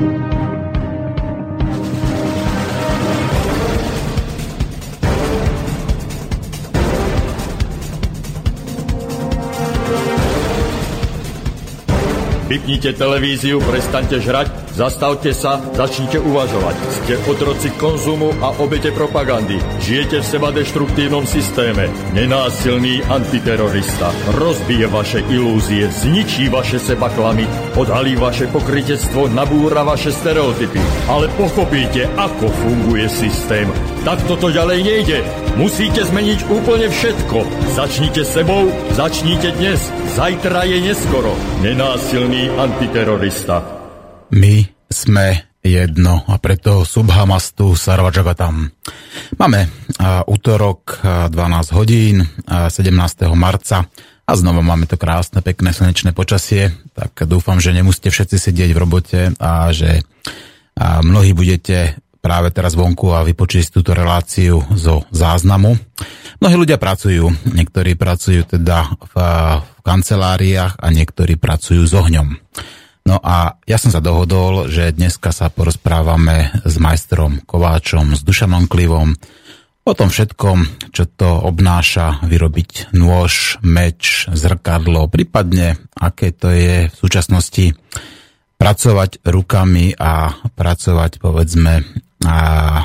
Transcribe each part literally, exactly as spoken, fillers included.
Vypnite televíziu, prestaňte žrať, zastavte sa, začnite uvažovať. Ste otroci konzumu a obete propagandy. Žijete v sebadeštruktívnom systéme. Nenásilný antiterorista rozbije vaše ilúzie, zničí vaše sebaklamy, odhalí vaše pokrytectvo, nabúra vaše stereotypy. Ale pochopíte, ako funguje systém. Takto to ďalej nejde. Musíte zmeniť úplne všetko. Začnite sebou, začnite dnes. Zajtra je neskoro. Nenásilný antiterorista. My sme jedno a preto Subhamastu Sarvajagatam. Máme uh, útorok uh, dvanásť hodín, uh, sedemnásteho marca a znova máme to krásne, pekné slnečné počasie. Tak dúfam, že nemusíte všetci sedieť v robote a že uh, mnohí budete práve teraz vonku a vypočuť túto reláciu zo záznamu. Mnohí ľudia pracujú, niektorí pracujú teda v, v kanceláriách a niektorí pracujú s ohňom. No a ja som sa dohodol, že dneska sa porozprávame s majstrom Kováčom, s Dušanom Klivom o tom všetkom, čo to obnáša vyrobiť nôž, meč, zrkadlo, prípadne aké to je v súčasnosti pracovať rukami a pracovať, povedzme, a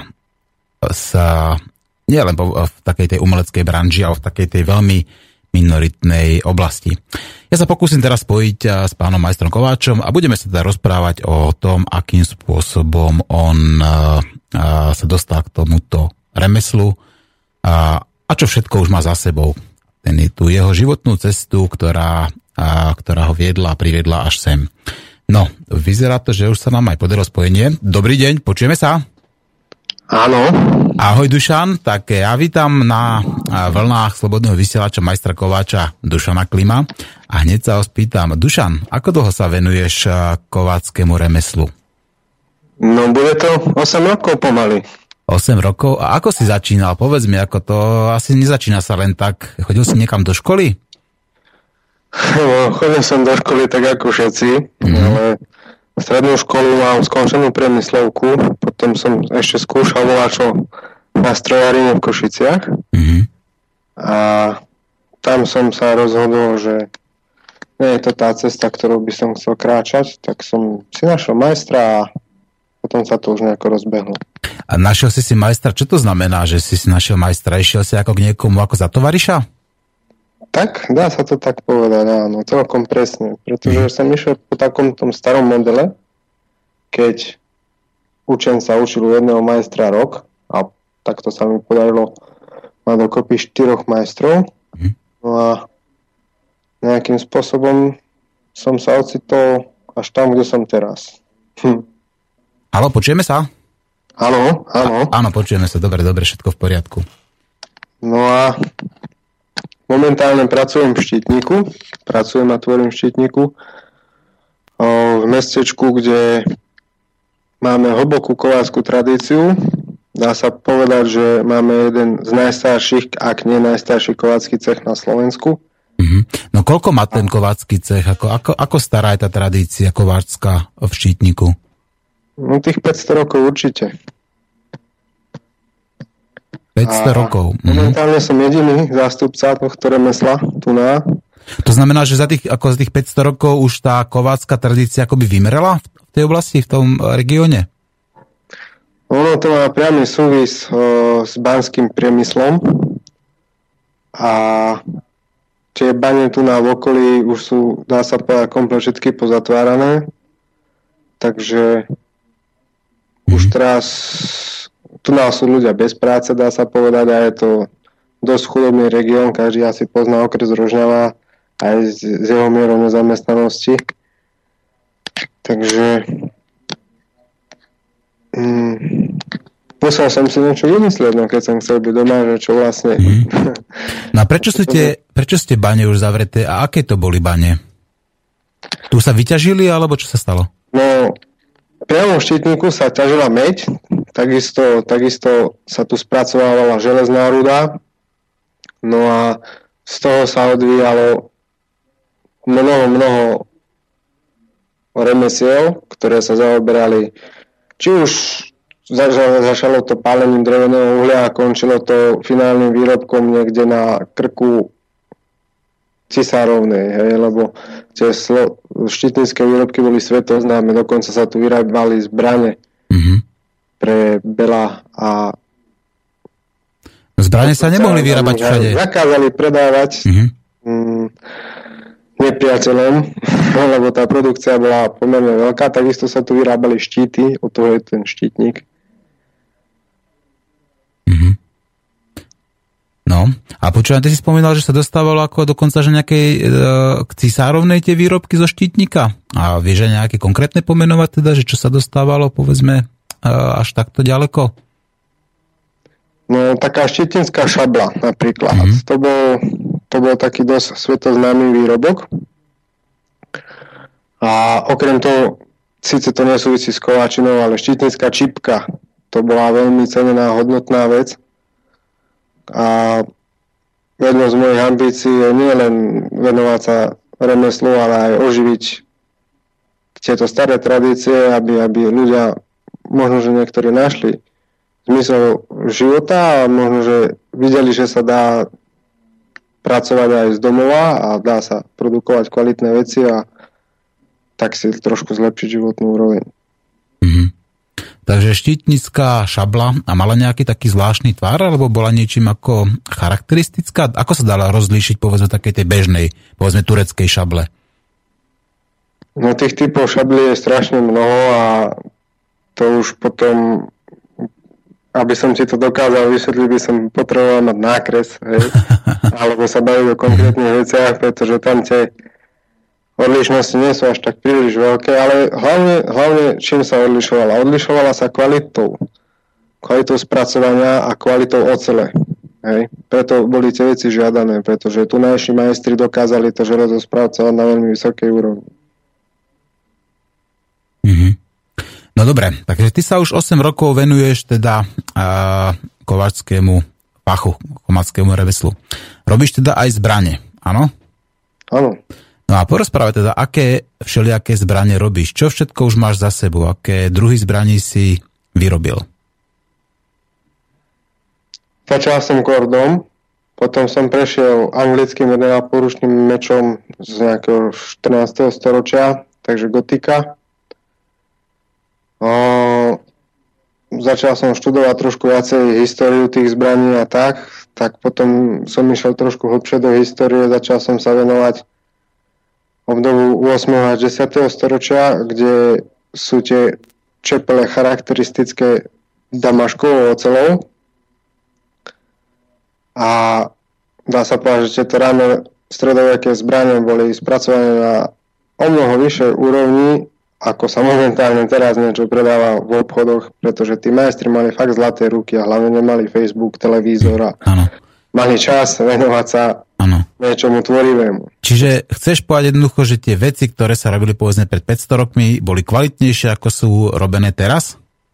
sa nie len v takej tej umeleckej branži, ale v takej tej veľmi minoritnej oblasti. Ja sa pokúsim teraz spojiť s pánom majstrom Kováčom a budeme sa teda rozprávať o tom, akým spôsobom on sa dostal k tomuto remeslu a, a čo všetko už má za sebou. Ten je tu jeho životnú cestu, ktorá, a, ktorá ho viedla a priviedla až sem. No, vyzerá to, že už sa nám aj podarilo spojenie. Dobrý deň, počujeme sa? Áno. Ahoj Dušan, tak ja vítam na vlnách slobodného vysielača majstra Kováča Dušana Klima a hneď sa ho spýtam. Dušan, ako dlho sa venuješ kováckému remeslu? No bude to osem rokov pomaly. osem rokov? A ako si začínal? Povedz mi, ako to asi nezačína sa len tak. Chodil si niekam do školy? No, chodil som do školy tak ako všetci, mm. ale strednú školu mám skončenú priemyslovku, potom som ešte skúšal voľačo na strojarine v Košiciach mm-hmm. a tam som sa rozhodol, že nie je to tá cesta, ktorou by som chcel kráčať, tak som si našiel majstra a potom sa to už nejako rozbehlo. A našiel si si majstra, čo to znamená, že si si našiel majstra? Išiel si ako k niekomu ako za tovariša? Tak, dá sa to tak povedať, áno, celkom presne, pretože mm. som išiel po takom tom starom modele, keď učen sa učil u jedného majstra rok a takto sa mi podarilo mať dokopy štyroch majstrov. Mm. No a nejakým spôsobom som sa ocitol až tam, kde som teraz. Hm. Haló, počujeme sa? Áno, áno. A, áno, počujeme sa, dobre, dobre, všetko v poriadku. No a momentálne pracujem v Štítniku, pracujem a tvorím v Štítniku, v mestečku, kde máme hlbokú kovácku tradíciu. Dá sa povedať, že máme jeden z najstarších, ak nie najstarší kovácky cech na Slovensku. Mm-hmm. No koľko má ten kovácky cech? Ako, ako, ako stará je tá tradícia kovácka v Štítniku? No tých päťsto rokov určite. päťsto rokov. Momentálne som jediný zástupca tohto remesla tu na. To znamená, že za tých, ako za tých päťsto rokov už tá kovácka tradícia akoby vymerala v tej oblasti, v tom regióne? Ono to má priamy súvis o, s banským priemyslom a tie bane tu na v okolí už sú, dá sa povedať, komplet všetky pozatvárané, takže mm. už teraz tu nás sú ľudia bez práce, dá sa povedať, a je to dosť chudobný región, každý asi pozná okres Rožňava aj s, s jeho mierou nezamestnanosti. Takže mm, musel som si niečo vymyslieť, no keď som chcel byť doma, že čo vlastne... Mm. No a prečo sú tie, prečo ste bane už zavreté a aké to boli bane? Tu sa vyťažili, alebo čo sa stalo? No, priamo v Štítniku sa ťažila meď, takisto, takisto sa tu spracovávala železná ruda, no a z toho sa odvíjalo mnoho, mnoho remesiel, ktoré sa zaoberali, či už začalo, začalo to pálením dreveného uhlia a končilo to finálnym výrobkom niekde na krku cisárovnej, hej, lebo tie slo- štítnické výrobky boli svetoznáme, dokonca sa tu vyrábali zbrane mm-hmm. pre Bela a zbrane sa nemohli vyrábať všade. Zakázali predávať mm-hmm. mm, nepriateľom, lebo tá produkcia bola pomerne veľká, takisto sa tu vyrábali štíty, od toho je ten štítnik. Mm-hmm. No, a počúvam, ty si spomínal, že sa dostávalo ako dokonca, že nejakej e, k cisárovnej tie výrobky zo štítnika. A vieš aj nejaké konkrétne pomenovať teda, že čo sa dostávalo, povedzme, e, až takto ďaleko? No, taká štítnická šabla napríklad. Mm-hmm. To bol, to bol taký dosť svetoznámy výrobok. A okrem toho, síce to nesúvisí s kováčinou, ale štítnická čipka, to bola veľmi cenená, hodnotná vec. A jednou z mojich ambícií je nielen venovať sa remeslu, ale aj oživiť tieto staré tradície, aby, aby ľudia, možno, že niektorí našli zmysel života a možno, že videli, že sa dá pracovať aj z domova a dá sa produkovať kvalitné veci a tak si trošku zlepšiť životnú úroveň. Mm-hmm. Takže štítnická šabla a mala nejaký taký zvláštny tvar, alebo bola niečím ako charakteristická? Ako sa dala rozlíšiť, povedzme, takej tej bežnej, povedzme, tureckej šable? No tých typov šablí je strašne mnoho a to už potom, aby som ti to dokázal vysvetliť, by som potreboval mať nákres, hej? Alebo sa baviť o konkrétnych veciach, pretože tam tie odlišnosti nie sú až tak príliš veľké, ale hlavne, hlavne čím sa odlišovala? Odlišovala sa kvalitou. Kvalitou spracovania a kvalitou ocele. Hej? Preto boli tie veci žiadané, pretože tunajší majstri dokázali to železo spracovať na veľmi vysokej úrovni. Mm-hmm. No dobre, takže ty sa už osem rokov venuješ teda uh, kováčskému fachu, kováčskému remeslu. Robíš teda aj zbrane, áno? Áno. No a porozprávaj teda, aké všelijaké zbrane robíš? Čo všetko už máš za sebou? Aké druhy zbraní si vyrobil? Začal som kordom, potom som prešiel anglickým jedenapôručným mečom z nejakého štrnásteho storočia, takže gotika. O, začal som študovať trošku viacej históriu tých zbraní a tak, tak potom som išiel trošku hlbšie do histórie, začal som sa venovať obdobu ôsmeho až desiateho storočia, kde sú tie čepele charakteristické damaškovou oceľou. A dá sa povedať, že tieto ráne stredoveké zbrane boli spracované na o mnoho vyššej úrovni, ako sa momentálne teraz niečo predáva v obchodoch, pretože tí majstri mali fakt zlaté ruky a hlavne nemali Facebook, televízor a ano. Mali čas venovať sa ano. Niečomu tvorivému. Čiže chceš povedať jednoducho, že tie veci, ktoré sa robili povedzme pred päťsto rokmi, boli kvalitnejšie, ako sú robené teraz?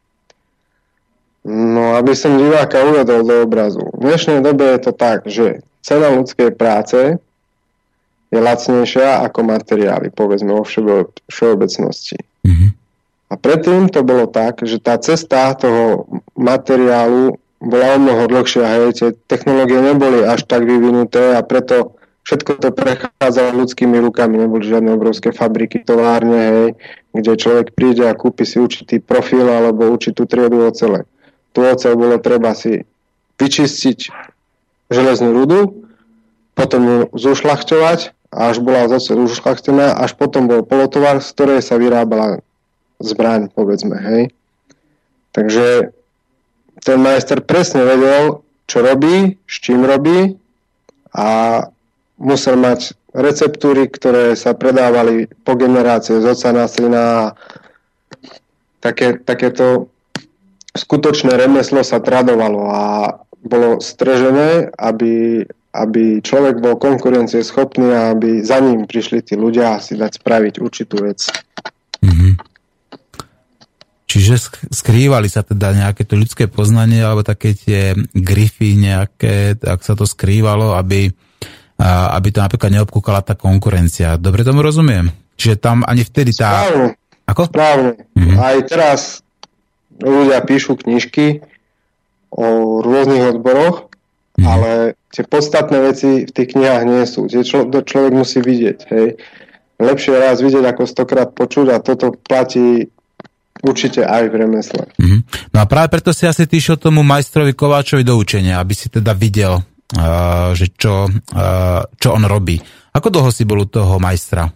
No, aby som diváka uvedol do obrazu. V dnešnej dobe je to tak, že cena ľudskej práce je lacnejšia ako materiály, povedzme vo všeobecnosti. Mm-hmm. A predtým to bolo tak, že tá cesta toho materiálu bola o mnoho dlhšia, hej, tie technológie neboli až tak vyvinuté a preto všetko to prechádzalo ľudskými rukami, neboli žiadne obrovské fabriky, továrne, hej, kde človek príde a kúpi si určitý profil alebo určitú triedu ocele. Tu oceľ bolo treba si vyčistiť železnú rudu, potom ju zušľachťovať a až bola z oceľu zušľachtená, až potom bol polotovar, z ktorej sa vyrábala zbraň, povedzme, hej. Takže ten majster presne vedel, čo robí, s čím robí a musel mať receptúry, ktoré sa predávali po generácie z oca na syna a také, takéto skutočné remeslo sa tradovalo a bolo strežené, aby, aby človek bol konkurencieschopný a aby za ním prišli tí ľudia si dať spraviť určitú vec. Mhm. Čiže skrývali sa teda nejaké to ľudské poznanie alebo také tie grify nejaké, ak sa to skrývalo, aby, aby to napríklad neobkúkala tá konkurencia. Dobre tomu rozumiem? Čiže tam ani vtedy tá... Správne, Ako? Správne. Mm-hmm. Aj teraz ľudia píšu knižky o rôznych odboroch, mm-hmm. ale tie podstatné veci v tých knihách nie sú. Tie člo- človek musí vidieť. Hej. Lepšie raz vidieť, ako stokrát počuť a toto platí určite aj v remesle. Mm-hmm. No a práve preto si asi ty išiel tomu majstrovi Kováčovi do učenia, aby si teda videl, uh, že čo, uh, čo on robí. Ako dlho si bol u toho majstra?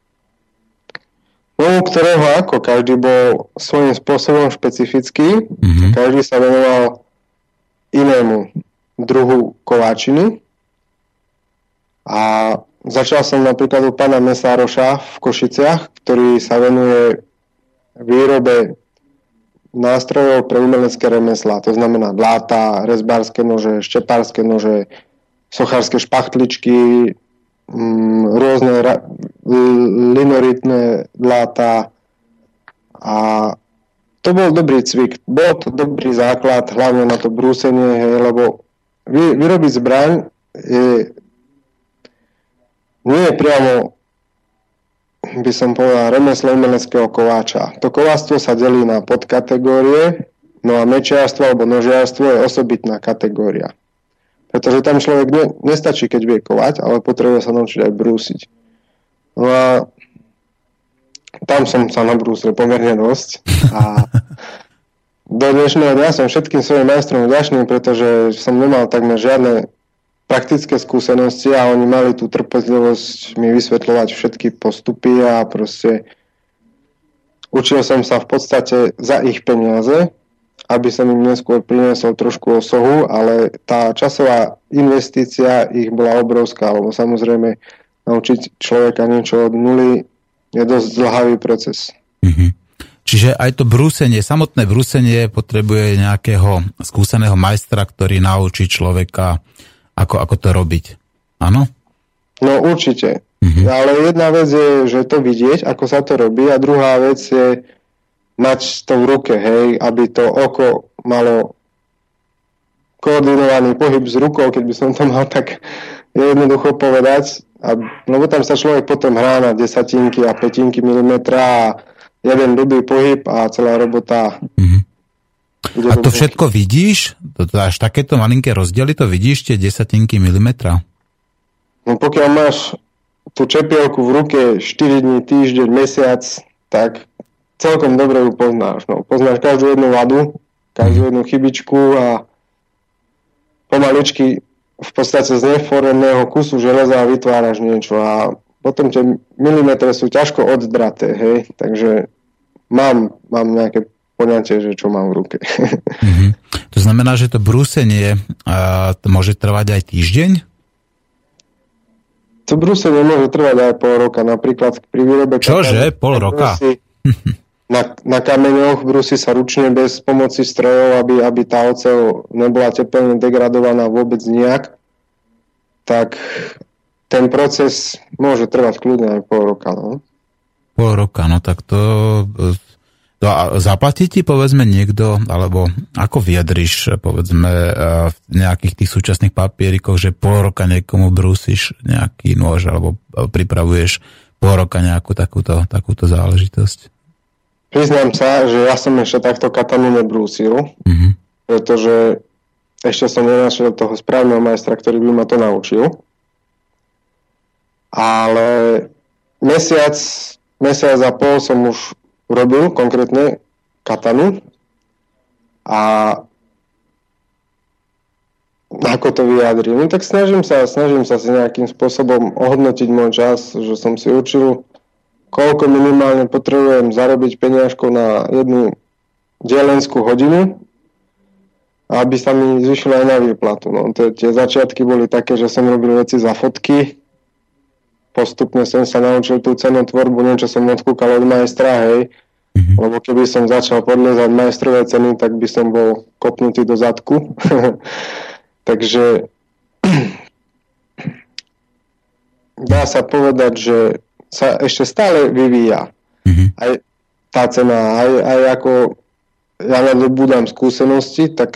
No, ktorého ako? Každý bol svojím spôsobom špecifický. Mm-hmm. Každý sa venoval inému druhu kováčiny. A začal som napríklad u pána Mesároša v Košiciach, ktorý sa venuje výrobe nástrojov pre umelecké remeslá. To znamená dláta, rezbárske nože, štepárske nože, sochárske špachtličky, rôzne ra- linoritné dláta a to bol dobrý cvik. Bol to dobrý základ, hlavne na to brúsenie, hej, lebo vy, vyrobiť zbraň je, nie je priamo, by som povedal, remeslo umeleckého kováča. To kováctvo sa delí na podkategórie, no a mečiarstvo alebo nožiarstvo je osobitná kategória. Pretože tam človek ne, nestačí, keď vie kovať, ale potrebuje sa naučiť aj brúsiť. No a tam som sa nabrúsil pomerne dosť. A do dnešného dňa som všetkým svojim majstrom vďačný, pretože som nemal takmer žiadne praktické skúsenosti a oni mali tú trpezlivosť mi vysvetľovať všetky postupy a proste učil som sa v podstate za ich peniaze, aby som im neskôr priniesol trošku osohu, ale tá časová investícia ich bola obrovská, lebo samozrejme naučiť človeka niečo od nuly je dosť dlhavý proces. Mm-hmm. Čiže aj to brúsenie, samotné brúsenie potrebuje nejakého skúseného majstra, ktorý naučí človeka, ako, ako to robiť. Áno? No určite. Mm-hmm. Ale jedna vec je, že to vidieť, ako sa to robí, a druhá vec je mať to v ruke, hej, aby to oko malo koordinovaný pohyb s rukou, keď by som to mal tak jednoducho povedať. A, lebo tam sa človek potom hrá na desatinky a pätinky milimetra a jeden ľudý pohyb a celá robota. Mm-hmm. A to všetko vidíš? To, to až takéto malinké rozdiely to vidíš, tie desatinky milimetra? No pokiaľ máš tú čepielku v ruke štyri dní, týždeň, mesiac, tak celkom dobre ju poznáš. No, poznáš každú jednu vadu, každú jednu chybičku a pomaličky v podstate z neforemného kusu železa vytváraš niečo a potom tie milimetre sú ťažko oddraté, hej, takže mám, mám nejaké poňatie, že čo mám v ruke. Mm-hmm. To znamená, že to brúsenie uh, to môže trvať aj týždeň? To brúsenie môže trvať aj pol roka, napríklad pri výrobe... Čože? Pol roka? Brúsi, na, na kameňoch brúsi sa ručne bez pomoci strojov, aby, aby tá oceľ nebola teplne degradovaná vôbec nijak, tak ten proces môže trvať kľudne aj pol roka. No? Pol roka, no tak to... to a zaplatí ti, povedzme, niekto, alebo ako vyjadriš, povedzme, v nejakých tých súčasných papierikoch, že pol roka niekomu brúsiš nejaký nôž, alebo pripravuješ pol roka nejakú takúto, takúto záležitosť? Priznám sa, že ja som ešte takto katanu nebrúsil, mm-hmm. pretože ešte som nenašiel toho správneho majstra, ktorý by ma to naučil. Ale mesiac, mesiac a pol som už robil konkrétne katanu a ako to vyjadrím. No, tak snažím sa, snažím sa si nejakým spôsobom ohodnotiť môj čas, že som si učil, koľko minimálne potrebujem zarobiť peniažkov na jednu dielenskú hodinu, aby sa mi zvyšilo aj na výplatu. No, to, tie začiatky boli také, že som robil veci za fotky, postupne som sa naučil tú cenotvorbu, niečo som odkúkal od majstra, hej, mm-hmm. lebo keby som začal podliezať majstrové ceny, tak by som bol kopnutý do zadku. Takže dá sa povedať, že sa ešte stále vyvíja. Mm-hmm. Aj tá cena, aj, aj ako ja nadobúdam skúsenosti, tak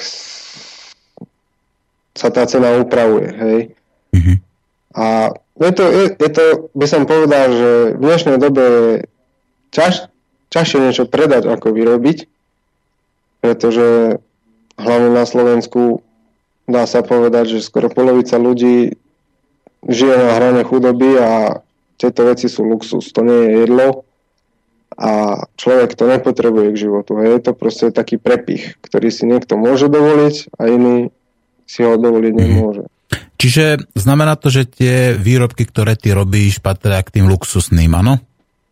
sa tá cena upravuje, hej. Mm-hmm. A je to, je, je to, by som povedal, že v dnešnej dobe je ťaž, ťažšie niečo predať, ako vyrobiť, pretože hlavne na Slovensku dá sa povedať, že skoro polovica ľudí žije na hrane chudoby a tieto veci sú luxus, to nie je jedlo a človek to nepotrebuje k životu. Je to proste taký prepich, ktorý si niekto môže dovoliť a iný si ho dovoliť nemôže. Čiže znamená to, že tie výrobky, ktoré ty robíš, patria k tým luxusným, áno?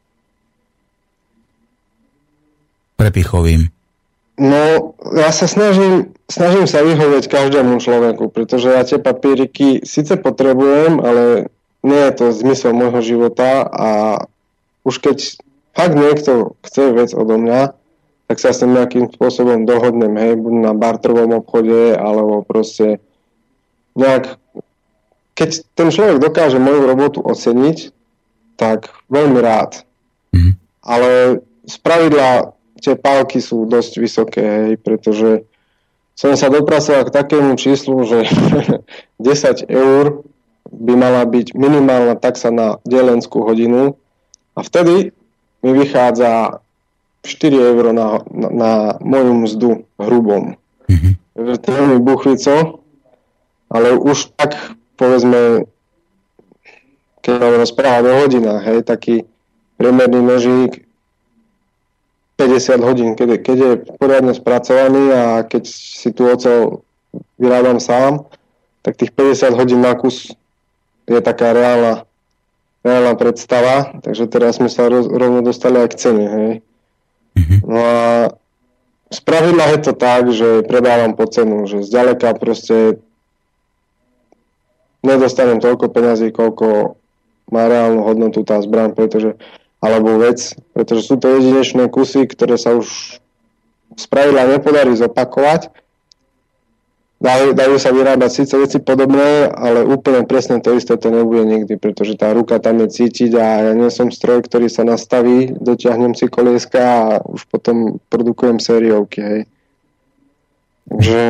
Prepichovým. No, ja sa snažím, snažím sa vyhovieť každému človeku, pretože ja tie papíriky síce potrebujem, ale nie je to zmysel môjho života a už keď fakt niekto chce vec odo mňa, tak sa s tým nejakým spôsobom dohodnem, hej, buď na barterovom obchode, alebo proste nejak, keď ten človek dokáže moju robotu oceniť, tak veľmi rád. Mm. Ale spravidla tie pálky sú dosť vysoké, hej, pretože som sa dopracoval k takému číslu, že desať eur by mala byť minimálna taxa na delenskú hodinu a vtedy mi vychádza štyri eur na, na, na moju mzdu hrubom. Mm-hmm. Takže to je veľmi buchvico, ale už tak, povedzme, keď mám rozprávať o hodinách, hej, taký priemerný nožík päťdesiat hodín, keď, keď je poriadne spracovaný a keď si tu oceľ vyrábam sám, tak tých päťdesiat hodín na kus je taká reálna, reálna predstava, takže teraz sme sa roz, rovno dostali aj k cene, hej. Mm-hmm. No a spravidla je to tak, že predávam po cenu, že zďaleka proste nedostanem toľko peňazí, koľko má reálnu hodnotu tá zbraň, pretože alebo vec, pretože sú to jedinečné kusy, ktoré sa už spravidla nepodarí zopakovať. Dajú, dajú sa vyrábať síce veci podobné, ale úplne presne to isté to nebude nikdy, pretože tá ruka tam je cítiť a ja nie som stroj, ktorý sa nastaví, dotiahnem si kolieska a už potom produkujem sériovky, hej. Takže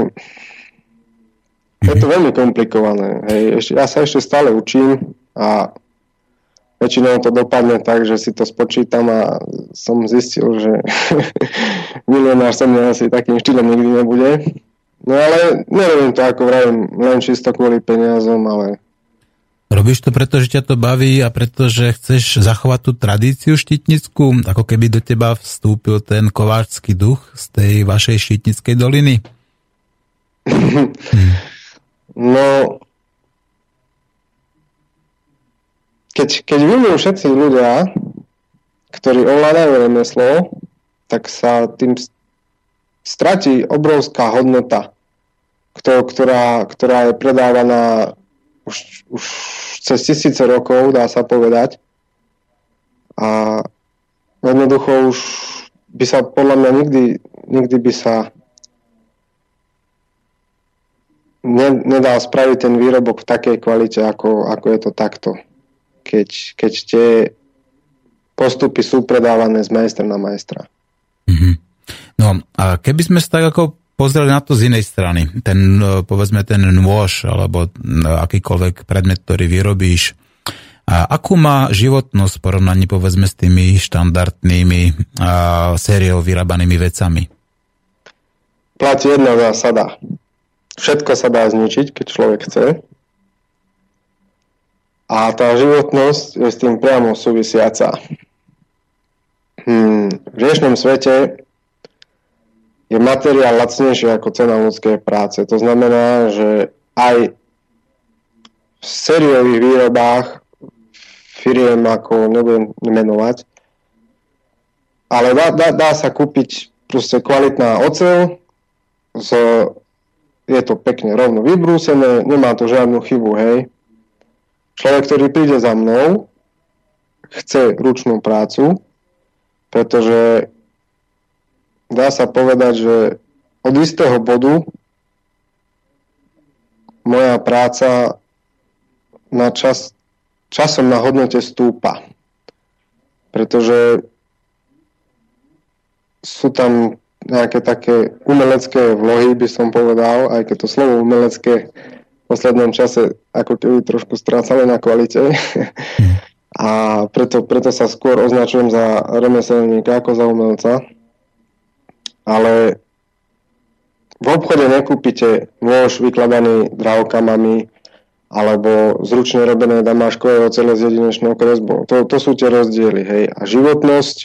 je to veľmi komplikované, hej. Ešte, ja sa ešte stále učím a väčšinou to dopadne tak, že si to spočítam a som zistil, že milionár som mňa asi takým štýlom nikdy nebude. No ale nerobím to, ako vravím, len čisto kvôli peniazom, ale... Robíš to preto, že ťa to baví a preto, že chceš zachovať tú tradíciu štítnickú, ako keby do teba vstúpil ten kováčsky duch z tej vašej štítnickej doliny? No... Keď, keď vidím všetci ľudia, ktorí ovládajú remeslo, tak sa tým stratí obrovská hodnota, ktorá, ktorá je predávaná už, už cez tisíce rokov, dá sa povedať. A jednoducho už by sa podľa mňa nikdy, nikdy by sa ne, nedal spraviť ten výrobok v takej kvalite, ako, ako je to takto. Keď, keď tie postupy sú predávané z majstra na majstra. Mm-hmm. No a keby sme sa tak ako pozreli na to z inej strany, ten, povedzme, ten nôž alebo akýkoľvek predmet, ktorý vyrobíš, a akú má životnosť v porovnaní, povedzme, s tými štandardnými a, sériou vyrábanými vecami? Platí jedna zásada. Všetko sa dá zničiť, keď človek chce. A tá životnosť je s tým priamo súvisiaca. Hmm, v dnešnom svete je materiál lacnejší ako cena ľudskej práce. To znamená, že aj v sériových výrobách firiem, ako nebudem menovať, ale dá, dá, dá sa kúpiť proste kvalitná oceľ, z, je to pekne rovno vybrúsené, nemá to žiadnu chybu, hej. Človek, ktorý príde za mnou, chce ručnú prácu, pretože dá sa povedať, že od istého bodu moja práca na čas, časom na hodnote stúpa. Pretože sú tam nejaké také umelecké vlohy, by som povedal, aj keď to slovo umelecké v poslednom čase ako keby trošku strácali na kvalite. A preto, preto sa skôr označujem za remeselníka ako za umelca. Ale v obchode nekúpite nôž vykladaný dravkamami alebo zručne robené damáškové ocele s jedinečnou kresbou. To, to sú tie rozdiely, hej. A životnosť,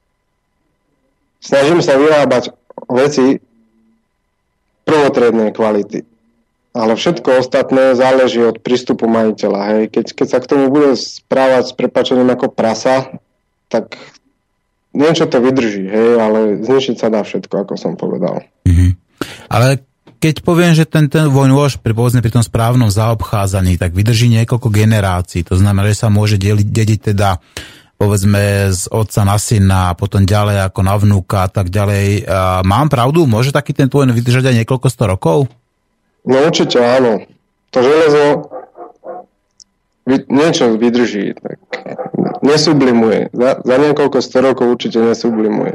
snažím sa vyrábať veci prvotriednej kvality. Ale všetko ostatné záleží od prístupu majiteľa, hej. Keď, keď sa k tomu bude správať s prepáčením ako prasa, tak niečo to vydrží, hej, ale zničiť sa dá všetko, ako som povedal. Mm-hmm. Ale keď poviem, že ten, ten nôž pri, povedzme, pri tom správnom zaobchádzaní, tak vydrží niekoľko generácií. To znamená, že sa môže deliť, dediť teda povedzme z otca na syna a potom ďalej ako na vnúka a tak ďalej. A mám pravdu? Môže taký ten tvoj vydržať aj niekoľko sto rokov? No určite áno. To železo vy, niečo vydrží. Tak nesublimuje. Za, za niekoľko sto rokov určite nesublimuje.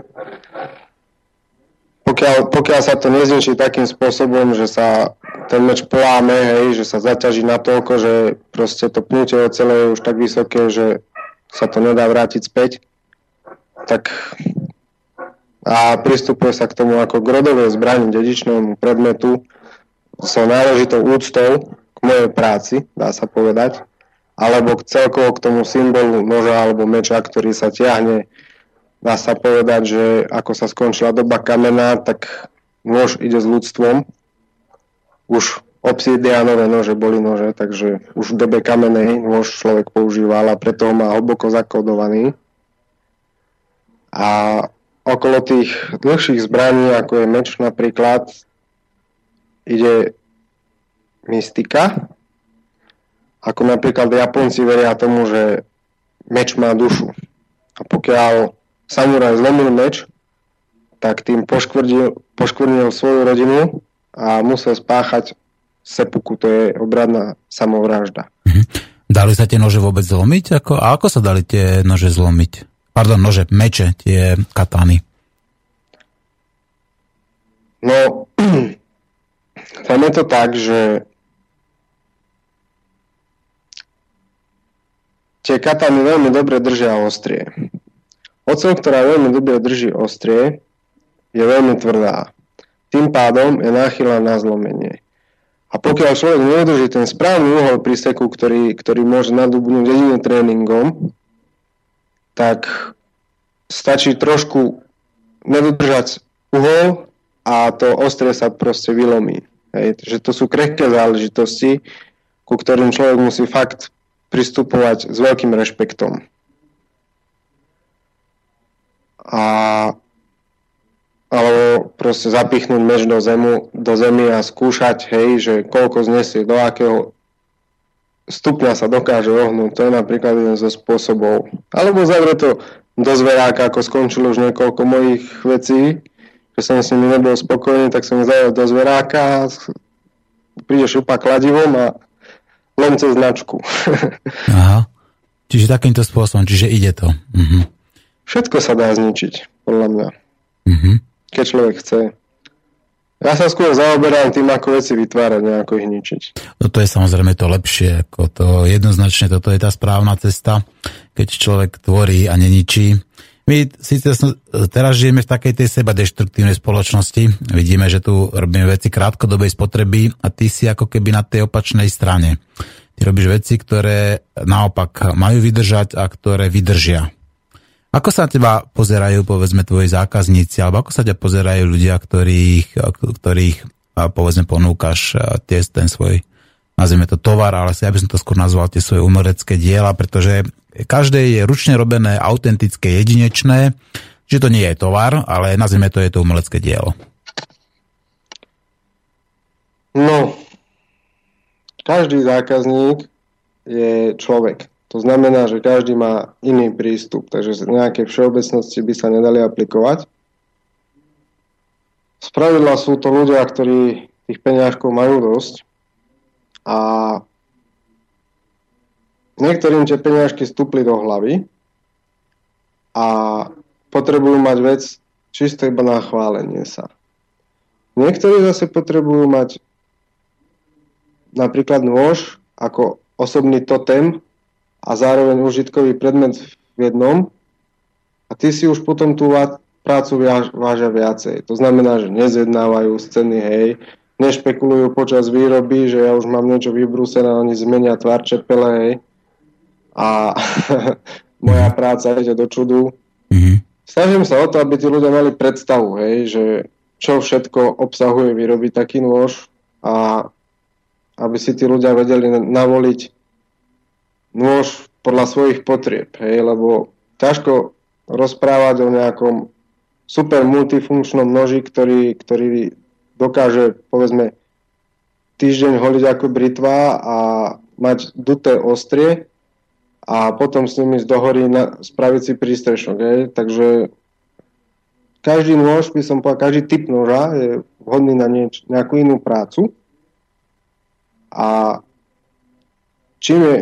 Pokiaľ, pokiaľ sa to nezničí takým spôsobom, že sa ten meč poláme, hej, že sa zaťaží natoľko, že proste to pnutie ocele je už tak vysoké, že sa to nedá vrátiť späť, tak a pristupuje sa k tomu ako k rodovej zbrani, dedičnému predmetu so náležitou úctou k mojej práci, dá sa povedať, alebo k celkovo k tomu symbolu noža alebo meča, ktorý sa tiahne. Dá sa povedať, že ako sa skončila doba kamená, tak nôž ide s ľudstvom. Už obsidianové nože boli nože, takže už v dobe kamenej nôž človek používal a preto ho má hlboko zakodovaný. A okolo tých dlhších zbraní, ako je meč napríklad, ide mystika. Ako napríklad Japonci veria tomu, že meč má dušu. A pokiaľ samuraj zlomil meč, tak tým poškvrnil, poškvrnil svoju rodinu a musel spáchať seppuku, to je obradná samovražda. Mhm. Dali sa tie nože vôbec zlomiť? Ako, a ako sa dali tie nože zlomiť? Pardon, nože, meče, tie katány. No, tam je to tak, že tie katány veľmi dobre držia ostrie. Oceľ, ktorá veľmi dobre drží ostrie, je veľmi tvrdá. Tým pádom je náchylná na zlomenie. A pokiaľ človek neudrží ten správny uhol pri seku, ktorý, ktorý môže nadobudnúť jedine tréningom, tak stačí trošku nedodržať uhol a to ostrie sa proste vylomí. Hej. Že to sú krehké záležitosti, ku ktorým človek musí fakt pristupovať s veľkým rešpektom. A alebo proste zapichnúť meč do, zemu, do zemi a skúšať, hej, že koľko znesie, do akého stupňa sa dokáže ohnúť. To je napríklad jeden zo spôsobov. Alebo zavrie to do zveráka, ako skončilo už niekoľko mojich vecí, že som s nimi nebol spokojný, tak som ich zavrel do zveráka, príde šupa kladivom a len cez značku. Aha. Čiže takýmto spôsobom, čiže ide to. Mhm. Všetko sa dá zničiť, podľa mňa. Mhm. Keď človek chce. Ja sa skôr zaoberám tým, ako veci vytvárať, nejako ich ničiť. No to je samozrejme to lepšie, ako to jednoznačne, toto je tá správna cesta, keď človek tvorí a neničí. My síce teraz žijeme v takej tej seba deštruktívnej spoločnosti, vidíme, že tu robíme veci krátkodobej spotreby a ty si ako keby na tej opačnej strane. Ty robíš veci, ktoré naopak majú vydržať a ktoré vydržia. Ako sa teba pozerajú, povedzme, tvoji zákazníci, alebo ako sa ťa pozerajú ľudia, ktorých, ktorých povedzme, ponúkaš tie, ten svoj, nazvime to tovar, ale ja by som to skôr nazval tie svoje umelecké diela, pretože každé je ručne robené, autentické, jedinečné, že to nie je tovar, ale nazvime to, je to umelecké dielo. No, každý zákazník je človek. To znamená, že každý má iný prístup, takže nejaké všeobecnosti by sa nedali aplikovať. Spravidla sú to ľudia, ktorí tých peňažkov majú dosť a niektorým tie peňažky stúpli do hlavy a potrebujú mať vec čisto iba na chválenie sa. Niektorí zase potrebujú mať napríklad nôž ako osobný totem a zároveň užitkový predmet v jednom a tí si už potom tú prácu vážia viacej. To znamená, že nezjednávajú z ceny, hej, nešpekulujú počas výroby, že ja už mám niečo vybrúsené, oni zmenia tvár čepele, hej, a moja práca ide do čudu. Mm-hmm. Snažím sa o to, aby tí ľudia mali predstavu, hej, že čo všetko obsahuje vyrobiť taký nôž a aby si tí ľudia vedeli navoliť nôž podľa svojich potrieb, hej, lebo ťažko rozprávať o nejakom super multifunkčnom noži, ktorý, ktorý dokáže, povedzme, týždeň holiť ako britva a mať duté ostrie a potom s nimi zdohorí na, spraviť si prístrešok. Hej. Takže každý nôž, by som povedal, každý typ noža je vhodný na nieč, nejakú inú prácu. A čím je...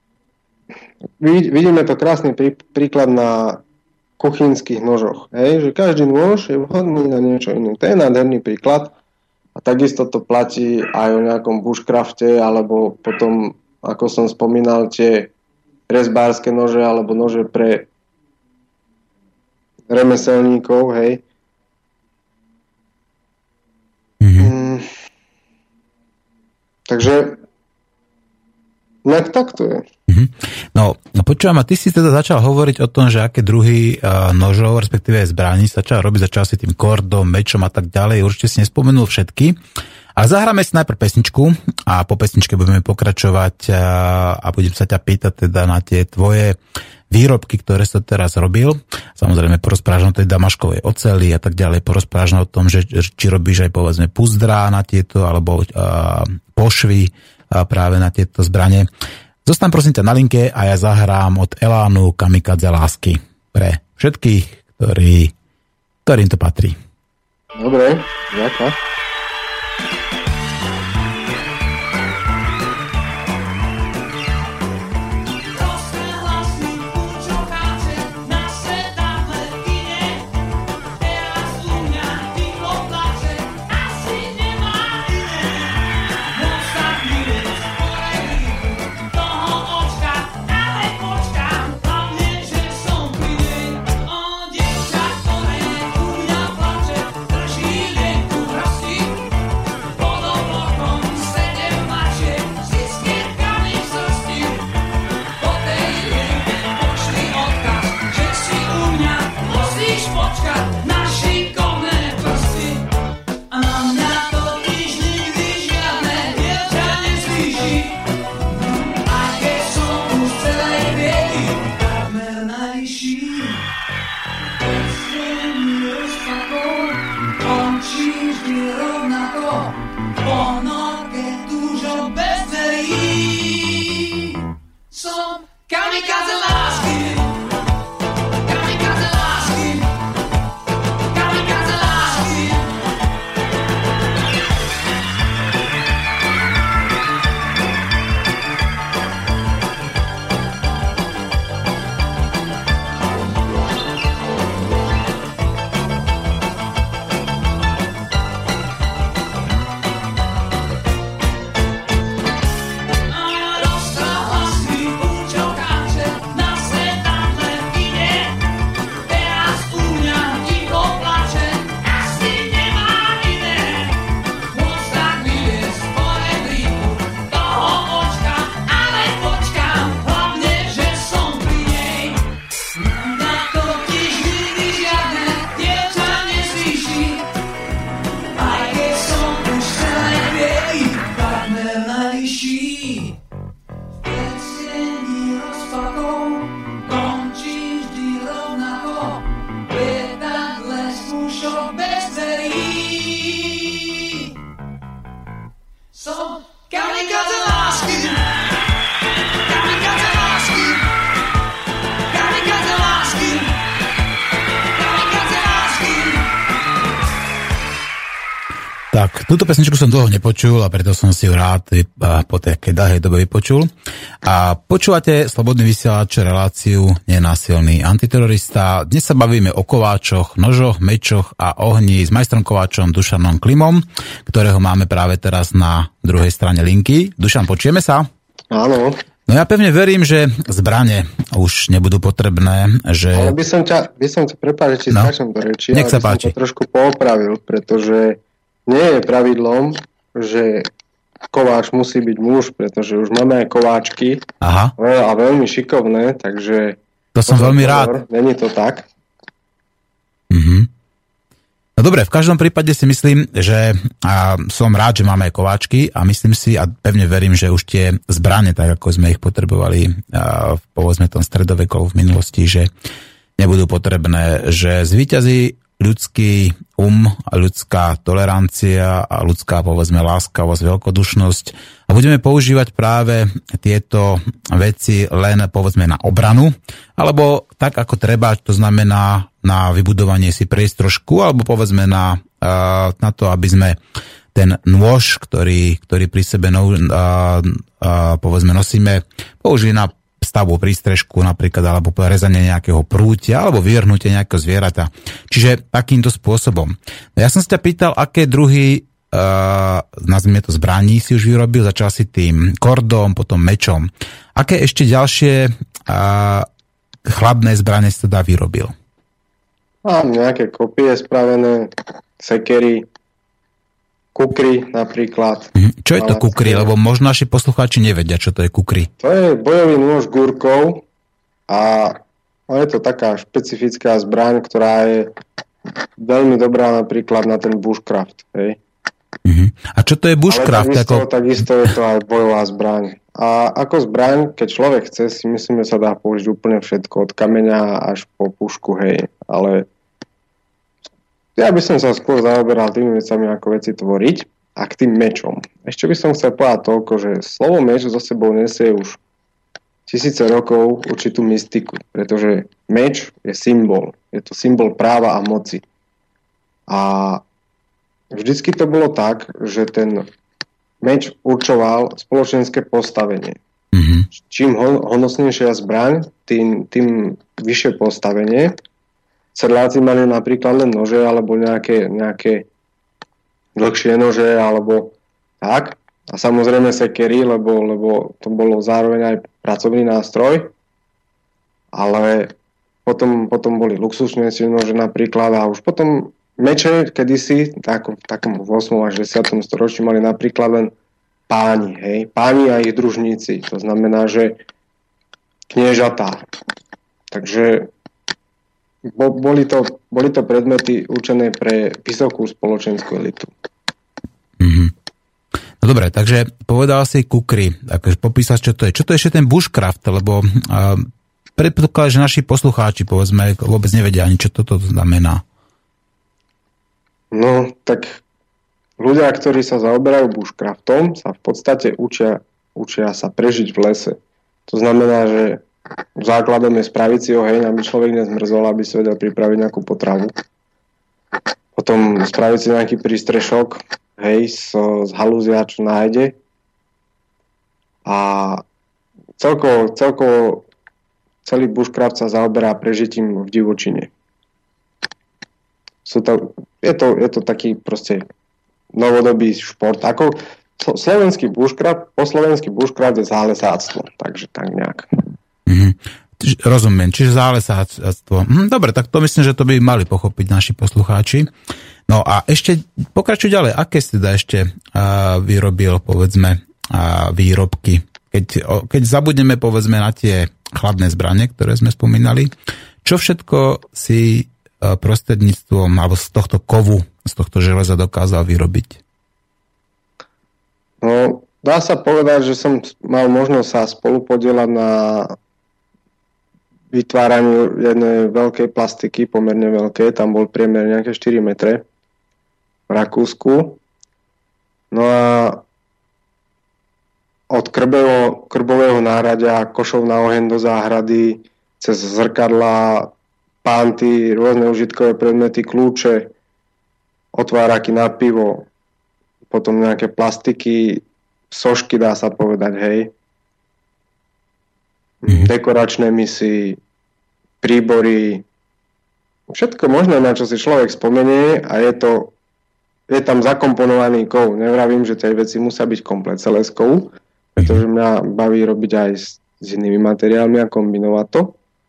Vidíme to krásny prí, príklad na kuchynských nožoch. Hej, že každý nôž je vhodný na niečo iné. To je nádherný príklad. A takisto to platí aj o nejakom bushcrafte, alebo potom, ako som spomínal, tie rezbárske nože, alebo nože pre remeselníkov, hej. Mm-hmm. Mm, takže nejak tak to je. Mm-hmm. No, no počujem, a ty si teda začal hovoriť o tom, že aké druhy uh, nožov, respektíve zbraní sa začal robiť, začal si tým kordom, mečom a tak ďalej, určite si nespomenul všetky. A zahráme si najprv pesničku a po pesničke budeme pokračovať uh, a budem sa ťa pýtať teda na tie tvoje výrobky, ktoré sa teraz robil. Samozrejme porozprávaš o tej damaškovej oceli a tak ďalej, porozprávaš o tom, že či robíš aj povedzme puzdrá na tieto, alebo uh, pošvy uh, práve na tieto zbrane. Zostaň prosím ťa na linke a ja zahrám od Elánu Kamikadze lásky pre všetkých, ktorí, ktorým to patrí. Dobre, ďakujem. Tak, túto pesničku som dlho nepočul a preto som si ju rád po takej dlhej dobe vypočul. A počúvate Slobodný vysielač, reláciu Nenásilný antiterorista. Dnes sa bavíme o kováčoch, nožoch, mečoch a ohni s majstrom kováčom Dušanom Klimom, ktorého máme práve teraz na druhej strane linky. Dušan, počujeme sa? Áno. No No ja pevne verím, že zbrane už nebudú potrebné, že... Ale by som ťa, by som ťa prepáč, či no. skáčem do reči, Nech sa ale by páči. som to trošku poopravil, pretože nie je pravidlom, že kováč musí byť muž, pretože už máme aj kováčky. Aha. A veľmi šikovné, takže... To som veľmi rád. Není to tak. Mhm. No dobre, v každom prípade si myslím, že a som rád, že máme aj kováčky a myslím si a pevne verím, že už tie zbrane, tak ako sme ich potrebovali a, povedzme tom stredoveku v minulosti, že nebudú potrebné, že zvíťazí ľudský um a ľudská tolerancia a ľudská povedzme láskavosť, veľkodušnosť a budeme používať práve tieto veci len povedzme na obranu, alebo tak ako treba, to znamená na vybudovanie si priestrožku, alebo povedzme na, na to, aby sme ten nôž, ktorý, ktorý pri sebe no, a, a, povedzme nosíme, použili na stavbu prístrežku napríklad, alebo rezanie nejakého prútia, alebo vyvrhnutie nejakého zvierata. Čiže takýmto spôsobom. Ja som sa ťa pýtal, aké druhy uh, nazvime to zbraní si už vyrobil, začal si tým kordom, potom mečom. Aké ešte ďalšie uh, chladné zbrane si teda vyrobil? Mám nejaké kopie spravené, sekery, kukry napríklad. Čo je to kukry? Lebo možno naši poslucháči nevedia, čo to je kukry. To je bojový nôž gúrkov a je to taká špecifická zbraň, ktorá je veľmi dobrá napríklad na ten bushcraft. Hej. Uh-huh. A čo to je bushcraft? Ale takisto, ako... takisto je to aj bojová zbraň. A ako zbraň, keď človek chce, si myslíme, sa dá použiť úplne všetko, od kameňa až po pušku, hej. Ale ja by som sa skôr zaoberal tými vecami, ako veci tvoriť a k tým mečom. Ešte by som chcel povedať toľko, že slovo meč zo sebou nesie už tisíce rokov určitú mystiku, pretože meč je symbol. Je to symbol práva a moci. A vždycky to bolo tak, že ten meč určoval spoločenské postavenie. Mm-hmm. Čím honosnejšia zbraň, tým, tým vyššie postavenie. Sedláci mali napríklad len nože alebo nejaké, nejaké dlhšie nože alebo tak. A samozrejme sekery, lebo, lebo to bolo zároveň aj pracovný nástroj. Ale potom, potom boli luxusnejšie nože napríklad a už potom meče kedysi, tak, v takom ôsmom až desiatom storočí mali napríklad len páni, hej, páni a ich družníci. To znamená, že kniežatá. Takže Boli to, boli to predmety určené pre vysokú spoločenskú elitu. Mm-hmm. No dobre, takže povedal si kukry, akože popísať, čo to je. Čo to je ešte ten bushcraft, lebo uh, predpoklad, že naši poslucháči, povedzme, vôbec nevedia ani, čo toto znamená. No, tak ľudia, ktorí sa zaoberajú bushcraftom, sa v podstate učia, učia sa prežiť v lese. To znamená, že základom je spraviť si oheň, aby človek nezmrzol, aby si vedel pripraviť nejakú potravu. Potom spraviť si nejaký prístrešok, hej, z, z halúzia, čo nájde. A celkovo, celkovo celý bushcraft sa zaoberá prežitím v divočine. Sú to, je, to, je to taký proste novodobý šport. Ako slovenský bushcraft, po slovenský bushcraft je zálesáctvo, takže tak nejak. Mm-hmm. Rozumiem, čiže zálesáctvo. Hm, dobre, tak to myslím, že to by mali pochopiť naši poslucháči. No a ešte pokračuj ďalej. Aké si teda ešte uh, vyrobil, povedzme, uh, výrobky? Keď, o, keď zabudneme, povedzme, na tie chladné zbrane, ktoré sme spomínali, čo všetko si uh, prostredníctvom alebo z tohto kovu, z tohto železa dokázal vyrobiť? No, dá sa povedať, že som mal možnosť sa spolupodielať na vytváraniu jednej veľkej plastiky, pomerne veľkej, tam bol priemer nejaké štyri metre v Rakúsku. No a od krbeho, krbového náradia, košov na oheň do záhrady, cez zrkadlá, pánty, rôzne užitkové predmety, kľúče, otváraky na pivo, potom nejaké plastiky, sošky, dá sa povedať, hej. Dekoračné misy, príbory, všetko možné, na čo si človek spomenie a je to, je tam zakomponovaný kov. Nevravím, že tie veci musia byť komplet celé z kovu, pretože mňa baví robiť aj z s inými materiálmi a kombinovať to.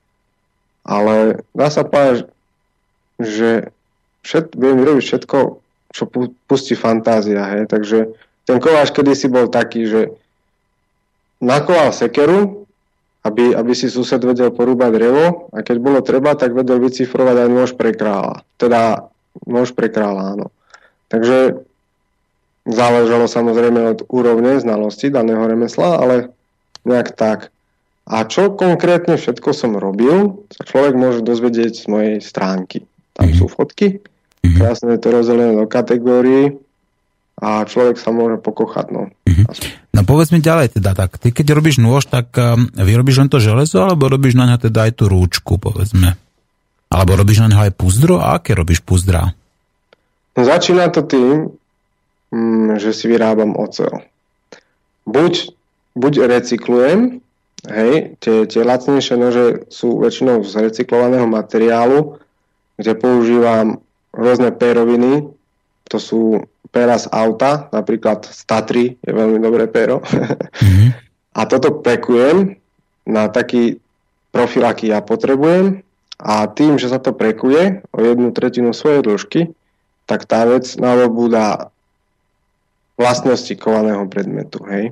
Ale dá sa povedať, že všet, viem vyrobiť všetko, čo pustí fantázia. Hej? Takže ten kováč kedysi bol taký, že nakoval sekeru, aby, aby si sused vedel porúbať drevo a keď bolo treba, tak vedel vycifrovať aj nôž pre kráľa. Teda nôž pre kráľa, áno. Takže záležalo samozrejme od úrovne znalosti daného remesla, ale nejak tak. A čo konkrétne všetko som robil, sa človek môže dozvedieť z mojej stránky. Tam sú fotky, krásne je to rozdelené do kategórií a človek sa môže pokochať. No, no povedz mi ďalej teda, tak ty keď robíš nôž, tak um, vyrobíš len to železo, alebo robíš na ňa teda aj tú rúčku, povedzme? Alebo robíš na ňa aj púzdro? A aké robíš púzdra? No, začína to tým, mm, že si vyrábam oceľ. Buď, buď recyklujem. Hej, tie, tie lacnejšie nože sú väčšinou z recyklovaného materiálu, kde používam rôzne péroviny. To sú péra z auta, napríklad z Tatry je veľmi dobré péro. Mm-hmm. A toto pekujem na taký profil, aký ja potrebujem. A tým, že sa to prekuje o jednu tretinu svojej dĺžky, tak tá vec nadobúda vlastnosti kovaného predmetu. Hej.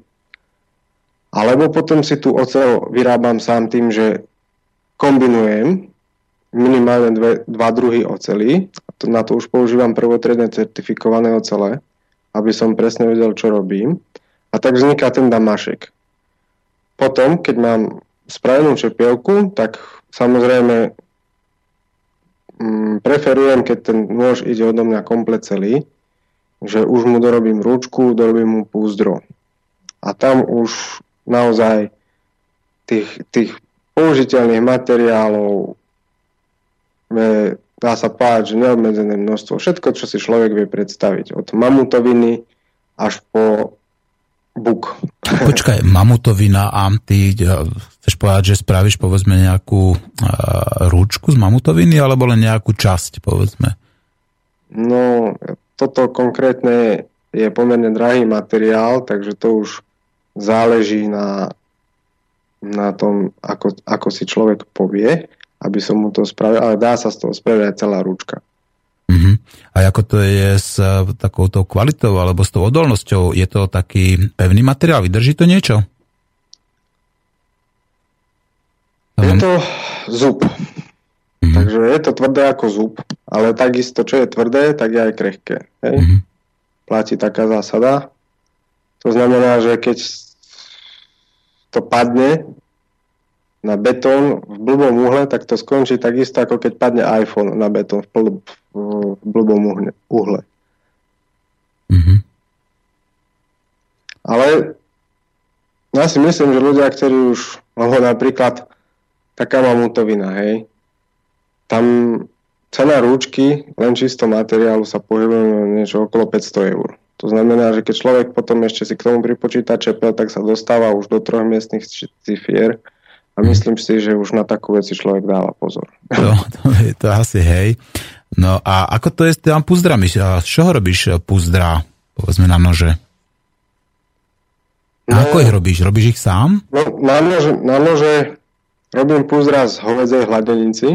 Alebo potom si tú oceľ vyrábam sám tým, že kombinujem minimálne dve, dva druhy oceli. Na to už používam prvotriedne certifikované ocele, aby som presne vedel, čo robím. A tak vzniká ten damašek. Potom, keď mám spravenú čepielku, tak samozrejme mm, preferujem, keď ten nôž ide odo mňa komplet celý, že už mu dorobím rúčku, dorobím mu púzdro. A tam už naozaj tých, tých použiteľných materiálov je, dá sa povedať, že neobmedzené množstvo. Všetko, čo si človek vie predstaviť. Od mamutoviny až po buk. Počkaj, mamutovina a ty chceš povedať, že spravíš povedzme nejakú uh, rúčku z mamutoviny alebo len nejakú časť, povedzme? No, toto konkrétne je pomerne drahý materiál, takže to už záleží na, na tom, ako, ako si človek povie, aby som mu to spravil, ale dá sa z toho spraviť aj celá rúčka. Uh-huh. A ako to je s takouto kvalitou alebo s tou odolnosťou? Je to taký pevný materiál? Vydrží to niečo? Je to zub. Uh-huh. Takže je to tvrdé ako zub, ale takisto, čo je tvrdé, tak je aj krehké. Hej? Uh-huh. Platí taká zásada. To znamená, že keď to padne na betón v blbom uhle, tak to skončí takisto, ako keď padne iPhone na betón v, blb, v blbom uhle. Mm-hmm. Ale ja si myslím, že ľudia, ktorí už, lebo napríklad taká mamutovina, hej, tam cena rúčky, len čisto materiálu sa pohybuje niečo okolo päťsto eur. To znamená, že keď človek potom ešte si k tomu pripočíta čepel, tak sa dostáva už do troch miestnych cifier a myslím si, že už na takú vec si človek dáva pozor. To, to je to asi hej. No a ako to je s tým púzdrami? Z čoho robíš púzdra, povedzme na nože? No, ako ich robíš? Robíš ich sám? No, na nože, na nože robím púzdra z hovedzej hladenici,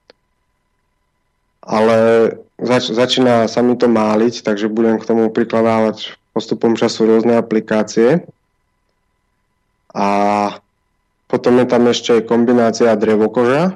ale zač- začína sa mi to máliť, takže budem k tomu prikladávať postupom času rôzne aplikácie. A potom je tam ešte kombinácia drevokoža.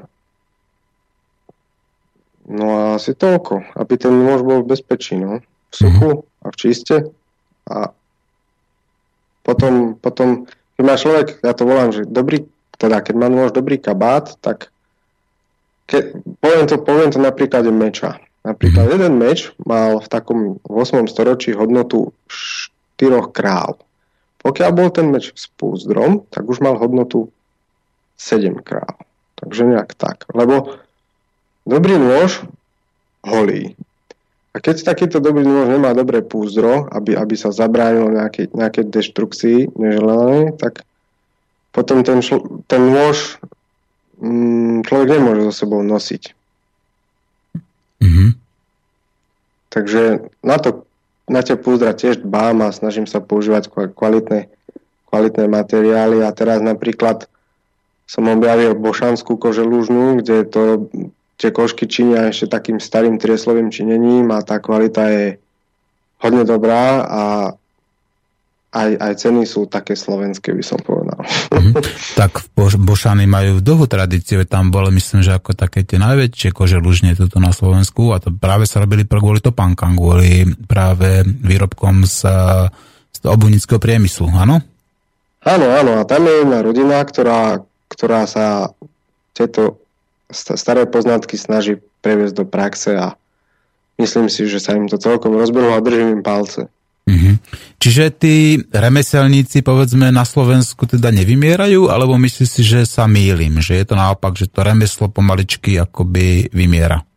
No a asi toľko, aby ten nôž bol v bezpečí, no. V suchu a v čiste. A potom, potom, keď má človek, ja to volám, že dobrý, teda keď má nôž dobrý kabát, tak Ke, poviem, to, poviem to na príklade meča. Napríklad jeden meč mal v takom ôsmom storočí hodnotu štyroch kráľ. Pokiaľ bol ten meč s púzdrom, tak už mal hodnotu sedem kráľ. Takže nejak tak. Lebo dobrý nôž holí. A keď takýto dobrý nôž nemá dobré púzdro, aby, aby sa zabránilo nejakej, nejakej deštrukcii neželanej, tak potom ten, šl, ten nôž človek nemôže so sebou nosiť. Mm-hmm. Takže na to, na tie púzdra tiež dbám a snažím sa používať kvalitné, kvalitné materiály a teraz napríklad som objavil bošanskú koželužnú, kde to, tie kožky činia ešte takým starým trieslovým činením a tá kvalita je hodne dobrá a aj, aj ceny sú také slovenské, by som povedal. Mm-hmm. Tak Bošany majú dlhú tradíciu, tam boli, myslím, že ako také tie najväčšie koželužne tuto na Slovensku a to práve sa robili kvôli topánkam, kvôli práve výrobkom z, z obuvníckeho priemyslu, áno? Áno, áno, a tam je jedna rodina, ktorá ktorá sa tieto staré poznatky snaží previesť do praxe a myslím si, že sa im to celkom rozbehlo a držím im palce. Mm-hmm. Čiže tí remeselníci, povedzme, na Slovensku teda nevymierajú, alebo myslíš si, že sa mýlim, že je to naopak, že to remeslo pomaličky akoby vymiera?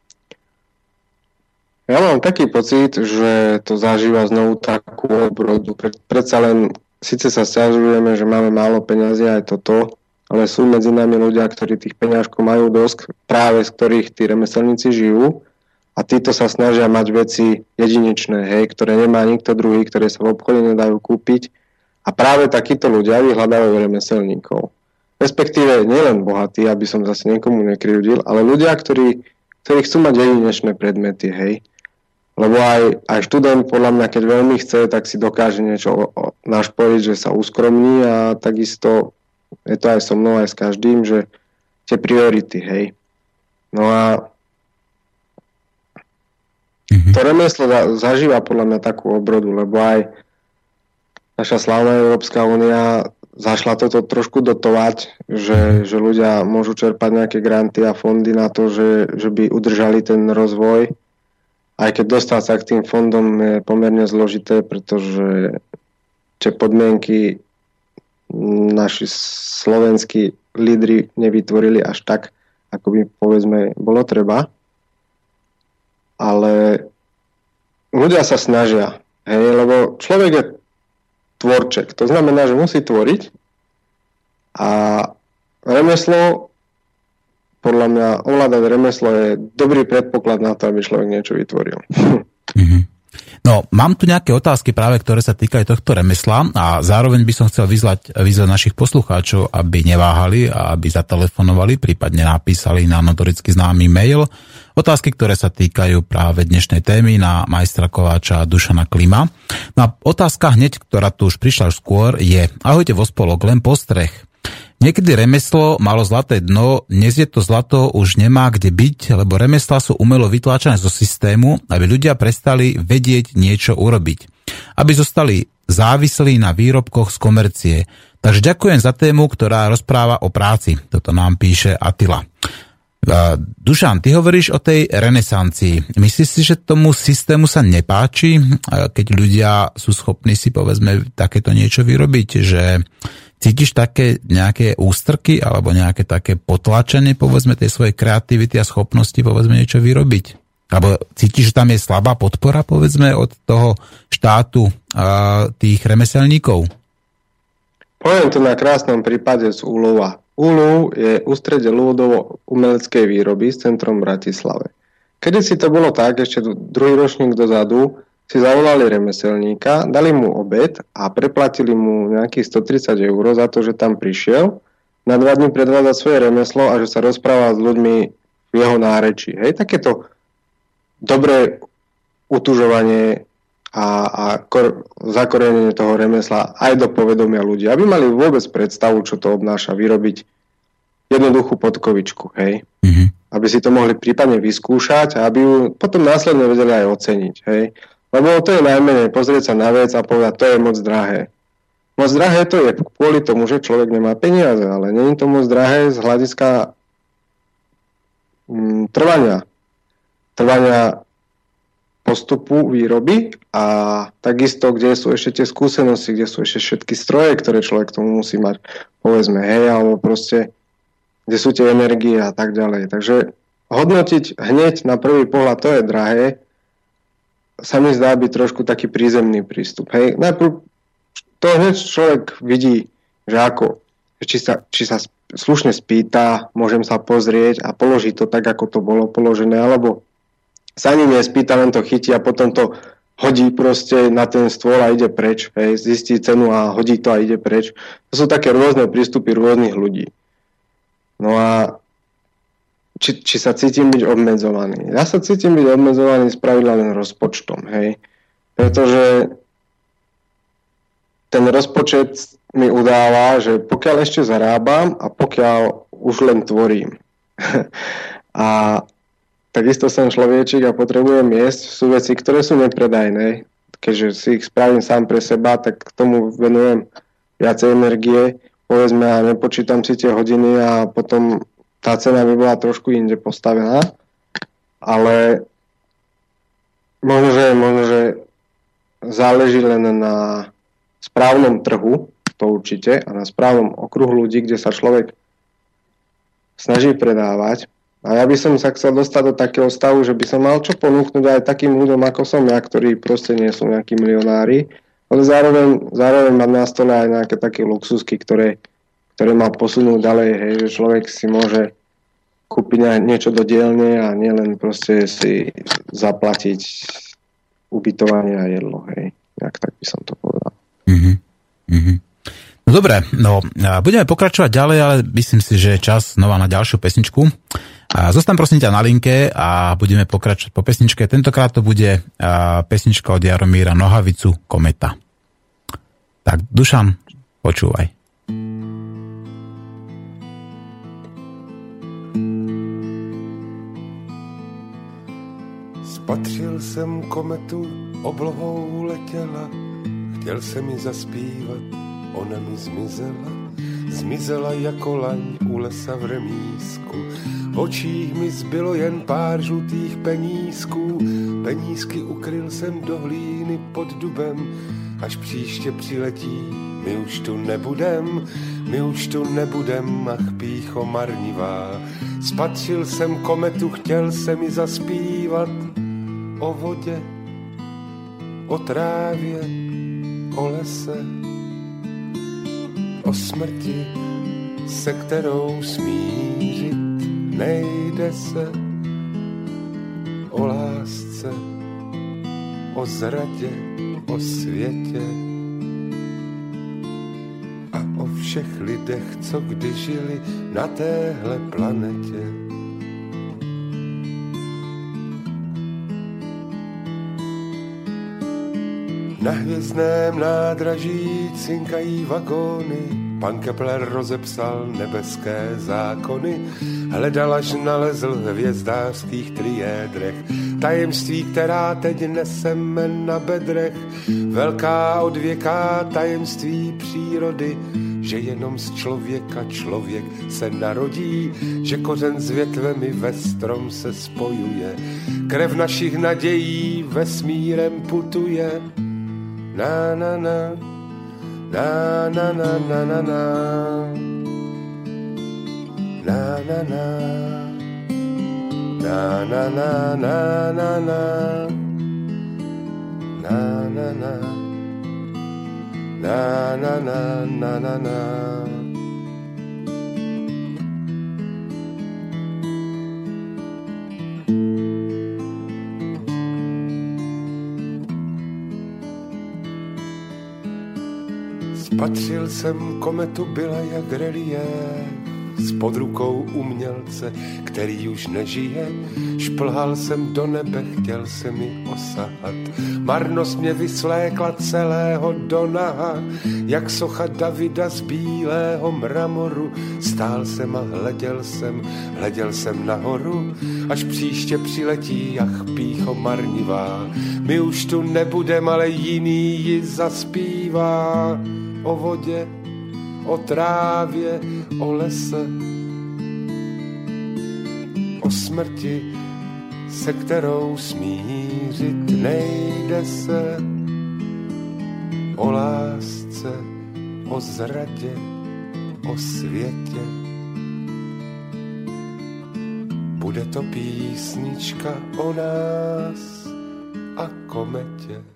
Ja mám taký pocit, že to zažíva znovu takú obrodu. Predsa len, síce sa sťažujeme, že máme málo peňazí aj toto, ale sú medzi nami ľudia, ktorí tých peňažkov majú dosť, práve z ktorých tí remeselníci žijú a títo sa snažia mať veci jedinečné, hej, ktoré nemá nikto druhý, ktoré sa v obchode nedajú kúpiť a práve takíto ľudia vyhľadávajú remeselníkov. Respektíve nielen bohatí, aby som zase niekomu nekryvdil, ale ľudia, ktorí, ktorí chcú mať jedinečné predmety, hej. Lebo aj, aj študent podľa mňa, keď veľmi chce, tak si dokáže niečo našporiť, že sa uskromní a takisto je to aj so mnou, aj s každým, že tie priority, hej. No a mm-hmm. to remeslo zažíva podľa mňa takú obrodu, lebo aj naša slávna Európska únia zašla toto trošku dotovať, že, že ľudia môžu čerpať nejaké granty a fondy na to, že, že by udržali ten rozvoj. Aj keď dostať sa k tým fondom je pomerne zložité, pretože tie podmienky naši slovenskí lídri nevytvorili až tak, ako by, povedzme, bolo treba. Ale ľudia sa snažia, hej, lebo človek je tvorček. To znamená, že musí tvoriť a remeslo, podľa mňa, ovládať remeslo je dobrý predpoklad na to, aby človek niečo vytvoril. Mm-hmm. No, mám tu nejaké otázky práve, ktoré sa týkajú tohto remesla a zároveň by som chcel vyzvať, vyzvať našich poslucháčov, aby neváhali a aby zatelefonovali, prípadne napísali na notoricky známy mail otázky, ktoré sa týkajú práve dnešnej témy na majstra kováča Dušana Klima. No a otázka hneď, ktorá tu už prišla už skôr, je: ahojte vo spolok, len postreh. Niekedy remeslo malo zlaté dno, dnes je to zlato už nemá kde byť, lebo remeslá sú umelo vytláčané zo systému, aby ľudia prestali vedieť niečo urobiť. Aby zostali závislí na výrobkoch z komercie. Takže ďakujem za tému, ktorá rozpráva o práci. Toto nám píše Attila. Dušan, ty hovoríš o tej renesancii. Myslíš si, že tomu systému sa nepáči, keď ľudia sú schopní si, povedzme, takéto niečo vyrobiť, že cítiš také nejaké ústrky alebo nejaké také potlačenie, povedzme, tej svojej kreativity a schopnosti, povedzme, niečo vyrobiť? Alebo cítiš, že tam je slabá podpora, povedzme, od toho štátu a tých remeselníkov? Poviem to na krásnom prípade z Úlova. Úlov je ústredie ľudovo-umeleckej výroby s centrom v Bratislave. Kedy si to bolo tak, ešte druhý ročník dozadu, si zavolali remeselníka, dali mu obed a preplatili mu nejakých stotridsať eur za to, že tam prišiel na dva dní predvádzať svoje remeslo a že sa rozprával s ľuďmi v jeho nárečí. Hej, takéto dobré utužovanie a, a kor, zakorenenie toho remesla aj do povedomia ľudí, aby mali vôbec predstavu, čo to obnáša vyrobiť jednoduchú podkovičku, hej. Mm-hmm. Aby si to mohli prípadne vyskúšať a aby ju potom následne vedeli aj oceniť, hej. Lebo to je najmenej pozrieť sa na vec a povedať, to je moc drahé. Moc drahé to je kvôli tomu, že človek nemá peniaze, ale nie je to moc drahé z hľadiska mm, trvania. Trvania postupu výroby a takisto, kde sú ešte tie skúsenosti, kde sú ešte všetky stroje, ktoré človek k tomu musí mať, povedzme, hej, alebo proste, kde sú tie energie a tak ďalej. Takže hodnotiť hneď na prvý pohľad, to je drahé, sa mi zdá byť trošku taký prízemný prístup. Hej, najprv to hneď človek vidí, že ako, či sa, či sa slušne spýta, môžem sa pozrieť a položiť to tak, ako to bolo položené, alebo sa ani nespýta, len to chytí a potom to hodí proste na ten stôl a ide preč. Hej, zistí cenu a hodí to a ide preč. To sú také rôzne prístupy rôznych ľudí. No a či, či sa cítim byť obmedzovaný. Ja sa cítim byť obmedzovaný spravidla len rozpočtom, hej. Pretože ten rozpočet mi udáva, že pokiaľ ešte zarábam a pokiaľ už len tvorím. A takisto som človečik a potrebujem jesť. Sú veci, ktoré sú nepredajné. Keďže si ich spravím sám pre seba, tak k tomu venujem viacej energie. Povedzme, ja nepočítam si tie hodiny a potom tá cena by bola trošku inde postavená. Ale možno, že, možno, že záleží len na správnom trhu, to určite, a na správnom okruhu ľudí, kde sa človek snaží predávať. A ja by som sa chcel dostať do takého stavu, že by som mal čo ponúknuť aj takým ľuďom, ako som ja, ktorí proste nie sú nejakí milionári, ale zároveň, zároveň mať na stole aj nejaké také luxusky, ktoré, ktoré ma posunú ďalej, hej, že človek si môže kúpiť niečo do dielne a nielen proste si zaplatiť ubytovanie a jedlo, hej. Jak tak by som to povedal. Mm-hmm. Mm-hmm. No dobre, no budeme pokračovať ďalej, ale myslím si, že je čas znova na ďalšiu pesničku. Zostaň prosím ťa na linke a budeme pokračovať po pesničke. Tentokrát to bude pesnička od Jaromíra Nohavicu Kometa. Tak Dušan, počúvaj. Spatřil jsem kometu, oblohou letěla, chtěl jsem mi zaspívat, ona mi zmizela, zmizela jako laň u lesa v remísku. V očích mi zbylo jen pár žlutých penízků, penízky ukryl jsem do hlíny pod dubem, až příště přiletí, my už tu nebudem, my už tu nebudem, ach pýcho marnivá. Spatřil jsem kometu, chtěl jsem mi zaspívat o vodě, o trávě, o lese, o smrti, se kterou smířit nejde se, o lásce, o zradě, o světě a o všech lidech, co kdy žili na téhle planetě. Na hvězdném nádraží cinkají vagóny, pan Kepler rozepsal nebeské zákony, hledal až nalezl v hvězdářských triédrech tajemství, která teď neseme na bedrech, velká odvěká tajemství přírody, že jenom z člověka člověk se narodí, že kořen s větvemi ve strom se spojuje, krev našich nadějí vesmírem putuje. Na na na, na na na na na na, na na na, na na na na na na, na na na, na na na na na na. Spatřil jsem kometu, byla jak reliéf, spod rukou umělce, který už nežije. Šplhal jsem do nebe, chtěl se mi osahat. Marnost mě vyslékla celého do naha, jak socha Davida z bílého mramoru. Stál jsem a hleděl jsem, hleděl jsem nahoru, až příště přiletí, ach pýcho marnivá. My už tu nebudem, ale jiný ji zaspívá. O vodě, o trávě, o lese, o smrti, se kterou smířit nejde se, o lásce, o zradě, o světě. Bude to písnička o nás a kometě.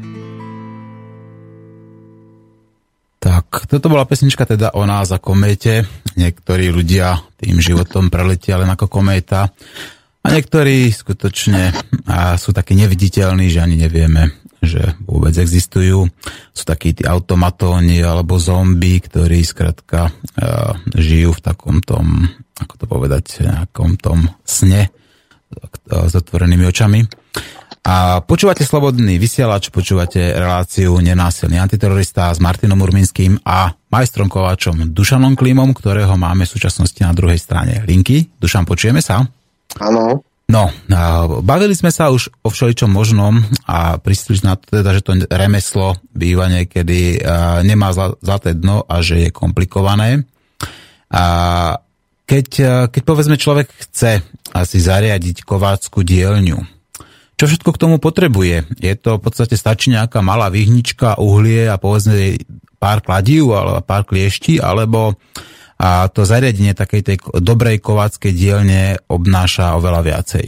Tak, toto bola pesnička teda o nás a kométe. Niektorí ľudia tým životom preletia len ako kométa a niektorí skutočne a sú takí neviditeľní, že ani nevieme, že vôbec existujú. Sú takí tí automatóni alebo zombie, ktorí skrátka žijú v takom tom ako to povedať, nejakom tom sne s otvorenými očami. A počúvate Slobodný vysielač, počúvate reláciu Nenásilný antiterorista s Martinom Urminským a majstrom kováčom Dušanom Klimom, ktorého máme v súčasnosti na druhej strane linky. Dušan, počujeme sa? Áno. No, bavili sme sa už o všeličom možnom a prišli na to teda, že to remeslo býva niekedy nemá zlaté dno a že je komplikované. A keď, keď povedzme človek chce asi zariadiť kovácku dielňu, čo všetko k tomu potrebuje? Je to v podstate stačí nejaká malá výhnička, uhlie a povedzme pár kladív alebo pár kliešti, alebo a to zariadenie takej tej dobrej kováckej dielne obnáša oveľa viacej?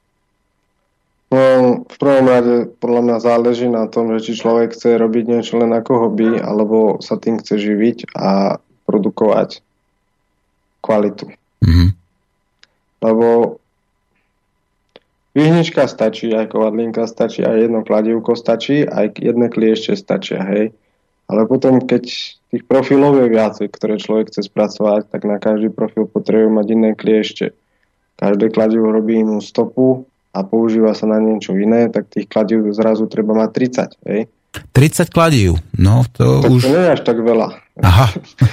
No, v prvom rade podľa mňa záleží na tom, že či človek chce robiť niečo len ako hobby, alebo sa tým chce živiť a produkovať kvalitu. Mm-hmm. Lebo výhnička stačí, aj kovadlinka stačí, aj jedno kladívko stačí, aj jedné kliešte stačia, hej. Ale potom, keď tých profilov je viacej, ktoré človek chce spracovať, tak na každý profil potrebuje mať iné kliešte. Každé kladivo robí inú stopu a používa sa na niečo iné, tak tých kladív zrazu treba mať tridsať, hej. tridsať kladív? No, to tak už... to nie je až tak veľa. Aha.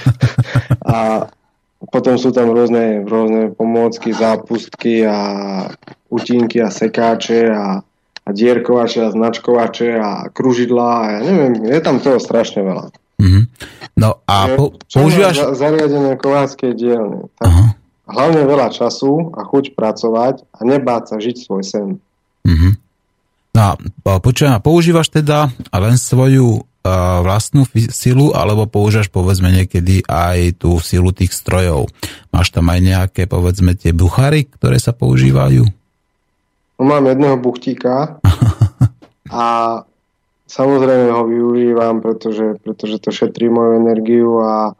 A potom sú tam rôzne, rôzne pomôcky, zápustky a utínky a sekáče a, a dierkovače a značkovače a kružidlá a ja neviem, je tam toho strašne veľa. Mm-hmm. No a po, používaš... Za, zariadenie kováckej dielne. Tak hlavne veľa času a chuť pracovať a nebáť sa žiť svoj sen. Mm-hmm. No a počujem, používaš teda len svoju vlastnú silu, alebo používaš povedzme niekedy aj tú silu tých strojov. Máš tam aj nejaké povedzme tie buchary, ktoré sa používajú? No, mám jedného buchtíka a samozrejme ho využívam, pretože, pretože to šetrí moju energiu a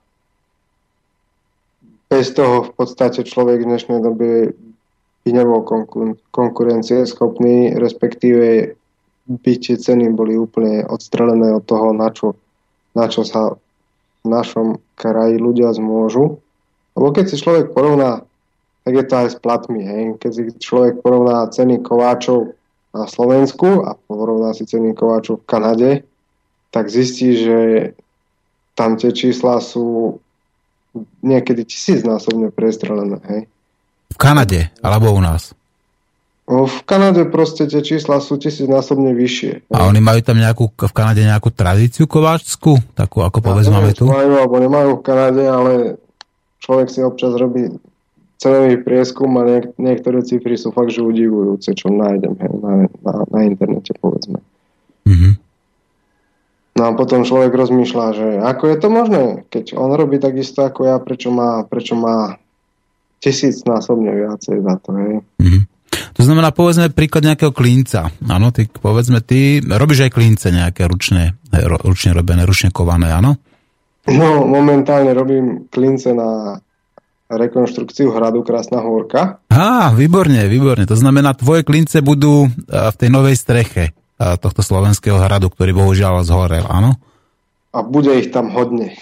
bez toho v podstate človek v dnešnej dobe by nebol konkur- konkurencieschopný, respektíve by tie ceny boli úplne odstrelené od toho, na čo, na čo sa v našom kraji ľudia zmôžu. Lebo keď si človek porovná, tak je to aj s platmi. Hej. Keď si človek porovná ceny kováčov na Slovensku a porovná si ceny kováčov v Kanade, tak zistí, že tam tie čísla sú niekedy tisícnásobne prestrelené. Hej. V Kanade alebo u nás? V Kanade proste tie čísla sú tisícnásobne vyššie. A oni majú tam nejakú, v Kanade nejakú tradíciu kováčskú? Takú, ako povedz, máme tu? Majú, alebo nemajú v Kanade, ale človek si občas robí cenový prieskum a niek- niektoré cifry sú fakt, že udivujúce, čo nájdem hej, na, na, na internete, povedzme. Mm-hmm. No a potom človek rozmýšľa, že ako je to možné, keď on robí takisto ako ja, prečo má, prečo má tisícnásobne viacej za to, hej. Mm-hmm. To znamená, povedzme príklad nejakého klínca. Áno, ty, povedzme, ty robíš aj klínce nejaké ručné, ručne robené, ručne kované, áno? No, momentálne robím klínce na rekonštrukciu hradu Krásna Hôrka. Á, výborne, výborne. To znamená, tvoje klínce budú v tej novej streche tohto slovenského hradu, ktorý bohužiaľ zhorel, áno? A bude ich tam hodne.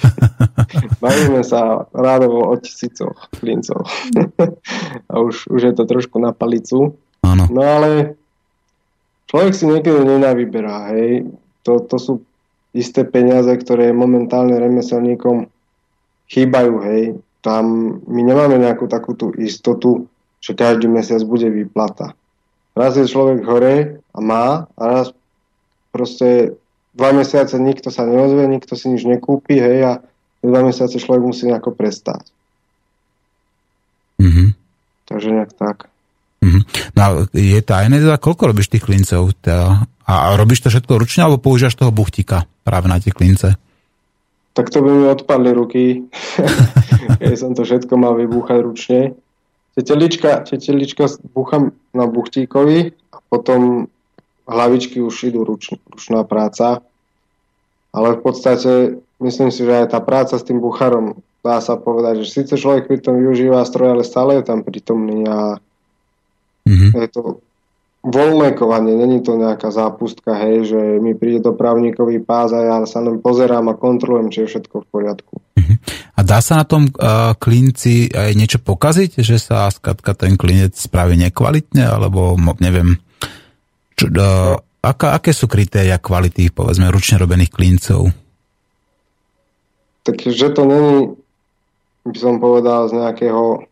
Bavíme sa rádovo o tisícoch klincov. A už, už je to trošku na palicu. Áno. No ale človek si niekedy nenavyberá, hej. To, to sú isté peniaze, ktoré momentálne remeselníkom chýbajú, hej. Tam my nemáme nejakú takú tú istotu, že každý mesiac bude výplata. Raz je človek hore a má, a raz proste dva mesiace nikto sa neozve, nikto si nič nekúpi, hej, a dva mesiace človek musí nejako prestáť. Mm-hmm. Takže nejak tak. Mm-hmm. No je tajné, teda koľko robíš tých klincov? Teda, a robíš to všetko ručne, alebo používaš toho buchtika práve na tie klince? Tak to by mi odpadli ruky, keď som to všetko mal vybúchať ručne. Tetelička, tetelička búcham na buchtíkovi a potom hlavičky už idú ruč, ručná práca. Ale v podstate myslím si, že aj tá práca s tým bucharom, dá sa povedať, že síce človek pri tom využíva stroj, ale stále je tam prítomný a mm-hmm. je to voľné kovanie, není to nejaká zápustka, hej, že mi príde dopravníkový pás a ja sa len pozerám a kontrolujem, či je všetko v poriadku. Mm-hmm. A dá sa na tom uh, klinci aj niečo pokaziť, že sa skladka ten klinec spraví nekvalitne, alebo neviem, čo, uh, aká, aké sú kritéria kvality, povedzme, ručne robených klincov? Takže to není, by som povedal, z nejakého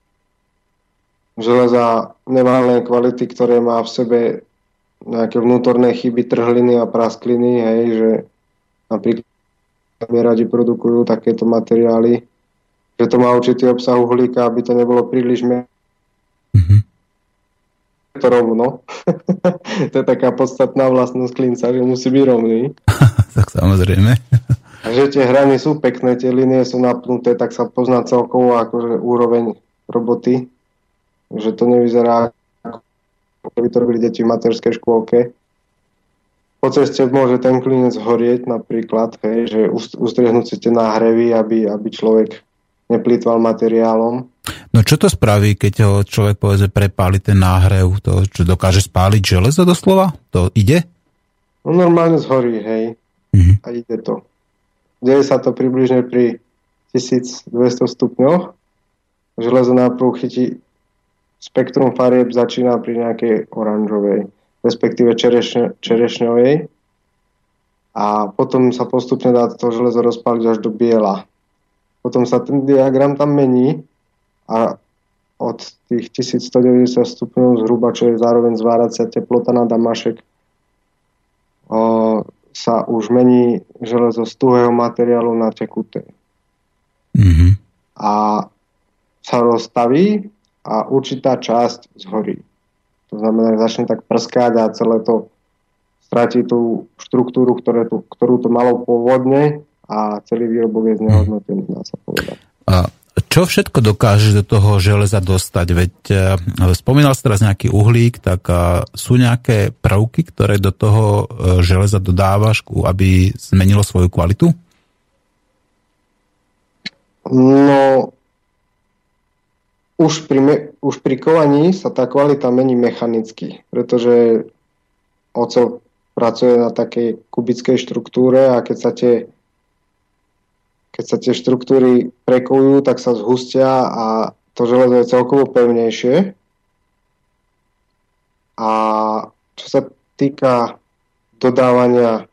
železa nemálnej kvality, ktoré má v sebe nejaké vnútorné chyby, trhliny a praskliny, hej, že napríklad radi produkujú takéto materiály, že to má určitý obsah uhlíka, aby to nebolo príliš me... Mm-hmm. to rovno. To je taká podstatná vlastnosť klinca, že musí byť rovný. Tak samozrejme. A že tie hrany sú pekné, tie linie sú napnuté, tak sa pozná celkovo akože úroveň roboty. Že to nevyzerá ako by to robili deti v materskej škôlke. Po ceste môže ten klinec horieť napríklad, hej, že ustriehnúť si tie náhrevy, aby, aby človek neplýtval materiálom. No čo to spraví, keď ho človek povedzme prepáli ten náhrev? To, čo dokáže spáliť železo doslova? To ide? No normálne zhorí, hej. Mm-hmm. A ide to. Deje sa to približne pri tisícdvesto stupňoch. Železo najprv chytí spektrum farieb, začína pri nejakej oranžovej, respektíve čerešne, čerešňovej, a potom sa postupne dá to železo rozpáliť až do biela. Potom sa ten diagram tam mení a od tých tisícstodeväťdesiat stupňov zhruba, čo je zároveň zváracia teplota na damašek, o, sa už mení železo z tuhého materiálu na tekuté. Mm-hmm. A sa rozstaví a určitá časť zhorí. To znamená, že začne tak prskať a celé to stratí tú štruktúru, ktoré tu, ktorú to malo pôvodne, a celý výrobok je znehodnotený, dá sa povedať. A čo všetko dokážeš do toho železa dostať? Veď spomínal si teraz nejaký uhlík, tak sú nejaké prvky, ktoré do toho železa dodávaš, aby zmenilo svoju kvalitu? No, už pri, me, už pri kovaní sa tá kvalita mení mechanicky, pretože oceľ pracuje na takej kubickej štruktúre a keď sa tie, keď sa tie štruktúry prekovujú, tak sa zhustia a to železo je celkovo pevnejšie. A čo sa týka dodávania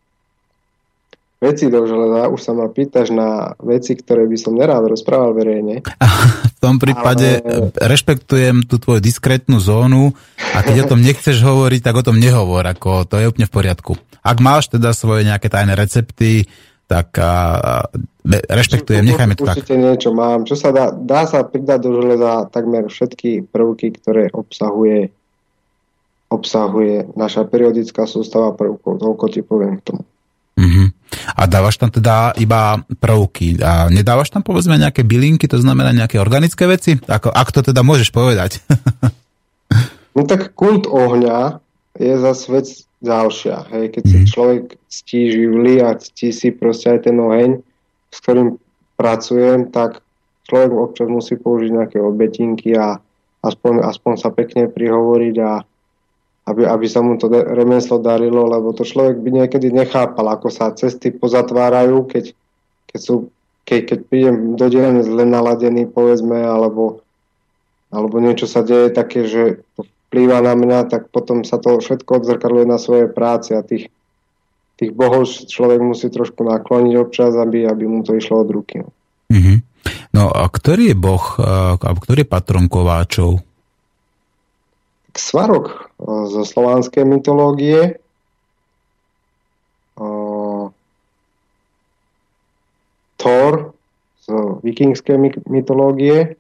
veci do železa, už sa ma pýtaš na veci, ktoré by som nerád rozprával verejne. V tom prípade ale... rešpektujem tú tvoju diskrétnu zónu a keď o tom nechceš hovoriť, tak o tom nehovor, ako to je úplne v poriadku. Ak máš teda svoje nejaké tajné recepty, tak a, rešpektujem, nechajme to tak. Určite niečo mám. Čo sa dá, dá sa pridať do železa takmer všetky prvky, ktoré obsahuje obsahuje naša periodická sústava prvkov. Toľko ti poviem k tomu. Uh-huh. A dávaš tam teda iba prvky a nedávaš tam povedzme nejaké bylinky, to znamená nejaké organické veci? Ako, ak to teda môžeš povedať. No tak kult ohňa je zase vec ďalšia. Hej. Keď si človek ctí živly a ctí si proste aj ten oheň, s ktorým pracujem, tak človek občas musí použiť nejaké obetinky a aspoň, aspoň sa pekne prihovoriť a Aby, aby sa mu to remeslo darilo, lebo to človek by niekedy nechápal, ako sa cesty pozatvárajú, keď, keď, sú, keď, keď prídem do dielne zle naladený, povedzme, alebo, alebo niečo sa deje také, že to vplýva na mňa, tak potom sa to všetko odzrkadluje na svoje práce a tých, tých bohov človek musí trošku nakloniť občas, aby, aby mu to išlo od ruky. Mm-hmm. No a ktorý je boh, alebo ktorý je patron kováčov? Svarok zo slovanskej mytológie, Thor z vikingskej mytológie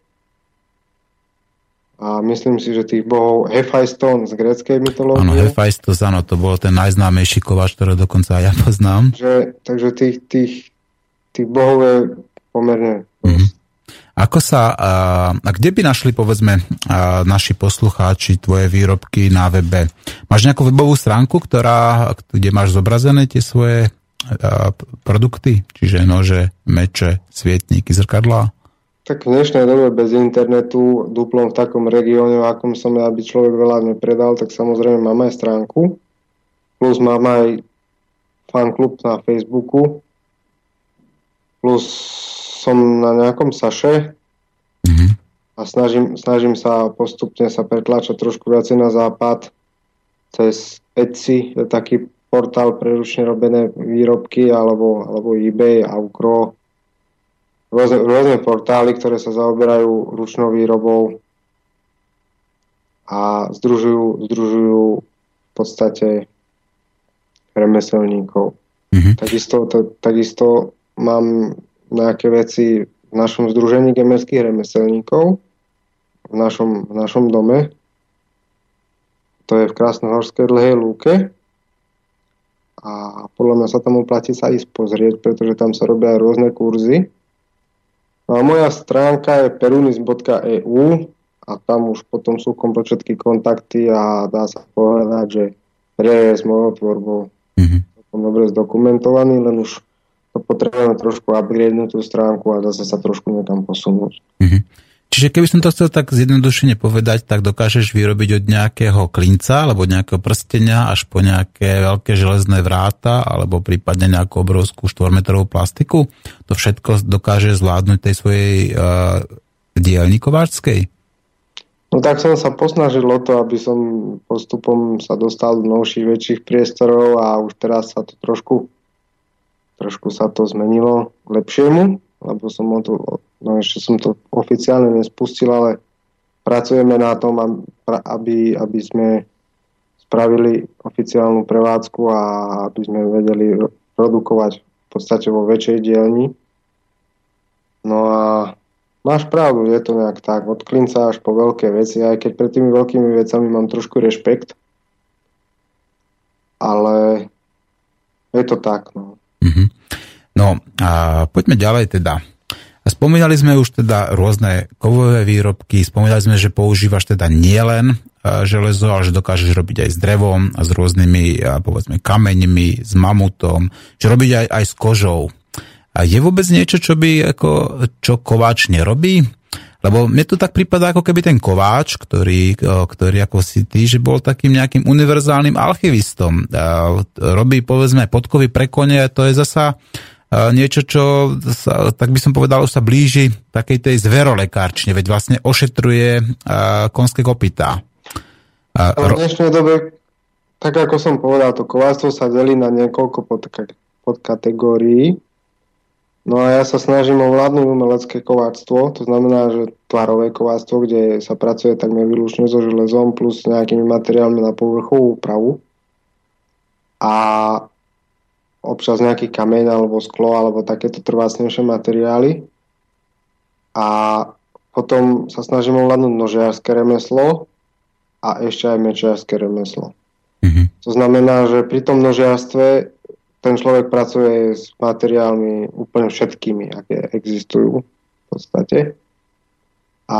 a myslím si, že tých bohov Hephaiston z gréckej mytológie. Áno, Hephaistos, áno, to bol ten najznámejší kováč, ktorý dokonca ja poznám. Že, takže tých, tých, tých bohov je pomerne mm-hmm. Ako sa, a kde by našli, povedzme, naši poslucháči tvoje výrobky na webe? Máš nejakú webovú stránku, ktorá, kde máš zobrazené tie svoje produkty? Čiže nože, meče, svietníky, zrkadlá? Tak v dnešnej dobe bez internetu, duplom v takom regióne, v akom som ja, aby človek veľa nepredal, tak samozrejme mám aj stránku. Plus mám aj fanklub na Facebooku. Plus som na nejakom saše mm-hmm. a snažím, snažím sa postupne sa pretláčať trošku viacej na západ cez Etsy, je taký portál pre ručne robené výrobky, alebo, alebo eBay, Aukro, rôzne, rôzne portály, ktoré sa zaoberajú ručnou výrobou a združujú, združujú v podstate remeselníkov. Mm-hmm. Takisto, to, takisto mám nejaké veci v našom združení gemerských remeselníkov v našom, v našom dome. To je v Krásnohorskej Dlhej Lúke. A podľa mňa sa tam oplatí sa ísť pozrieť, pretože tam sa robia aj rôzne kurzy. No a moja stránka je perunis bodka e u a tam už potom sú komplet všetky kontakty a dá sa povedať, že je s mojou tvorbou mm-hmm. som dobre zdokumentovaný, len už to potrebujeme trošku upgradenúť tú stránku a zase sa trošku niekam posunúť. Mm-hmm. Čiže keby som to chcel tak zjednodušene povedať, tak dokážeš vyrobiť od nejakého klinca alebo od nejakého prstenia až po nejaké veľké železné vráta alebo prípadne nejakú obrovskú štvormetrovú plastiku. To všetko dokáže zvládnuť tej svojej uh, dielni kováčskej? No tak som sa posnažil o to, aby som postupom sa dostal do novších, väčších priestorov a už teraz sa to trošku trošku sa to zmenilo k lepšiemu, lebo som to, no ešte som to oficiálne nespustil, ale pracujeme na tom, aby, aby sme spravili oficiálnu prevádzku a aby sme vedeli produkovať v podstate vo väčšej dielni. No a máš pravdu, je to nejak tak, od klinca až po veľké veci, aj keď pred tými veľkými vecami mám trošku rešpekt, ale je to tak, no. Mm-hmm. No a poďme ďalej teda. Spomínali sme už teda rôzne kovové výrobky, spomínali sme, že používaš teda nielen železo, ale že dokážeš robiť aj s drevom a s rôznymi, povedzme, kameňmi, s mamutom, že robiť aj, aj s kožou. A je vôbec niečo, čo by ako, čo kováč nerobí? Lebo mne to tak prípada, ako keby ten kováč, ktorý, ktorý ako si ty, že bol takým nejakým univerzálnym alchymistom. Robí, povedzme, podkovy pre kone, to je zasa niečo, čo sa, tak by som povedal, už sa blíži takej tej zverolekárčine, veď vlastne ošetruje konské kopytá. V dnešnej dobe, tak ako som povedal, to kováctvo sa delí na niekoľko podkategórií. No a ja sa snažím ovládnuť umelecké kováctvo, to znamená, že tvarové kováctvo, kde sa pracuje takmer výlučne so železom plus nejakými materiálmi na povrchovú úpravu a občas nejaký kameň alebo sklo alebo takéto trvácnejšie materiály. A potom sa snažím ovládnuť nožiarske remeslo a ešte aj mečiarske remeslo. Mm-hmm. To znamená, že pri tom nožiarstve ten človek pracuje s materiálmi úplne všetkými, aké existujú v podstate. A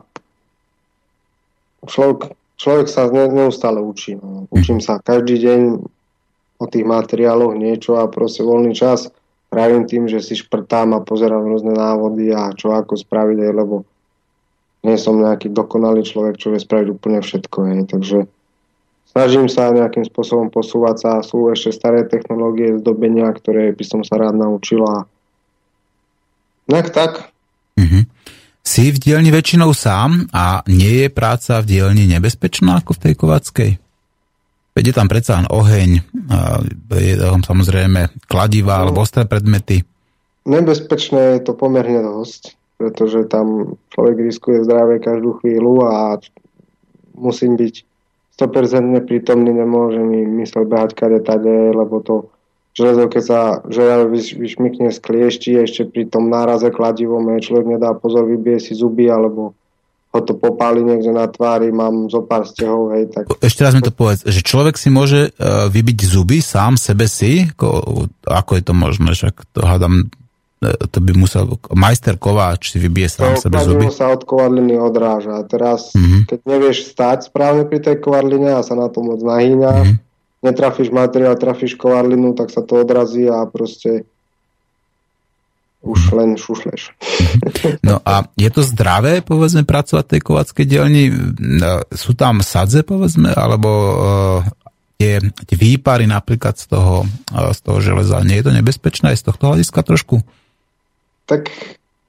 človek, človek sa neustále učí. No. Učím sa každý deň o tých materiáloch niečo a proste voľný čas pravím tým, že si šprtám a pozerám rôzne návody a čo ako spraviť, lebo nie som nejaký dokonalý človek, čo vie spraviť úplne všetko. Hej. Takže snažím sa nejakým spôsobom posúvať sa. Sú ešte staré technológie zdobenia, ktoré by som sa rád naučila. Tak, tak. Mm-hmm. Si v dielni väčšinou sám a nie je práca v dielni nebezpečná ako v tej kováckej? Veď je tam predsa len oheň, je tam samozrejme kladiva no, alebo ostré predmety. Nebezpečné je to pomerne dosť, pretože tam človek riskuje zdravie každú chvíľu a musím byť sto percent prítomný, nemôže mi mysel behať kade tade, lebo to železo, keď sa železo vyš, vyšmykne z kliešti, ešte pri tom náraze kladivom, človek nedá pozor, vybije si zuby, alebo ho to popáli niekde na tvári, mám zo pár stehov, hej, tak... Ešte raz mi to povedz, že človek si môže uh, vybiť zuby sám sebe si? Ako, ako je to možné? Však to hádam, to by musel... Majster kováč si vybije sám to sebe zuby? To sa od kovadliny odráža. A teraz, mm-hmm. keď nevieš stať správne pri tej kovadline a sa na to moc nahýňa, mm-hmm. netrafíš materiál, trafíš kovadlinu, tak sa to odrazí a proste už len šušleš. No a je to zdravé, povedzme, pracovať v tej kováckej dielni? Sú tam sadze, povedzme, alebo uh, tie, tie výpary napríklad z toho, uh, z toho železa, nie je to nebezpečné aj z tohto hľadiska trošku? Tak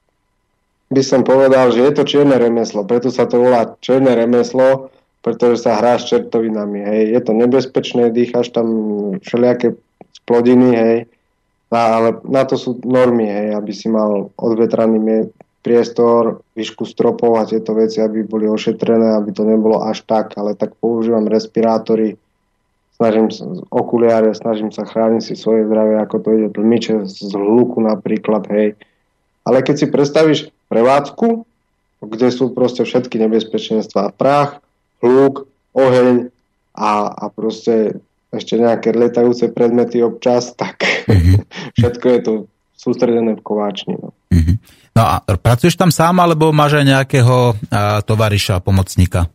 by som povedal, že je to čierne remeslo. Preto sa to volá čierne remeslo, pretože sa hrá s čertovinami. Hej. Je to nebezpečné, dýcháš tam všelijaké splodiny, hej. Ale na to sú normy, hej, aby si mal odvetraný priestor, výšku stropov a tieto veci, aby boli ošetrené, aby to nebolo až tak, ale tak používam respirátory, snažím sa, okuliare, snažím sa chrániť si svoje zdravie, ako to ide, tlmiče z hluku napríklad, hej. Ale keď si predstavíš prevádzku, kde sú proste všetky nebezpečenstvá, prach, hluk, oheň a, a proste ešte nejaké letajúce predmety občas, tak mm-hmm. všetko je to sústredené v kováčni. No. Mm-hmm. No a pracuješ tam sám, alebo máš aj nejakého a, tovariša, pomocníka?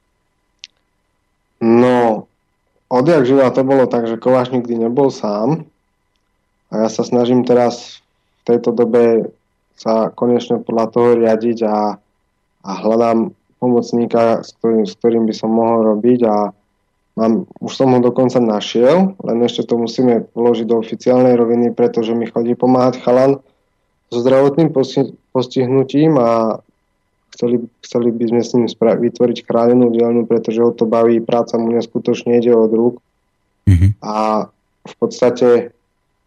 No, odjak živa to bolo tak, že kováč nikdy nebol sám a ja sa snažím teraz v tejto dobe sa konečne podľa toho riadiť a, a hľadám pomocníka, s ktorým, s ktorým by som mohol robiť a mám, už som ho dokonca našiel, len ešte to musíme vložiť do oficiálnej roviny, pretože mi chodí pomáhať chalan so zdravotným posti- postihnutím a chceli, chceli by sme s ním spra- vytvoriť chránenú dielňu, pretože ho to baví, práca mu neskutočne ide od rúk. Mm-hmm. A v podstate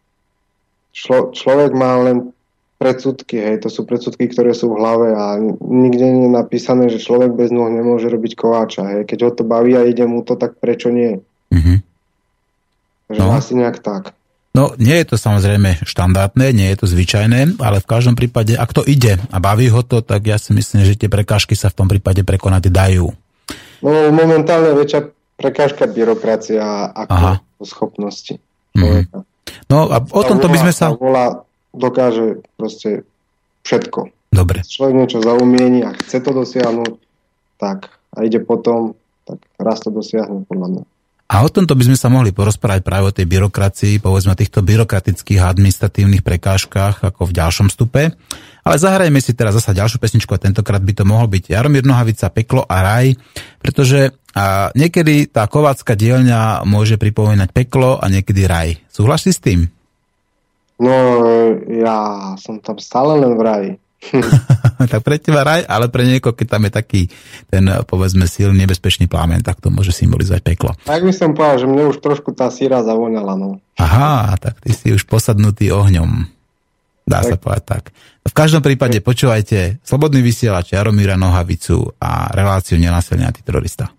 člo- človek má len predsudky, hej, to sú predsudky, ktoré sú v hlave a nikde nie je napísané, že človek bez nôh nemôže robiť kováča, hej. Keď ho to baví a ide mu to, tak prečo nie? Mm-hmm. Takže no. Asi nejak tak. No, nie je to samozrejme štandardné, nie je to zvyčajné, ale v každom prípade, ak to ide a baví ho to, tak ja si myslím, že tie prekážky sa v tom prípade prekonať dajú. No, momentálne väčšia prekážka byrokracia ako schopnosti človeka. Mm-hmm. No a o tomto by sme sa... Volá, dokáže proste všetko. Dobre. Keď človek niečo zaumieni a chce to dosiahnuť, tak a ide potom, tak raz to dosiahne podľa mňa. A o tomto by sme sa mohli porozprávať práve o tej byrokracii, povedzme o týchto byrokratických a administratívnych prekážkach ako v ďalšom stupe. Ale zahrajme si teraz zasa ďalšiu pesničku a tentokrát by to mohol byť Jaromír Nohavica, Peklo a raj, pretože a niekedy tá kovácka dielňa môže pripomínať peklo a niekedy raj. Súhlasíš s tým? No, ja som tam stále len v raji. Tak pre teba raj, ale pre niekoho, keď tam je taký ten, povedzme, silný, nebezpečný plámen, tak to môže symbolizovať peklo. Tak by som povedal, že mne už trošku tá síra zavoňala, no. Aha, tak ty si už posadnutý ohňom. Dá tak sa povedať tak. V každom prípade počúvajte Slobodný vysielač Jaromíra Nohavicu a reláciu Nenásilný antiterorista.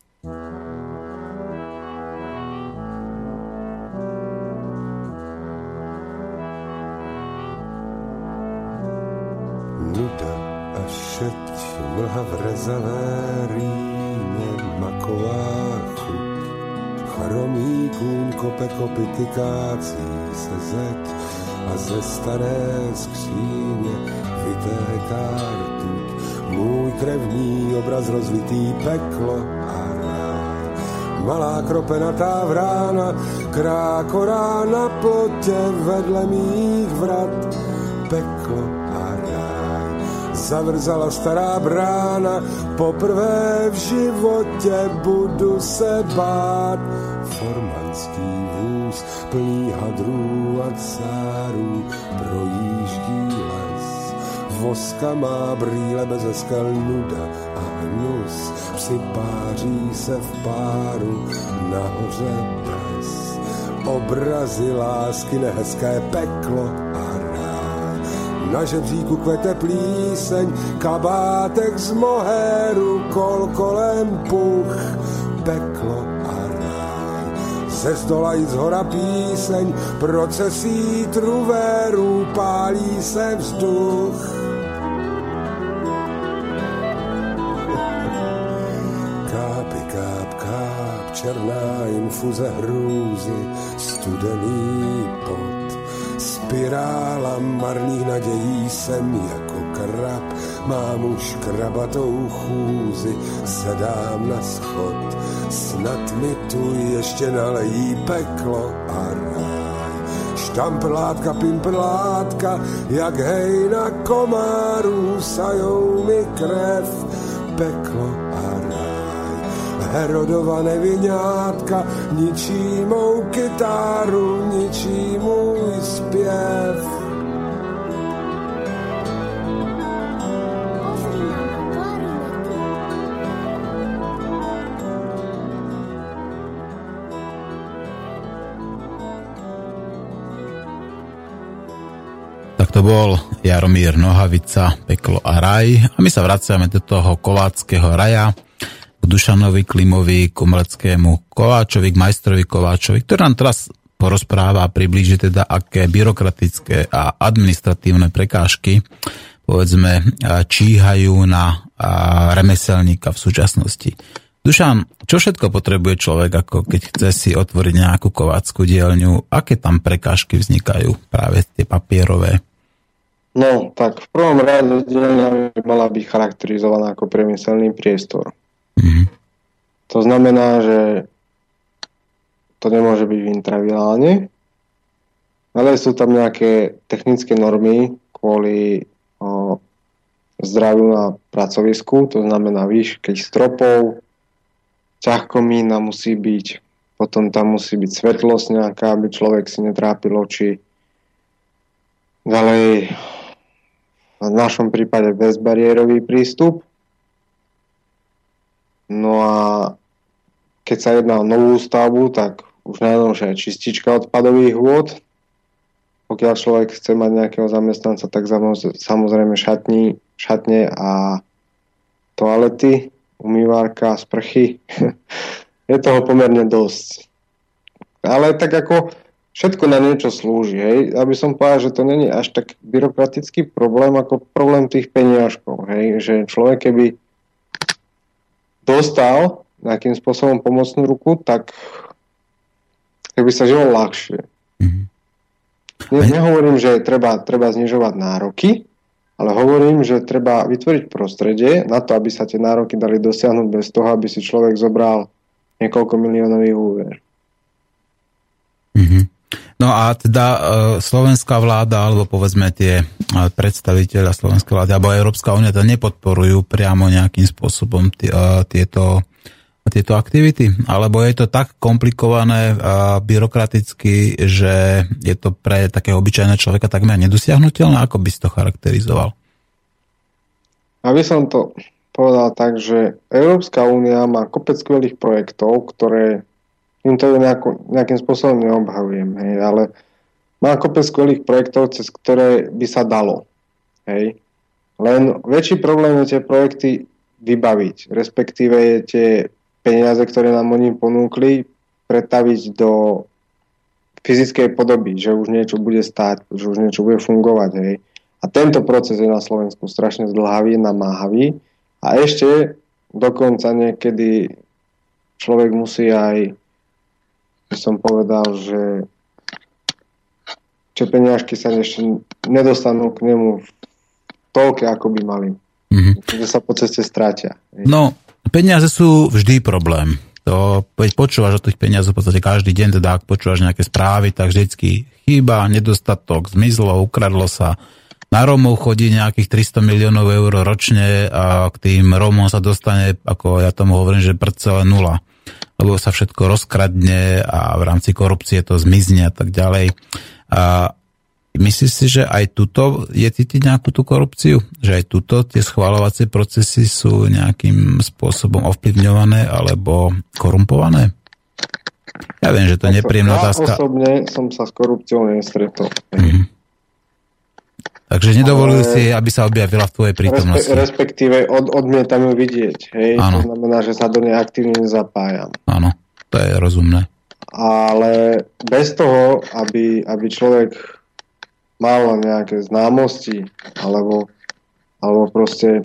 Nuda a šeť, mlha v rezavé rýne, maková chuť. Chromý kůň kope kopyty, kácí se zeď a ze staré skříně vytéká rtuť. Můj krevní obraz rozlitý, peklo a ráj. Malá kropenatá vrána, krákorá na plotě vedle mých vrat, peklo a ráj. Zavrzala stará brána, poprvé v životě budu se bát. Formanský vůz plný hadrů a cárů projíždí les. Voska má brýle beze skel, nuda a hnus, psi páří se v páru, nahoře pes. Obrazy lásky nehezké, peklo a ráj. Na žebříku kvete plíseň, kabátek z mohéru, kol kolem puch, peklo a ráj. Ze zdola i z hora píseň, procesí truvérů, pálí se vzduch. Kápy, káp, káp, černá infuze hrůzy, studený pot. Spirála marných nadějí jsem jako krab, mám už krabatou chůzi, sedám na schod. Snad mi tu ještě nalejí peklo a ráj. Štampelátka, pimpelátka, jak hejna komárů, sajou mi krev, peklo a ráj. Herodova neviňátka ničí mou kytáru, ničí můj zpěv. Tak to bol Jaromír Nohavica, Peklo a raj. A my sa vraciame do toho kováckého raja k Dušanovi Klimovi, k umeleckému Kováčovi, k majstrovi Kováčovi, ktorý nám teraz porozpráva a priblíži teda, aké byrokratické a administratívne prekážky povedzme číhajú na remeselníka v súčasnosti. Dušan, čo všetko potrebuje človek, ako keď chce si otvoriť nejakú kovácku dielňu? Aké tam prekážky vznikajú? Práve tie papierové. No, tak v prvom rade dielňa by mala byť charakterizovaná ako priemyselný priestor. Mm-hmm. To znamená, že to nemôže byť intravilálne, ale sú tam nejaké technické normy kvôli o, zdraviu na pracovisku, to znamená výšky stropov, ťah komína musí byť, potom tam musí byť svetlosť nejaká, aby človek si netrápil oči. Ďalej, v našom prípade bezbariérový prístup. No a keď sa jedná o novú stavbu, tak už najnovšia je čistička odpadových vôd. Pokiaľ človek chce mať nejakého zamestnanca, tak samozrejme šatní, šatne a toalety, umývárka, sprchy. Je toho pomerne dosť. Ale tak ako všetko na niečo slúži. Hej. Aby som povedal, že to není až tak byrokratický problém, ako problém tých peniažkov. Hej. Že človek, keby dostal nejakým spôsobom pomocnú ruku, tak by sa žilo ľahšie. Mm-hmm. Ne, nehovorím, že treba, treba znižovať nároky, ale hovorím, že treba vytvoriť prostredie na to, aby sa tie nároky dali dosiahnuť bez toho, aby si človek zobral niekoľko miliónový úver. Mm-hmm. No a teda e, slovenská vláda, alebo povedzme tie predstaviteľa slovenskej vlády, alebo Európska únia to nepodporujú priamo nejakým spôsobom t- e, tieto, tieto aktivity? Alebo je to tak komplikované a byrokraticky, že je to pre takého obyčajného človeka takmer nedosiahnuteľné? Ako by si to charakterizoval? Aby som to povedal tak, že Európska únia má kopec skvelých projektov, ktoré týmto nejako, nejakým spôsobom neobhavujem, hej, ale má kopec skvelých projektov, cez ktoré by sa dalo. Hej. Len väčší problém je tie projekty vybaviť, respektíve je tie peniaze, ktoré nám oni ponúkli, pretaviť do fyzickej podoby, že už niečo bude stáť, že už niečo bude fungovať. Hej. A tento proces je na Slovensku strašne zdĺhavý, namáhavý a ešte dokonca niekedy človek musí aj, by som povedal, že tie peniažky sa ešte nedostanú k nemu toľké, ako by mali. Mm-hmm. Že sa po ceste strátia. No, peniaze sú vždy problém. To, keď počúvaš o tých peniazoch v podstate každý deň, teda ak počúvaš nejaké správy, tak vždycky chýba, nedostatok, zmizlo, ukradlo sa. Na Rómov chodí nejakých tristo miliónov eur ročne a k tým Rómom sa dostane, ako ja tomu hovorím, že prcele nula. Lebo sa všetko rozkradne a v rámci korupcie to zmizne a tak ďalej. A myslíš si, že aj tuto je cítiť nejakú tú korupciu? Že aj tuto tie schvaľovacie procesy sú nejakým spôsobom ovplyvňované alebo korumpované? Ja viem, že to je nepríjemná otázka. Ja osobne som sa s korupciou nestretol. Mm-hmm. Takže nedovolil ale si, aby sa objavila v tvojej prítomnosti. Respektíve od, odmietam ju vidieť. Hej? To znamená, že sa do nej aktívne zapájam. Áno, to je rozumné. Ale bez toho, aby, aby človek mal nejaké známosti alebo, alebo proste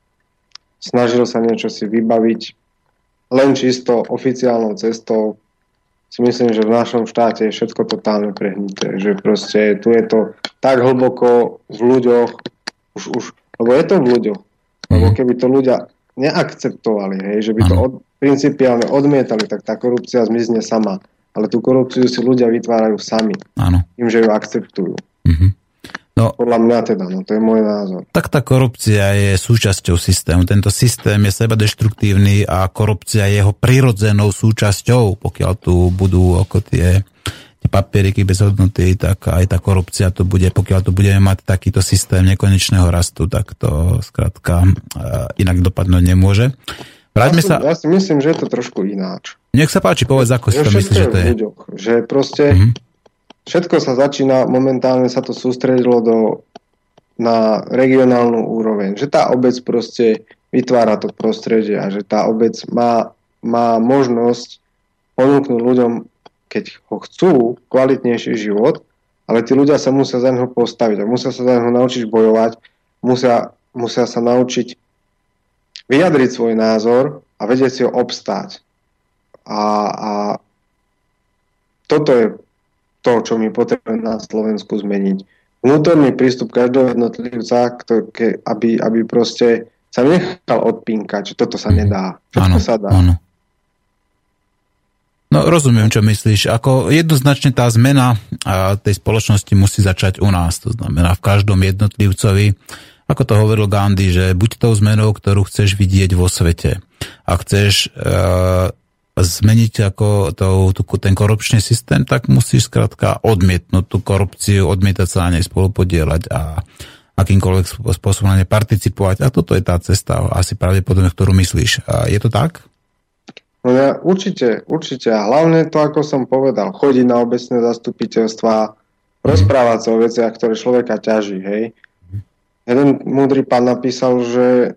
snažil sa niečo si vybaviť len čisto oficiálnou cestou, si myslím, že v našom štáte je všetko totálne prehnuté. Že proste tu je to tak hlboko v ľuďoch, už, už, lebo je to v ľuďoch. Lebo keby to ľudia neakceptovali, hej, že by to od, principiálne odmietali, tak tá korupcia zmizne sama. Ale tú korupciu si ľudia vytvárajú sami. Áno. Tým, že ju akceptujú. Mhm. No, podľa mňa teda, no to je môj názor. Tak tá korupcia je súčasťou systému. Tento systém je sebadeštruktívny a korupcia je jeho prirodzenou súčasťou. Pokiaľ tu budú ako tie, tie papieriky bez hodnoty, tak aj tá korupcia to bude. Pokiaľ tu budeme mať takýto systém nekonečného rastu, tak to skrátka inak dopadnúť nemôže. Vráťme ja, sa... ja si myslím, že je to trošku ináč. Nech sa páči, povedz, ako si to myslíš, že to je. Ľuďoch, že proste... Mm-hmm. všetko sa začína, momentálne sa to sústredilo do, na regionálnu úroveň. Že tá obec proste vytvára to prostredie a že tá obec má, má možnosť ponúknuť ľuďom, keď ho chcú, kvalitnejší život, ale tí ľudia sa musia za neho postaviť a musia sa za neho naučiť bojovať, musia, musia sa naučiť vyjadriť svoj názor a vedieť si ho obstáť. A, a toto je to, čo my potrebujeme na Slovensku zmeniť. Vnútorný prístup každého jednotlivca, aby, aby proste sa nechal odpínkať, že toto sa nedá. Všetko áno, sa dá. Áno. No rozumiem, čo myslíš. Ako jednoznačne tá zmena tej spoločnosti musí začať u nás. To znamená v každom jednotlivcovi. Ako to hovoril Gandhi, že buď tou zmenou, ktorú chceš vidieť vo svete. A chceš uh, zmeniť ako to, tu, ten korupčný systém, tak musíš skrátka odmietnúť tú korupciu, odmietať sa na nej spolupodielať a akýmkoľvek spôsobom na nej participovať. A toto je tá cesta, asi pravdepodobne, ktorú myslíš. A je to tak? No ja, určite, určite. A hlavne to, ako som povedal, chodiť na obecné zastupiteľstvá, mm. rozprávať sa o veciach, ktoré človeka ťaží, hej. Jeden múdry pán napísal, že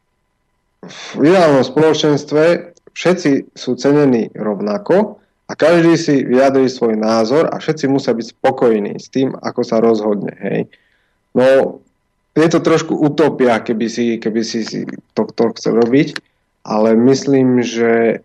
v ideálnom spoločenstve všetci sú cenení rovnako a každý si vyjadrí svoj názor a všetci musia byť spokojní s tým, ako sa rozhodne. Hej. No, je to trošku utopia, keby si, keby si, si to, to chcel robiť, ale myslím, že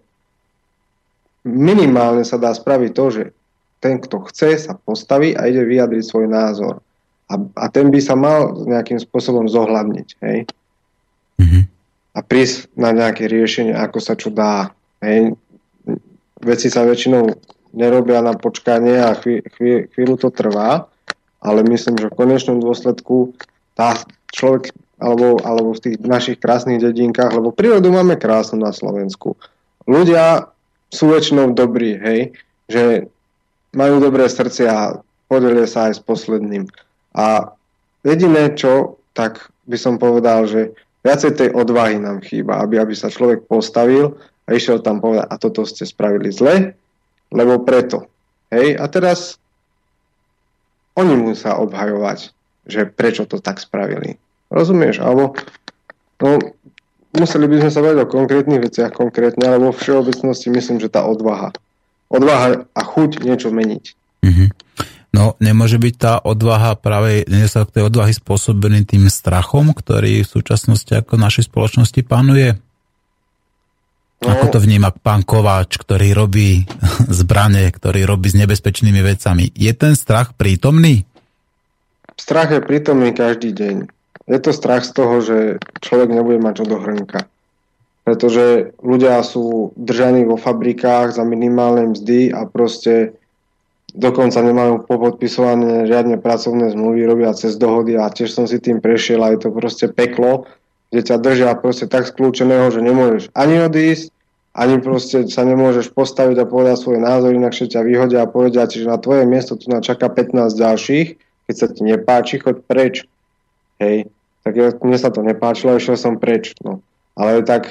minimálne sa dá spraviť to, že ten, kto chce, sa postaví a ide vyjadriť svoj názor. A, a ten by sa mal nejakým spôsobom zohľadniť. Hej? Mm-hmm. A prísť na nejaké riešenie, ako sa čo dá. Hej? Veci sa väčšinou nerobia na počkanie a chví, chví, chvíľu to trvá, ale myslím, že v konečnom dôsledku tá človek, alebo, alebo v tých našich krásnych dedinkách, lebo prírodu máme krásnu na Slovensku. Ľudia sú väčšinou dobrí, hej? Že majú dobré srdce a podelia sa aj s posledným. A jediné čo, tak by som povedal, že viacej tej odvahy nám chýba, aby, aby sa človek postavil a išiel tam povedať, a toto ste spravili zle, lebo preto. Hej? A teraz oni musia obhajovať, že prečo to tak spravili. Rozumieš? Alebo no, museli by sme sa vedieť o konkrétnych veciach konkrétne, ale vo všeobecnosti myslím, že tá odvaha. Odvaha a chuť niečo meniť. Mm-hmm. No, nemôže byť tá odvaha práve nedostatok tej odvahy spôsobený tým strachom, ktorý v súčasnosti ako v našej spoločnosti panuje? No. Ako to vníma pán Kováč, ktorý robí zbrane, ktorý robí s nebezpečnými vecami? Je ten strach prítomný? Strach je prítomný každý deň. Je to strach z toho, že človek nebude mať čo do hrnka. Pretože ľudia sú držaní vo fabrikách za minimálne mzdy a proste dokonca nemajú popodpisované riadne pracovné zmluvy, robia cez dohody a tiež som si tým prešiel a je to proste peklo, kde ťa držia proste tak skľúčeného, že nemôžeš ani odísť, ani proste sa nemôžeš postaviť a povedať svoj názor, inakšie ťa vyhodia a povedia ti, že na tvoje miesto tu čaká pätnásť ďalších, keď sa ti nepáči, choď preč. Hej, tak ja, mne sa to nepáčilo, išiel som preč. No. Ale tak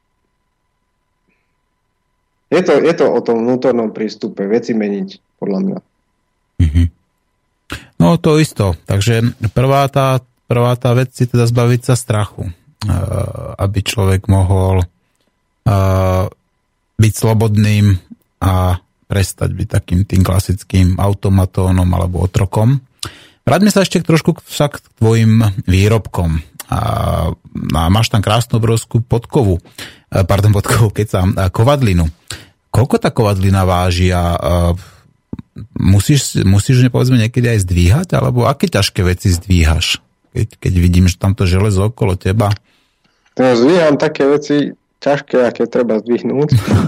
je to, je to o tom vnútornom prístupe, veci meniť, podľa mňa. Mm-hmm. No to isto. Takže prvá tá, prvá tá vec je teda zbaviť sa strachu. Uh, aby človek mohol uh, byť slobodným a prestať byť takým tým klasickým automatónom alebo otrokom. Vráťme sa ešte trošku však k tvojim výrobkom. A, a máš tam krásnu obrovskú podkovu, pardon, podkovu, keď sa, kovadlinu. Koľko tá kovadlina váži a, a musíš, musíš povedzme niekedy aj zdvíhať, alebo aké ťažké veci zdvíhaš, keď, keď vidím, že tamto železo okolo teba? No, zdvíham také veci ťažké, aké treba zdvihnúť.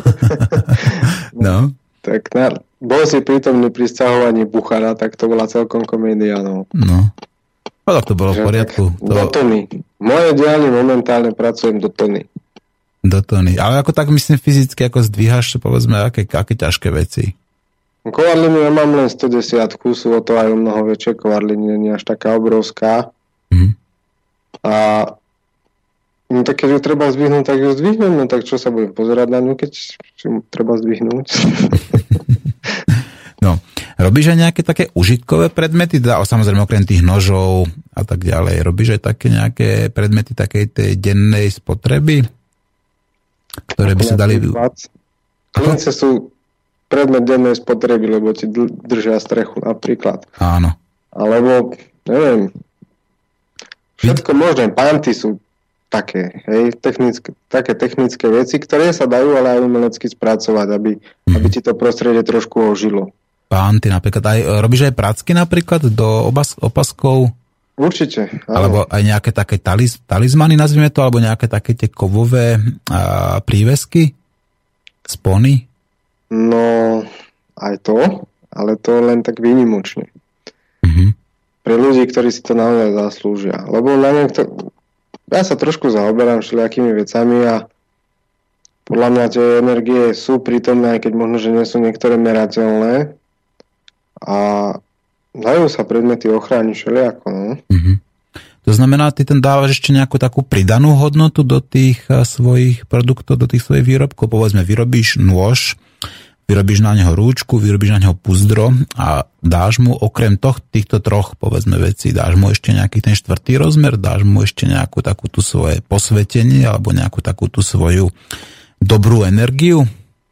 No. Tak na, bol si prítomný pri sťahovaní Buchara, tak to bola celkom komédia. No. No. No tak to bolo v poriadku. To... Do tony. Moje dielne momentálne pracujem do tony. Do tony. Ale ako tak myslím fyzicky, ako zdvíhaš, povedzme, aké, aké ťažké veci? Kovadlinu ja mám len stodesať kusov, to aj o mnoho väčšie kovadliny, nie až taká obrovská. Mm. A no tak keď ju treba zdvihnúť, tak ju zdvihnem, no tak čo sa budem pozerať na ňu, keď ju treba zdvihnúť? No, Robíš aj nejaké také užitkové predmety, teda samozrejme okrem tých nožov a tak ďalej, robíš aj také nejaké predmety takej tej dennej spotreby, ktoré by sa dali... Klince sú predmet dennej spotreby, lebo ti držia strechu napríklad. Áno. Alebo, neviem, všetko možné, panty sú také, hej, technické, také technické veci, ktoré sa dajú ale aj umelecky spracovať, aby, mm. aby ti to prostredie trošku ožilo. Pánty napríklad, aj, robíš aj pracky napríklad do obas, opaskov? Určite. Áno. Alebo aj nejaké také taliz, talizmany, nazvime to, alebo nejaké také tie kovové a, prívesky? Spony? No, aj to, ale to len tak výnimočne. Mm-hmm. Pre ľudí, ktorí si to naozaj zaslúžia. Lebo na niekto... Ja sa trošku zaoberám všelijakými vecami a podľa mňa tie energie sú prítomné, aj keď možno, že nie sú niektoré merateľné a dajú sa predmety ochrániť všelijako. No? Mm-hmm. To znamená, ty tam dávaš ešte nejakú takú pridanú hodnotu do tých svojich produktov, do tých svojich výrobkov. Povedzme, vyrobíš nôž, vyrobíš na neho rúčku, vyrobíš na neho puzdro a dáš mu okrem toh, týchto troch, povedzme, vecí, dáš mu ešte nejaký ten štvrtý rozmer, dáš mu ešte nejakú takú tú svoje posvetenie alebo nejakú takú tú svoju dobrú energiu?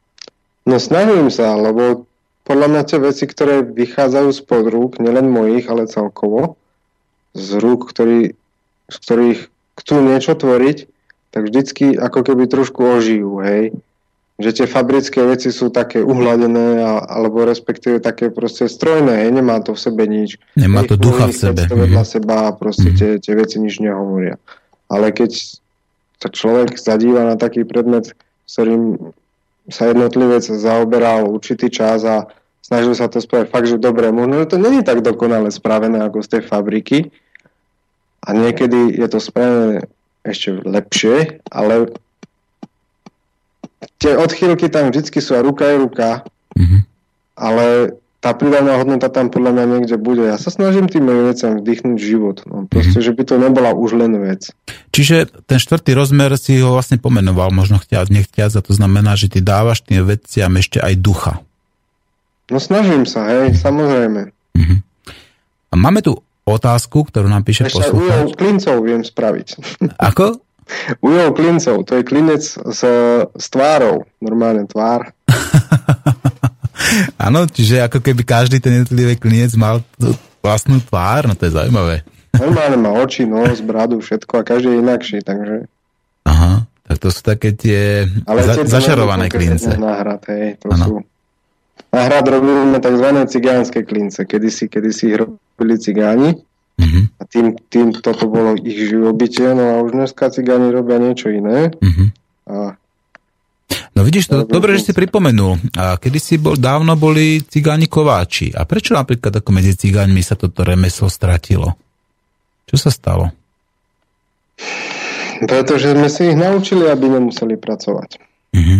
No snažím sa, lebo podľa mňa tie veci, ktoré vychádzajú spod rúk, nielen mojich, ale celkovo, z rúk, ktorí, z ktorých chcú niečo tvoriť, tak vždycky ako keby trošku ožijú, hej. Že tie fabrické veci sú také uhladené a, alebo respektíve také proste strojné, hej, nemá to v sebe nič. Nemá to ducha v sebe. Vedľa seba a proste mm. tie, tie veci nič nehovoria. Ale keď sa človek zadíva na taký predmet, s ktorým sa jednotlivec zaoberal určitý čas a snažil sa to spraviť fakt, že dobre, možno, že to není tak dokonale spravené ako z tej fabriky a niekedy je to spravené ešte lepšie, ale tie odchýlky tam vždycky sú a ruka je ruka, mm-hmm. ale tá pridaná hodnota tam podľa mňa niekde bude. Ja sa snažím tým veciam vdýchnuť život. No, proste, mm-hmm. že by to nebola už len vec. Čiže ten štvrtý rozmer si ho vlastne pomenoval, možno chtiac, nechtiac, a to znamená, že ty dávaš tým veciam ešte aj ducha. No snažím sa, hej, samozrejme. Mm-hmm. A máme tu otázku, ktorú nám píše ešte poslucháč. Ešte ujou klincov viem spraviť. Ako? Ujou klincov, to je klinec s, s tvárou, normálne tvár. Áno, čiže ako keby každý ten jednotlivý klinec mal vlastnú tvár, no to je zaujímavé. Normálne má oči, nos, bradu, všetko a každý je inakší, takže... Aha, tak to sú také tie za, zašarované klince. Náhrad, hej, to ano. Sú... Náhrad robíme takzvané cigánske klince, kedysi, kedysi ich robili cigáni. Uh-huh. A tým, tým toto bolo ich živobytie, no a už dneska cigáni robia niečo iné. Uh-huh. A no vidíš, to dobre, že si pripomenul. A kedysi bol, dávno boli cigáni kováči. A prečo napríklad ako medzi cigáňmi sa toto remeslo stratilo? Čo sa stalo? Pretože sme si ich naučili, aby nemuseli pracovať. Uh-huh.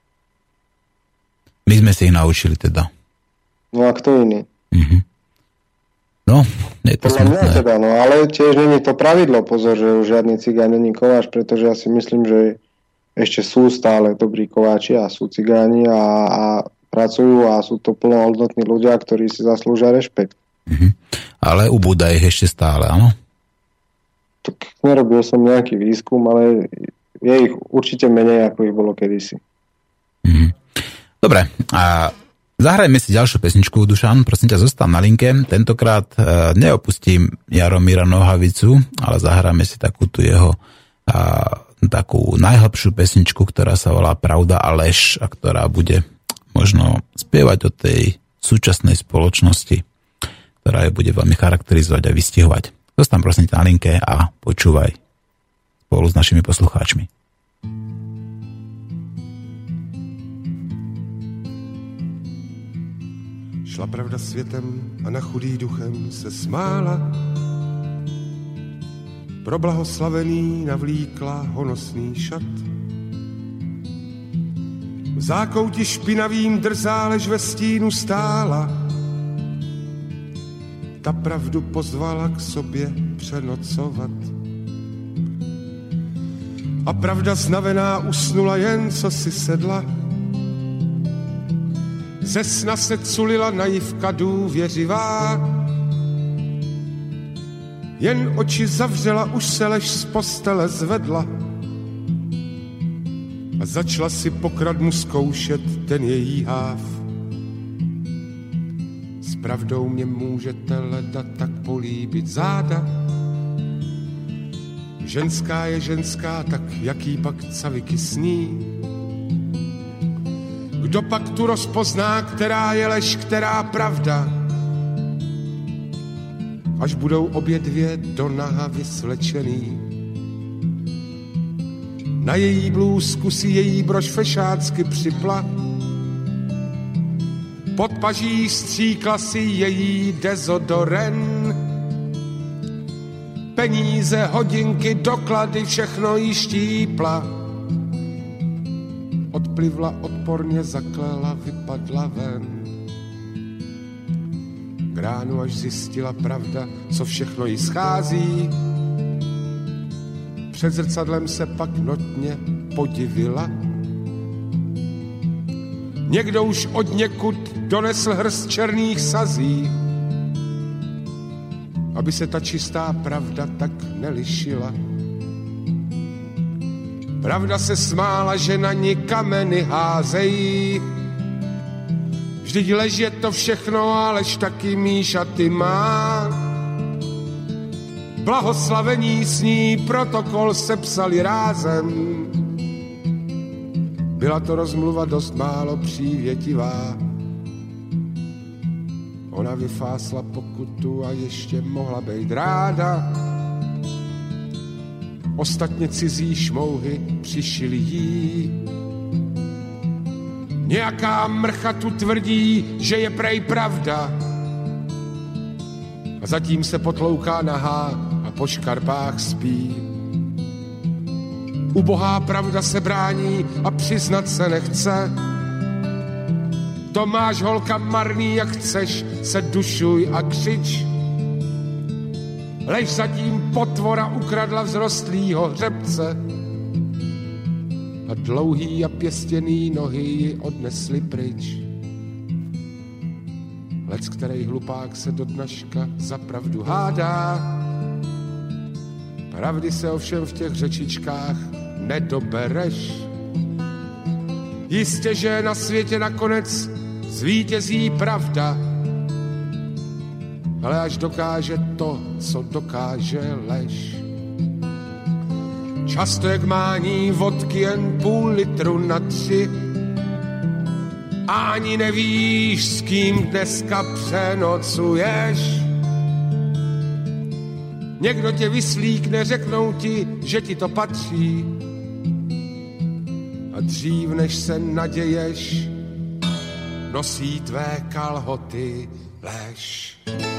My sme si ich naučili teda. No a kto iný? Uh-huh. No, je to smutné. Teda, no, ale tiež není to pravidlo, pozor, že už žiadny cigán není kováč, pretože ja si myslím, že ešte sú stále dobrí kováči a sú cigáni a, a pracujú a sú to plnohodnotní ľudia, ktorí si zaslúžia rešpekt. Mhm. Ale ubúda ich ešte stále, áno? Tak nerobil som nejaký výskum, ale je ich určite menej, ako ich bolo kedysi. Mhm. Dobre, a zahrajme si ďalšiu pesničku, Dušan, prosím ťa, zostav na linke. Tentokrát e, neopustím Jaromíra Nohavicu, ale zahráme si takú tu jeho a, takú najhlbšiu pesničku, ktorá sa volá Pravda a lež a ktorá bude možno spievať o tej súčasnej spoločnosti, ktorá ju bude veľmi charakterizovať a vystihovať. Zostaň prosím ťa na linke a počúvaj spolu s našimi poslucháčmi. Šla pravda světem a na chudý duchem se smála. Pro blahoslavený navlíkla honosný šat. V zákouti špinavým drzá, lež ve stínu stála. Ta pravdu pozvala k sobě přenocovat. A pravda znavená usnula jen, co si sedla. Ze sna se culila naivka důvěřivá, jen oči zavřela, už se lež z postele zvedla a začala si pokradmu zkoušet ten její háv. S pravdou mě můžete leda tak políbit záda, ženská je ženská, tak jaký pak caviky sní. Kdo pak tu rozpozná, která je lež, která pravda, až budou obě dvě do naha vysvlečený. Na její blůzku si její brož fešácky připla, pod paží stříkla si její dezodoren. Peníze, hodinky, doklady, všechno jí štípla. Odplivla, odporně zaklela, vypadla ven. K ránu až zjistila pravda, co všechno jí schází. Před zrcadlem se pak notně podivila. Někdo už od někud donesl hrst černých sazí, aby se ta čistá pravda tak nelišila. Pravda se smála, že na ní kameny házejí. Vždyť lež je to všechno, a lež taky míšaty má. Blahoslavení s ní protokol sepsali rázem. Byla to rozmluva dost málo přívětivá. Ona vyfásla pokutu a ještě mohla být ráda. Ostatně cizí šmouhy přišili jí. Nějaká mrcha tu tvrdí, že je prej pravda. A zatím se potlouká nahá a po škarpách spí. Ubohá pravda se brání a přiznat se nechce. To máš, holka, marný, jak chceš, se dušuj a křič. Lež zatím potvora ukradla vzrostlýho hřebce a dlouhý a pěstěný nohy ji odnesli pryč. Lec, který hlupák se do dneška za pravdu hádá, pravdy se ovšem v těch řečičkách nedobereš. Jistě, že na světě nakonec zvítězí pravda, ale až dokáže to, co dokáže lež. Často jak mání vodky jen půl litru na tři a ani nevíš, s kým dneska přenocuješ. Někdo tě vyslíkne, řeknou ti, že ti to patří a dřív než se naděješ, nosí tvé kalhoty lež.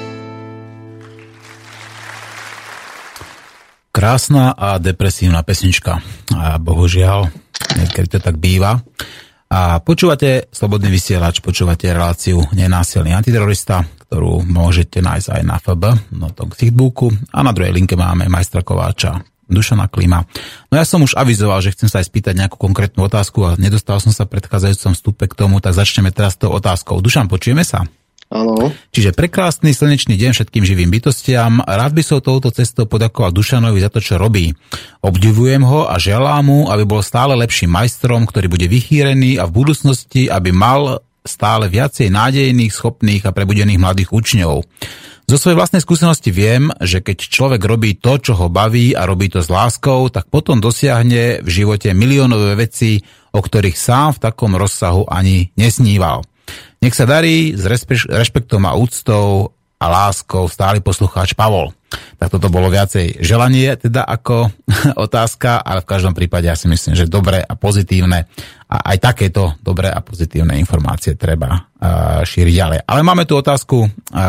Krásna a depresívna pesnička. A bohužiaľ, niekedy to tak býva. A počúvate Slobodný vysielač, počúvate reláciu Nenásilný antiterorista, ktorú môžete nájsť aj na ef bé, no to k Facebooku. A na druhej linke máme majstra kováča Dušana Klima. No ja som už avizoval, že chcem sa aj spýtať nejakú konkrétnu otázku a nedostal som sa v predchádzajúcom vstupe k tomu, tak začneme teraz tou otázkou. Dušan, počujeme sa? Áno. Čiže prekrásny slnečný deň všetkým živým bytostiam. Rád by som touto cestou poďakoval Dušanovi za to, čo robí. Obdivujem ho a želám mu, aby bol stále lepším majstrom, ktorý bude vychýrený a v budúcnosti, aby mal stále viacej nádejných, schopných a prebudených mladých učňov. Zo svojej vlastnej skúsenosti viem, že keď človek robí to, čo ho baví a robí to s láskou, tak potom dosiahne v živote miliónové veci, o ktorých sám v takom rozsahu ani nesníval. Nech sa darí s rešpektom a úctou a láskou stály poslucháč Pavol. Tak toto bolo viacej želanie, teda ako otázka, ale v každom prípade ja si myslím, že dobré a pozitívne a aj takéto dobré a pozitívne informácie treba uh, šíriť ďalej. Ale máme tu otázku uh,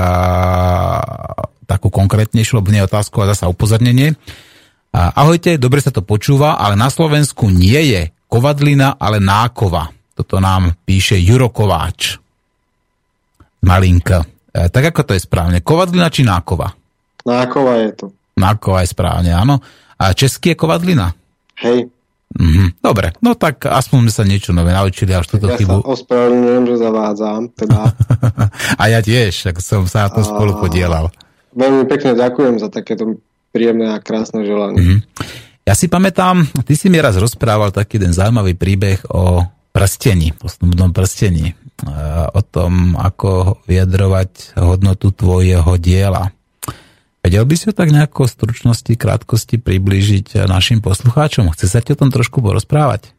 takú konkrétnejšiu, lebo nie otázku a zasa upozornenie. Uh, ahojte, dobre sa to počúva, ale na Slovensku nie je kovadlina, ale nákova. Toto nám píše Juro Kováč. Malinka. E, tak ako to je správne? Kovadlina či nákova? Nákova je to. Nákova je správne, áno. A český je kovadlina? Hej. Mm-hmm. Dobre, no tak aspoň sme sa niečo nové naučili až túto ja chybu. Ja sa ospravedlňujem, že zavádzam. Teda. A ja tiež, ak som sa na to spolu podielal. Veľmi pekne ďakujem za takéto príjemné a krásne želanie. Mm-hmm. Ja si pamätám, ty si mi raz rozprával taký jeden zaujímavý príbeh o prstení, o snubnom prstení. O tom, ako vyjadrovať hodnotu tvojho diela. Vedel by si ho tak nejako v stručnosti, krátkosti priblížiť našim poslucháčom? Chce sa ti o tom trošku porozprávať?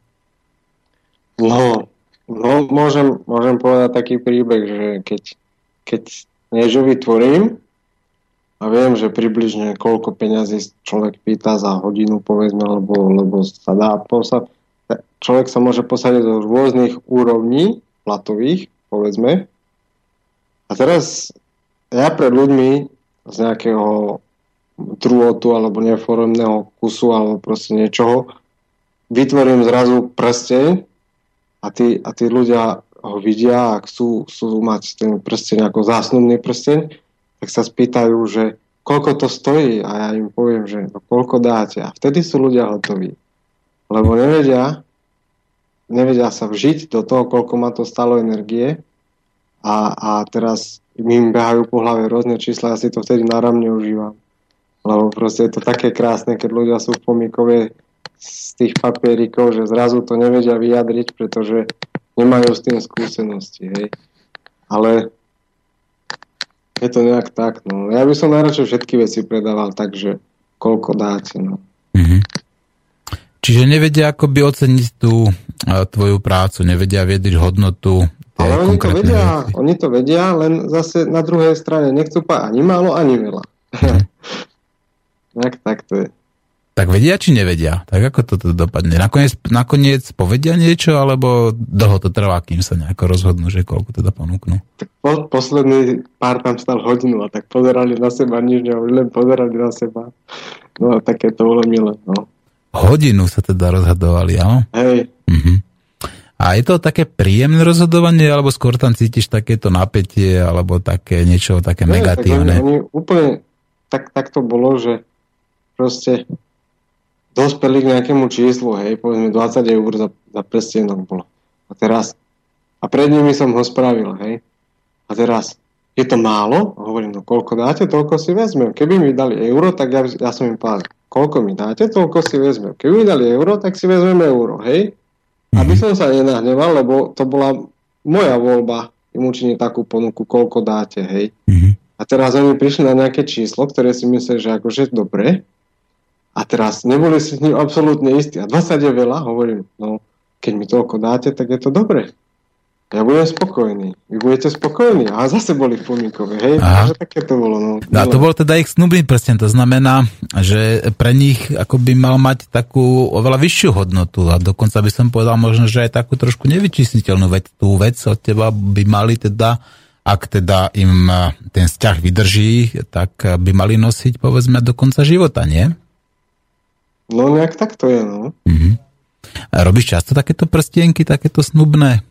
No, no môžem, môžem povedať taký príbeh, že keď, keď niečo vytvorím a viem, že približne koľko peňazí človek pýta za hodinu, povedzme, lebo, lebo sa dá posať, človek sa môže posadiť do rôznych úrovní platových, povedzme. A teraz ja pred ľuďmi z nejakého druhotu alebo neforemného kusu alebo proste niečoho vytvorím zrazu prsteň a tí, a tí ľudia ho vidia a chcú, chcú mať ten prsteň ako zásnubný prsteň, tak sa spýtajú, že koľko to stojí a ja im poviem, že no, koľko dáte a vtedy sú ľudia hotoví. Lebo nevedia nevedia sa vžiť do toho, koľko ma to stalo energie a, a teraz im behajú po hlave rôzne čísla, ja si to vtedy náramne užívam. Lebo proste je to také krásne, keď ľudia sú v pomikove z tých papierikov, že zrazu to nevedia vyjadriť, pretože nemajú s tým skúsenosti. Hej. Ale je to nejak tak. No. Ja by som najradšej všetky veci predával tak, že koľko dáte. No. Mm-hmm. Čiže nevedia akoby oceniť tú tvoju prácu, nevedia viedriť hodnotu. Ale oni to vedia, veci. oni to vedia, len zase na druhej strane nechcú pa ani málo, ani veľa. Hm. Tak, tak to je. Tak vedia, či nevedia? Tak ako to dopadne? Nakoniec, nakoniec povedia niečo, alebo dlho to trvá, kým sa nejako rozhodnú, že koľko teda ponúknú? Tak po, posledný pár tam stal hodinu a tak pozerali na seba, nič už len pozerali na seba. No a také to bolo milé, no. Hodinu sa teda rozhodovali, áno? Hej. Mhm. A je to také príjemné rozhodovanie, alebo skôr tam cítiš takéto napätie, alebo také niečo také ne, negatívne? Tak oni, oni úplne tak, tak to bolo, že proste dospeli k nejakému číslu, hej, povedzme dvadsať eur za, za prstienok bolo. A teraz, a pred nimi som ho spravil, hej. A teraz, je to málo? A hovorím, no koľko dáte, toľko si vezmem. Keby mi dali euro, tak ja, ja som im povedal, koľko mi dáte, toľko si vezmem. Keby mi dali euro, tak si vezmem euro, hej. Aby som sa nenahneval, lebo to bola moja voľba im učiniť takú ponuku, koľko dáte, hej. Mm-hmm. A teraz oni prišli na nejaké číslo, ktoré si mysleli, že akože dobre. A teraz neboli si s ním absolútne istí. A dvadsať je veľa, hovorím, no keď mi toľko dáte, tak je to dobre. Ja budem spokojný. Vy budete spokojní. A zase boli v pomíkove, hej. Takže také to bolo, no. A to bol teda ich snubný prsteň, to znamená, že pre nich ako by mal mať takú oveľa vyššiu hodnotu a dokonca by som povedal možno, že aj takú trošku nevyčísliteľnú vec. Tú vec od teba by mali teda, ak teda im ten vzťah vydrží, tak by mali nosiť, povedzme, do konca života, nie? No nejak tak to je, no. Mhm. A robíš často takéto prstienky, takéto snubné?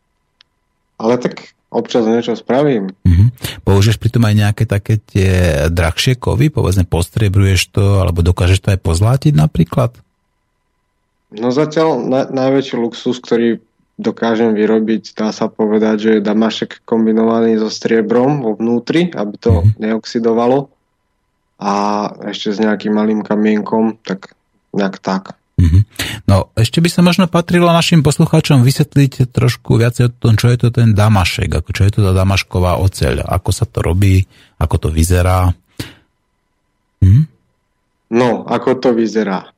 Ale tak občas niečo spravím. Uh-huh. Použiješ pritom aj nejaké také tie drahšie kovy? Povedzme, postriebruješ to, alebo dokážeš to aj pozlátiť napríklad? No zatiaľ na, najväčší luxus, ktorý dokážem vyrobiť, dá sa povedať, že je damašek kombinovaný so striebrom vo vnútri, aby to uh-huh. neoxidovalo. A ešte s nejakým malým kamienkom, tak nejak tak. No, ešte by sa možno patrilo našim poslucháčom vysvetliť trošku viacej o tom, čo je to ten damašek, ako čo je to tá damašková oceľ, ako sa to robí, ako to vyzerá. Hm? No, ako to vyzerá.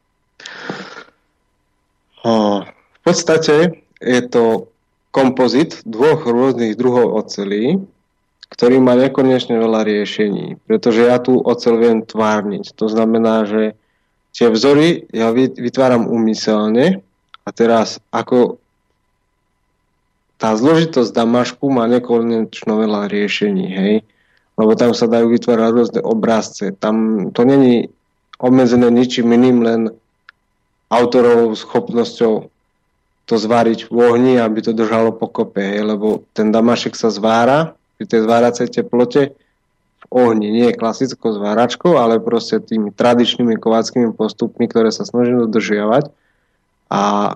V podstate je to kompozit dvoch rôznych druhov ocelí, ktorý má nekonečne veľa riešení, pretože ja tú oceľ viem tvárniť. To znamená, že tie vzory ja vytváram úmyselne a teraz ako tá zložitosť damašku má nekonečno veľa riešení, hej, lebo tam sa dajú vytvárať rôzne obrázce. Tam to není obmedzené ničím iným, len autorovou schopnosťou to zváriť v ohni, aby to držalo pokope, hej, lebo ten damašek sa zvára pri tej zváracej teplote ohni, nie klasickou zváračkou, ale proste tými tradičnými kováckými postupmi, ktoré sa snažím dodržiavať. A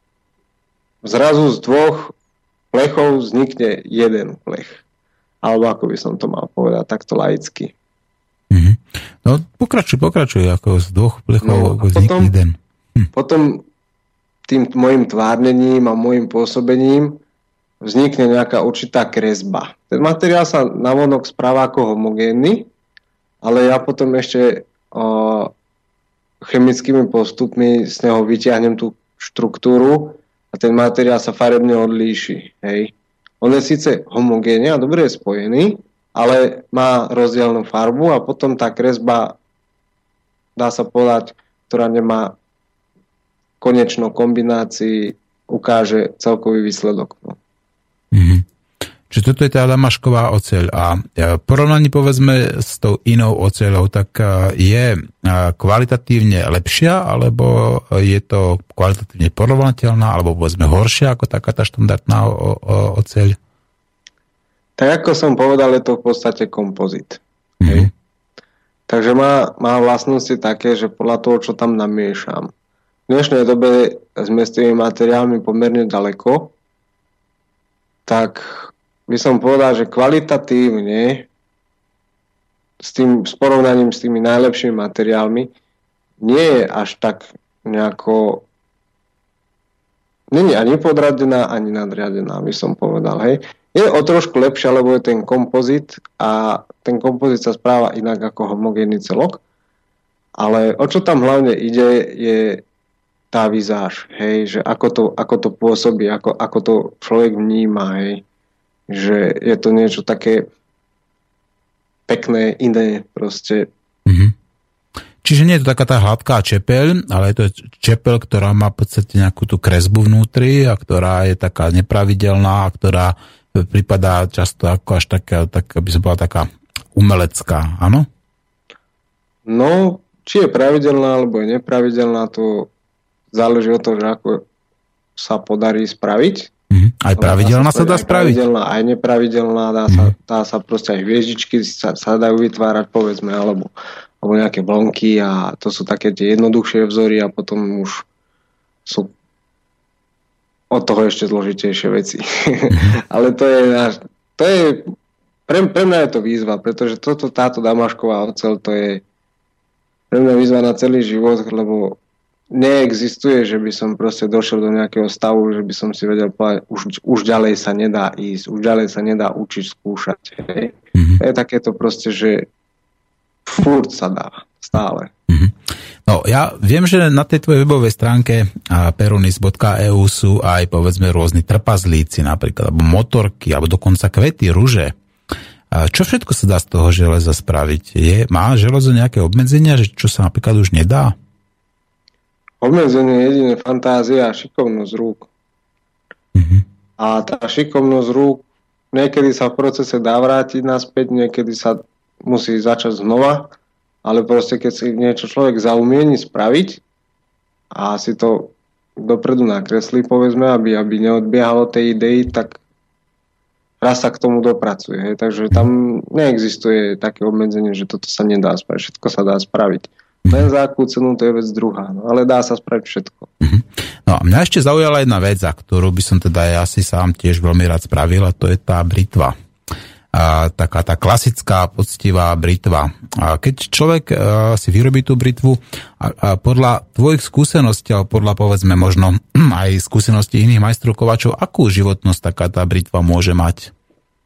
zrazu z dvoch plechov vznikne jeden plech. Alebo ako by som to mal povedať, takto laicky. Mm-hmm. No pokračuj, pokračuj, ako z dvoch plechov no, vznikne potom, jeden. Hm. Potom tým môjim tvárnením a môjim pôsobením vznikne nejaká určitá kresba. Ten materiál sa navonok správa ako homogénny, ale ja potom ešte o, chemickými postupmi z neho vyťahnem tú štruktúru a ten materiál sa farebne odlíši. Hej. On je síce homogénne a dobre je spojený, ale má rozdielnú farbu a potom tá kresba, dá sa povedať, ktorá nemá konečnú kombinácii, ukáže celkový výsledok. No. Mm-hmm. Čiže toto je tá damašková oceľ a v porovnaní povedzme s tou inou oceľou, tak je kvalitatívne lepšia, alebo je to kvalitatívne porovnateľná, alebo povedzme horšia ako taká tá štandardná oceľ? Tak ako som povedal, je to v podstate kompozit. Mm-hmm. Takže má, má vlastnosti také, že podľa toho, čo tam namiešam. V dnešnej dobe sme s tými materiálmi pomerne ďaleko, tak by som povedal, že kvalitatívne s tým s porovnaním s tými najlepšími materiálmi nie je až tak nejako nie je ani podradená, ani nadriadená, by som povedal. Hej. Je o trošku lepšia, lebo je ten kompozit a ten kompozit sa správa inak ako homogénny celok. Ale o čo tam hlavne ide, je tá vizáž, hej, že ako to, ako to pôsobí, ako, ako to človek vníma, hej, že je to niečo také pekné, iné proste. Mm-hmm. Čiže nie je to taká tá hladká čepeľ, ale je to čepeľ, ktorá má v podstate nejakú tú kresbu vnútri a ktorá je taká nepravidelná a ktorá pripadá často ako až taká, tak by som bola taká umelecká, áno? No, či je pravidelná, alebo je nepravidelná, to záleží od toho, že ako sa podarí spraviť. Mm-hmm. Aj pravidelná sa, sa dá aj spraviť? Pravidelná, aj nepravidelná, dá, mm-hmm. sa, dá sa proste aj hviezdičky sa, sa dajú vytvárať, povedzme, alebo, alebo nejaké blonky a to sú také tie jednoduchšie vzory a potom už sú od toho ešte zložitejšie veci. Mm-hmm. Ale to je náš, to je, pre, pre mňa je to výzva, pretože toto, táto damašková oceľ, to je pre mňa výzva na celý život, lebo neexistuje, že by som proste došiel do nejakého stavu, že by som si vedel povedať, už, už ďalej sa nedá ísť, už ďalej sa nedá učiť, skúšať. Hej. Mm-hmm. To je takéto proste, že furt sa dá, stále. Mm-hmm. No, ja viem, že na tej tvojej webovej stránke perunis bodka e u sú aj, povedzme, rôzni trpazlíci napríklad, alebo motorky, alebo dokonca kvety, ruže. Čo všetko sa dá z toho železa spraviť? Je, má železo nejaké obmedzenia, že čo sa napríklad už nedá? Obmedzenie je jediné fantázia a šikovnosť rúk. Mm-hmm. A tá šikovnosť rúk niekedy sa v procese dá vrátiť naspäť, niekedy sa musí začať znova, ale proste keď si niečo človek zaumieni spraviť a si to dopredu nakreslí, povedzme, aby, aby neodbiehalo tej idei, tak raz sa k tomu dopracuje. Hej. Takže tam neexistuje také obmedzenie, že toto sa nedá spraviť. Všetko sa dá spraviť. Len za akú cenu, to je vec druhá. No, ale dá sa spraviť všetko. No a mňa ešte zaujala jedna vec, za ktorú by som teda ja si sám tiež veľmi rád spravil, a to je tá britva. A taká tá klasická, poctivá britva. A keď človek a, si vyrobí tú britvu a, a podľa tvojich skúseností, alebo podľa, povedzme, možno aj skúseností iných majstrokovačov, akú životnosť taká tá britva môže mať?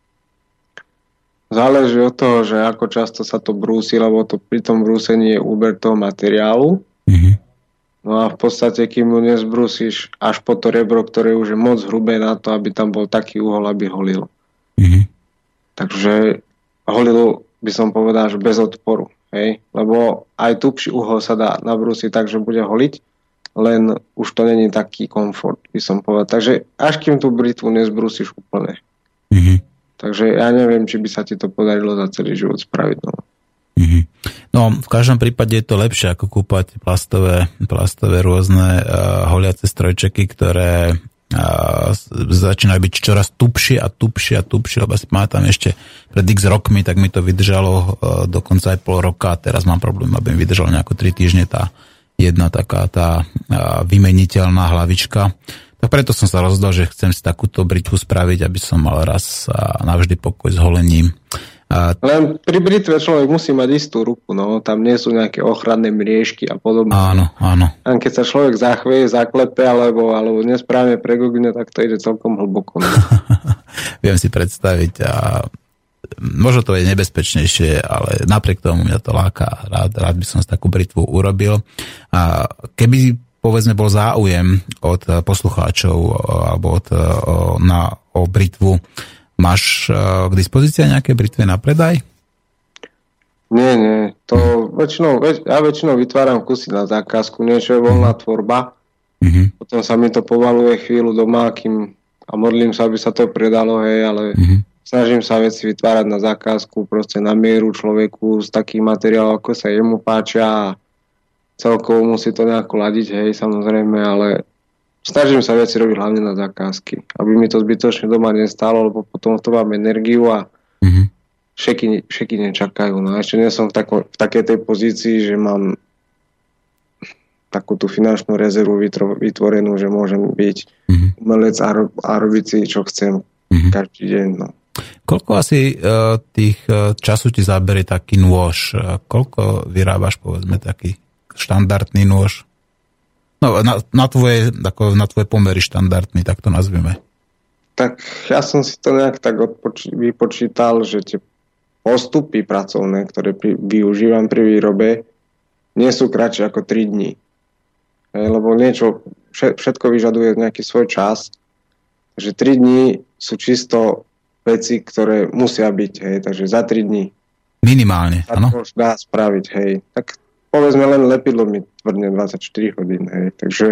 Záleží od toho, že ako často sa to brúsi, lebo to pri tom brúsení je úber toho materiálu. Mm-hmm. No a v podstate, kým ho nezbrúsiš až po to rebro, ktoré už je moc hrubé na to, aby tam bol taký uhol, aby holil. Mm-hmm. Takže holil by som povedal, že bez odporu. Hej? Lebo aj tupší uhol sa dá nabrúsiť tak, že bude holiť, len už to není taký komfort, by som povedal. Takže až kým tú britvu nezbrúsiš úplne. Mm-hmm. Takže ja neviem, či by sa ti to podarilo za celý život spraviť. No, mm-hmm. No v každom prípade je to lepšie, ako kúpať plastové, plastové rôzne uh, holiace strojčeky, ktoré uh, začínajú byť čoraz tupšie a tupšie a tupšie, lebo si pamätám ešte pred x rokmi, tak mi to vydržalo uh, dokonca aj pol roka a teraz mám problém, aby mi vydržalo nejako tri týždne tá jedna taká tá vymeniteľná hlavička. Tak preto som sa rozhodol, že chcem si takúto britvu spraviť, aby som mal raz a navždy pokoj s holením. A... Len pri britve človek musí mať istú ruku, no. Tam nie sú nejaké ochranné mriežky a podobne. Áno, áno. A keď sa človek zachveje, zaklepe alebo, alebo nesprávne pregogne, tak to ide celkom hlboko. No. Viem si predstaviť a možno to je nebezpečnejšie, ale napriek tomu mňa to láka. Rád, rád by som si takú britvu urobil. A keby povedzme bol záujem od poslucháčov alebo od, o, na, o britvu, máš k dispozícii nejaké britvy na predaj? Nie, nie. To väčšinou, väč, ja väčšinou vytváram kusy na zákazku, niečo je voľná tvorba. Mm-hmm. Potom sa mi to povaluje chvíľu doma, kým, a modlím sa, aby sa to predalo, hej, ale mm-hmm. snažím sa veci vytvárať na zákazku, proste na mieru človeku z takých materiálov, ako sa jemu páčia. Celkovo musí to nejako ladiť, hej, samozrejme, ale snažím sa veci robiť hlavne na zákazky, aby mi to zbytočne doma nestálo, lebo potom to mám energiu a mm-hmm. šeky, šeky nečakajú. No a ešte nie som v, tako, v takej tej pozícii, že mám takú tú finančnú rezervu vytvorenú, že môžem byť mm-hmm. umelec a, ro, a robiť si, čo chcem mm-hmm. každý deň. No. Koľko asi uh, tých uh, času ti zaberie taký nôž? Uh, koľko vyrábaš, povedzme, taký štandardný nôž? No, na, na, tvoje, ako na tvoje pomery štandardný, tak to nazvime. Tak ja som si to nejak tak odpoč- vypočítal, že tie postupy pracovné, ktoré pri, využívam pri výrobe, nie sú kratšie ako tri dní. Hej, lebo niečo, všetko vyžaduje nejaký svoj čas. Takže tri dní sú čisto veci, ktoré musia byť. Hej, takže za tri dní. Minimálne, áno. To dá spraviť, hej. Tak povedzme len lepidlo mi tvrdne dvadsaťštyri hodín, hej. Takže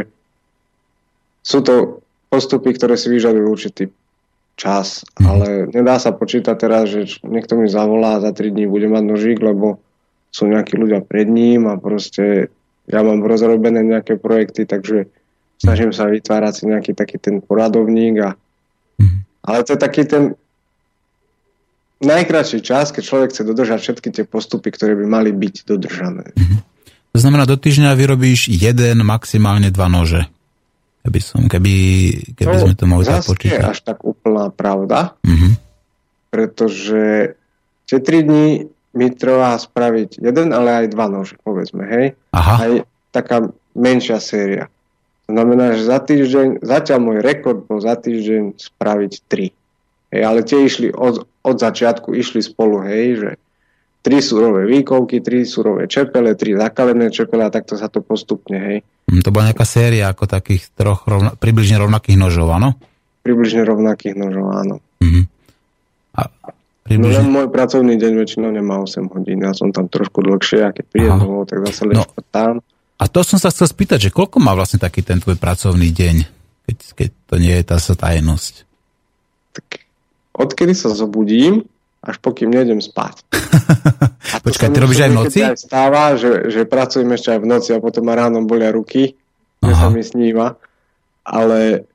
sú to postupy, ktoré si vyžadujú určitý čas, mm. ale nedá sa počítať teraz, že niekto mi zavolá a za tri dní bude mať nožík, lebo sú nejakí ľudia pred ním a proste ja mám rozrobené nejaké projekty, takže snažím sa vytvárať si nejaký taký ten poradovník a mm. ale to je taký ten najkratší čas, keď človek chce dodržať všetky tie postupy, ktoré by mali byť dodržané. Mm-hmm. To znamená, do týždňa vyrobíš jeden, maximálne dva nože. Keby, som, keby, keby no, sme to mohli tak počítať. To je až tak úplná pravda, mm-hmm. pretože tie tri dní mi trvá spraviť jeden, ale aj dva nože, povedzme, hej. Aha. Aj taká menšia séria. To znamená, že za týždeň, zatiaľ môj rekord bol za týždeň spraviť tri. Hej, ale tie išli od, od začiatku, išli spolu, hej, že tri surové výkovky, tri surové čepele, tri zakalené čepele a takto sa to postupne, hej. To bola nejaká séria ako takých troch rovna, približne rovnakých nožov, áno? Približne rovnakých nožov, áno. Uh-huh. A približne... No len môj pracovný deň väčšinou nemá osem hodín, ja som tam trošku dlhšie a keď príjem domov, tak zase len šprtám. A to som sa chcel spýtať, že koľko má vlastne taký ten tvoj pracovný deň, keď, keď to nie je tá tajnosť? Tak odkedy sa zobudím, až pokým nejdem spať. Počkaj, ty robíš aj v noci? Aj stáva, že, že pracujem ešte aj v noci a potom ma ráno bolia ruky, že sa mi sníva. Ale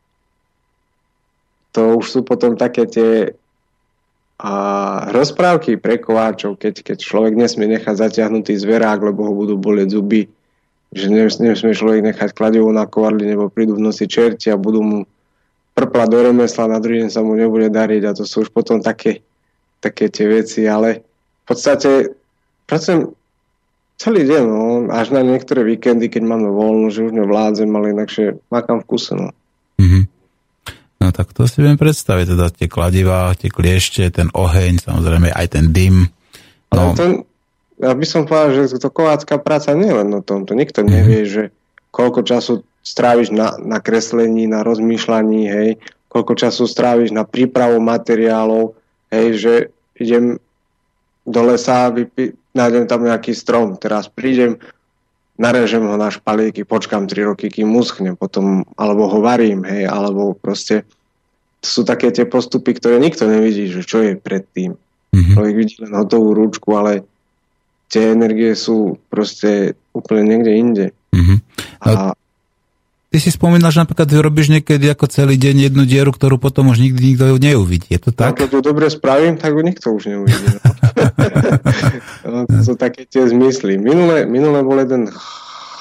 to už sú potom také tie a, rozprávky pre kováčov, keď, keď človek nesmie nechať zatiahnutý zverák, lebo ho budú bolieť zuby, že nesmie človek nechať kladivo na kovadli, nebo prídu v noci čerti a budú mu prplať do remesla, na druhý deň sa mu nebude dariť a to sú už potom také, také tie veci, ale v podstate pracujem celý deň, no, až na niektoré víkendy, keď máme voľno, že už nevládzem, ale inakšie makám v kuse, no. Mm-hmm. No tak to si viem predstaviť, teda tie kladivá, tie kliešte, ten oheň, samozrejme aj ten dym. No. Ale ten, ja by som povedal, že to kovácká práca nie len o tom, to nikto nevie, mm-hmm. že koľko času stráviš na, na kreslení, na rozmýšľaní, hej, koľko času stráviš na prípravu materiálov, hej, že idem do lesa, vypí, nájdem tam nejaký strom, teraz prídem, narežem ho na špalíky, počkám tri roky, kým uschne, potom, alebo ho varím, hej, alebo proste to sú také tie postupy, ktoré nikto nevidí, že čo je predtým. Mm-hmm. Človek vidí len hotovú rúčku, ale tie energie sú proste úplne niekde inde. Mm-hmm. A ty si spomínal, že napríklad vyrobíš niekedy ako celý deň jednu dieru, ktorú potom už nikdy nikto neuvidí. Je to tak? A keď to dobre spravím, tak ho nikto už neuvidí. No. No, to sú také tie zmysly. Minule, minule bol jeden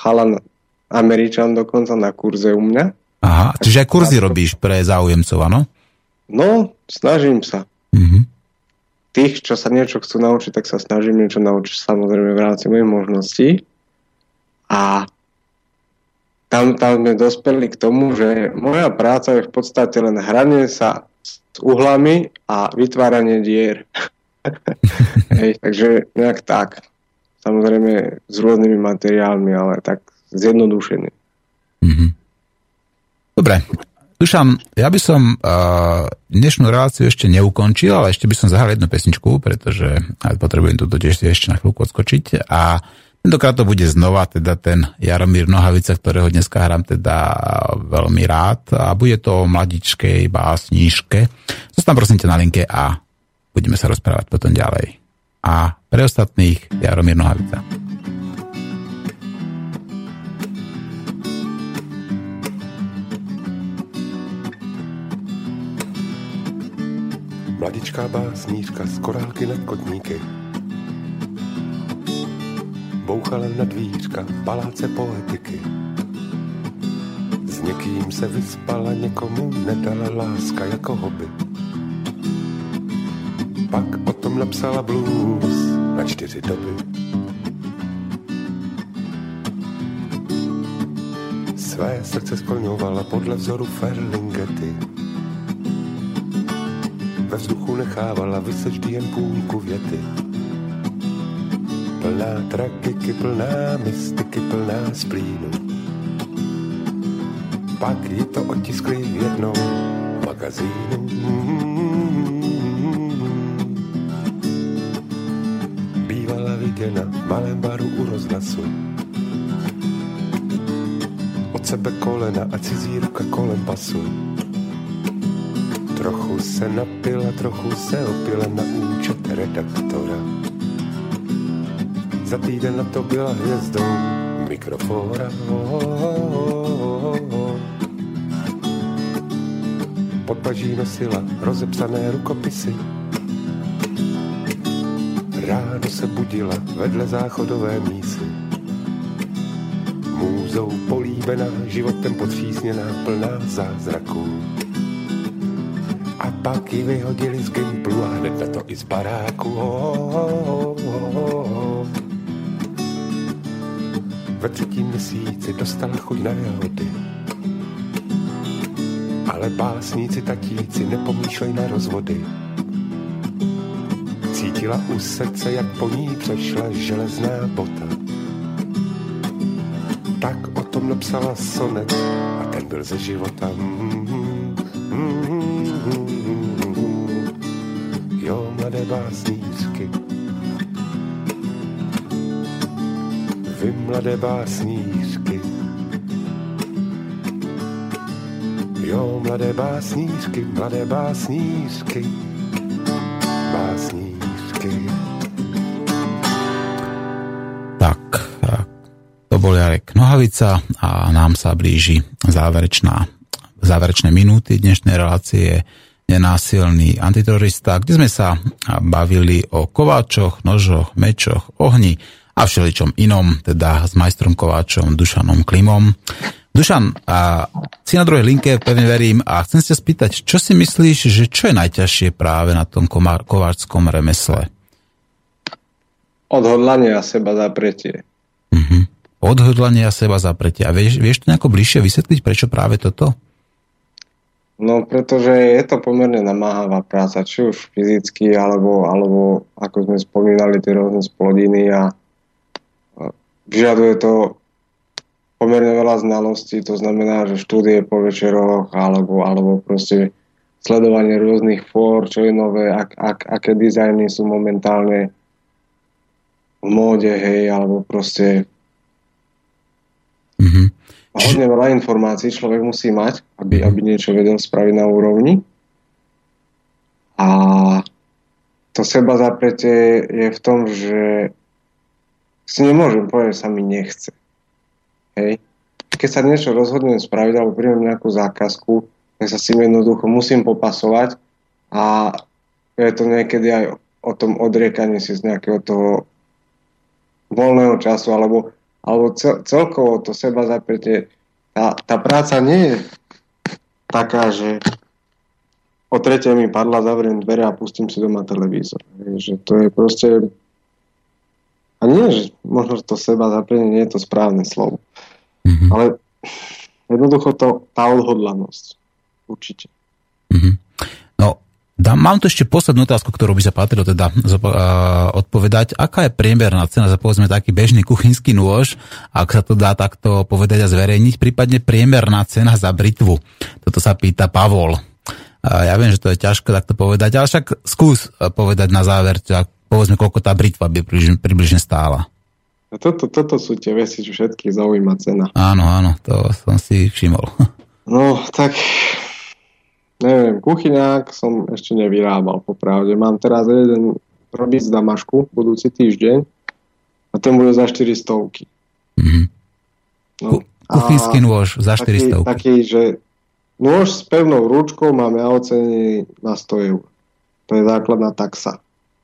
chalan Američan dokonca na kurze u mňa. Aha, čiže aj kurzy robíš pre záujemcov, áno? No, snažím sa. Uh-huh. Tých, čo sa niečo chcú naučiť, tak sa snažím niečo naučiť samozrejme v rámci mojich možností. A tam, tam sme dospeli k tomu, že moja práca je v podstate len hranie sa s uhlami a vytváranie dier. Hej, takže nejak tak. Samozrejme s rôznymi materiálmi, ale tak zjednodušený. Mm-hmm. Dobre. Dušan, ja by som uh, dnešnú reláciu ešte neukončil, ale ešte by som zahral jednu pesničku, pretože potrebujem tu tiež ešte na chvíľku odskočiť a tentokrát to bude znova teda ten Jaromír Nohavica, ktorého dneska hrám teda veľmi rád a bude to o mladičkej básničke. Zostaň prosím ťa na linke a budeme sa rozprávať potom ďalej. A pre ostatných Jaromír Nohavica. Mladičká básnířka z korálky nad kotníky bouchala na dvířka paláce poetiky. S někým se vyspala, někomu nedala láska jako hobby. Pak o tom napsala blues na čtyři doby. Své srdce skloňovala podle vzoru Ferlingety. Ve vzduchu nechávala vyset vždy jen půlku věty. Plná tragiky, plná mystiky, plná splínu. Pak ji to otiskli v jednom magazínu. Bývala viděna v malém baru u rozhlasu. Od sebe kolena a cizí ruka kolem pasu. Trochu se napila, trochu se opila na účet redaktora. Za týden na to byla hvězdou mikrofóra. Pod paží nosila rozepsané rukopisy. Ráno se budila vedle záchodové mísy. Můzou políbená, životem potřísněná, plná zázraků. A pak ji vyhodili z Gimplu a hned na to i z baráku. Oh, oh, oh, oh. Ve třetím měsíci dostala chuť na jahody. Ale básníci, tatíci nepomýšlej na rozvody. Cítila u srdce, jak po ní přešla železná bota. Tak o tom napsala sonet a ten byl ze života. Mm-hmm, mm-hmm. Jo, mladé básnířky, vy mladé básnířky, jo, mladé básnířky, mladé básnířky, básnířky. Tak, to bol Jarek Nohavica a nám sa blíži záverečná, záverečné minúty dnešnej relácie Nenásilný antiterorista, kde sme sa bavili o kováčoch, nožoch, mečoch, ohni a všeličom inom, teda s majstrom kováčom Dušanom Klimom. Dušan, a si na druhej linke, pevne verím, a chcem sa spýtať, čo si myslíš, že čo je najťažšie práve na tom kováčskom remesle? Odhodlanie a seba zapretie. Uh-huh. Odhodlanie a seba zapretie. A vieš, vieš to nejako bližšie vysvetliť, prečo práve toto? No, pretože je to pomerne namáhavá práca, či už fyzicky, alebo, alebo ako sme spomínali, tie rôzne splodiny a vyžaduje to pomerne veľa znalostí, to znamená, že štúdie po večeroch, alebo, alebo proste sledovanie rôznych fór, čo je nové, ak, ak, aké dizajny sú momentálne v móde, hej, alebo proste mhm. A hodne veľa informácií človek musí mať, aby, aby niečo vedel spraviť na úrovni. A to seba zapretie je v tom, že si nemôžem povedať, že sa mi nechce. Hej. Keď sa niečo rozhodnem spraviť alebo príjmem nejakú zákazku, tak sa s tým jednoducho musím popasovať a je to niekedy aj o tom odriekaní si z nejakého toho voľného času alebo alebo cel, celkovo to seba zapätie, tá, tá práca nie je taká, že o tretej mi padla, zavriem dvere a pustím si doma televízor. Že to je proste... A nie, že možno to seba zapätie nie je to správne slovo. Mm-hmm. Ale jednoducho to, tá odhodlanosť. Určite. Mm-hmm. No, dám, mám tu ešte poslednú otázku, ktorú by sa patrilo teda uh, odpovedať. Aká je priemerná cena za povedzme taký bežný kuchynský nôž, ak sa to dá takto povedať a zverejniť, prípadne priemerná cena za britvu? Toto sa pýta Pavol. Uh, ja viem, že to je ťažko takto povedať, ale však skús povedať na záver, povedzme, koľko tá britva by približne, približne stála. A toto, toto sú tie veci, čo všetkých zaujíma cena. Áno, áno, to som si všimol. No, tak... Neviem, kuchyňák som ešte nevyrábal, popravde. Mám teraz jeden robiť z Damašku budúci týždeň a ten bude za štyristovky. Mm-hmm. No, kuchynský nôž za štyristovky. Taký, taký, že nôž s pevnou rúčkou máme ja ocenený na sto eur. To je základná taxa.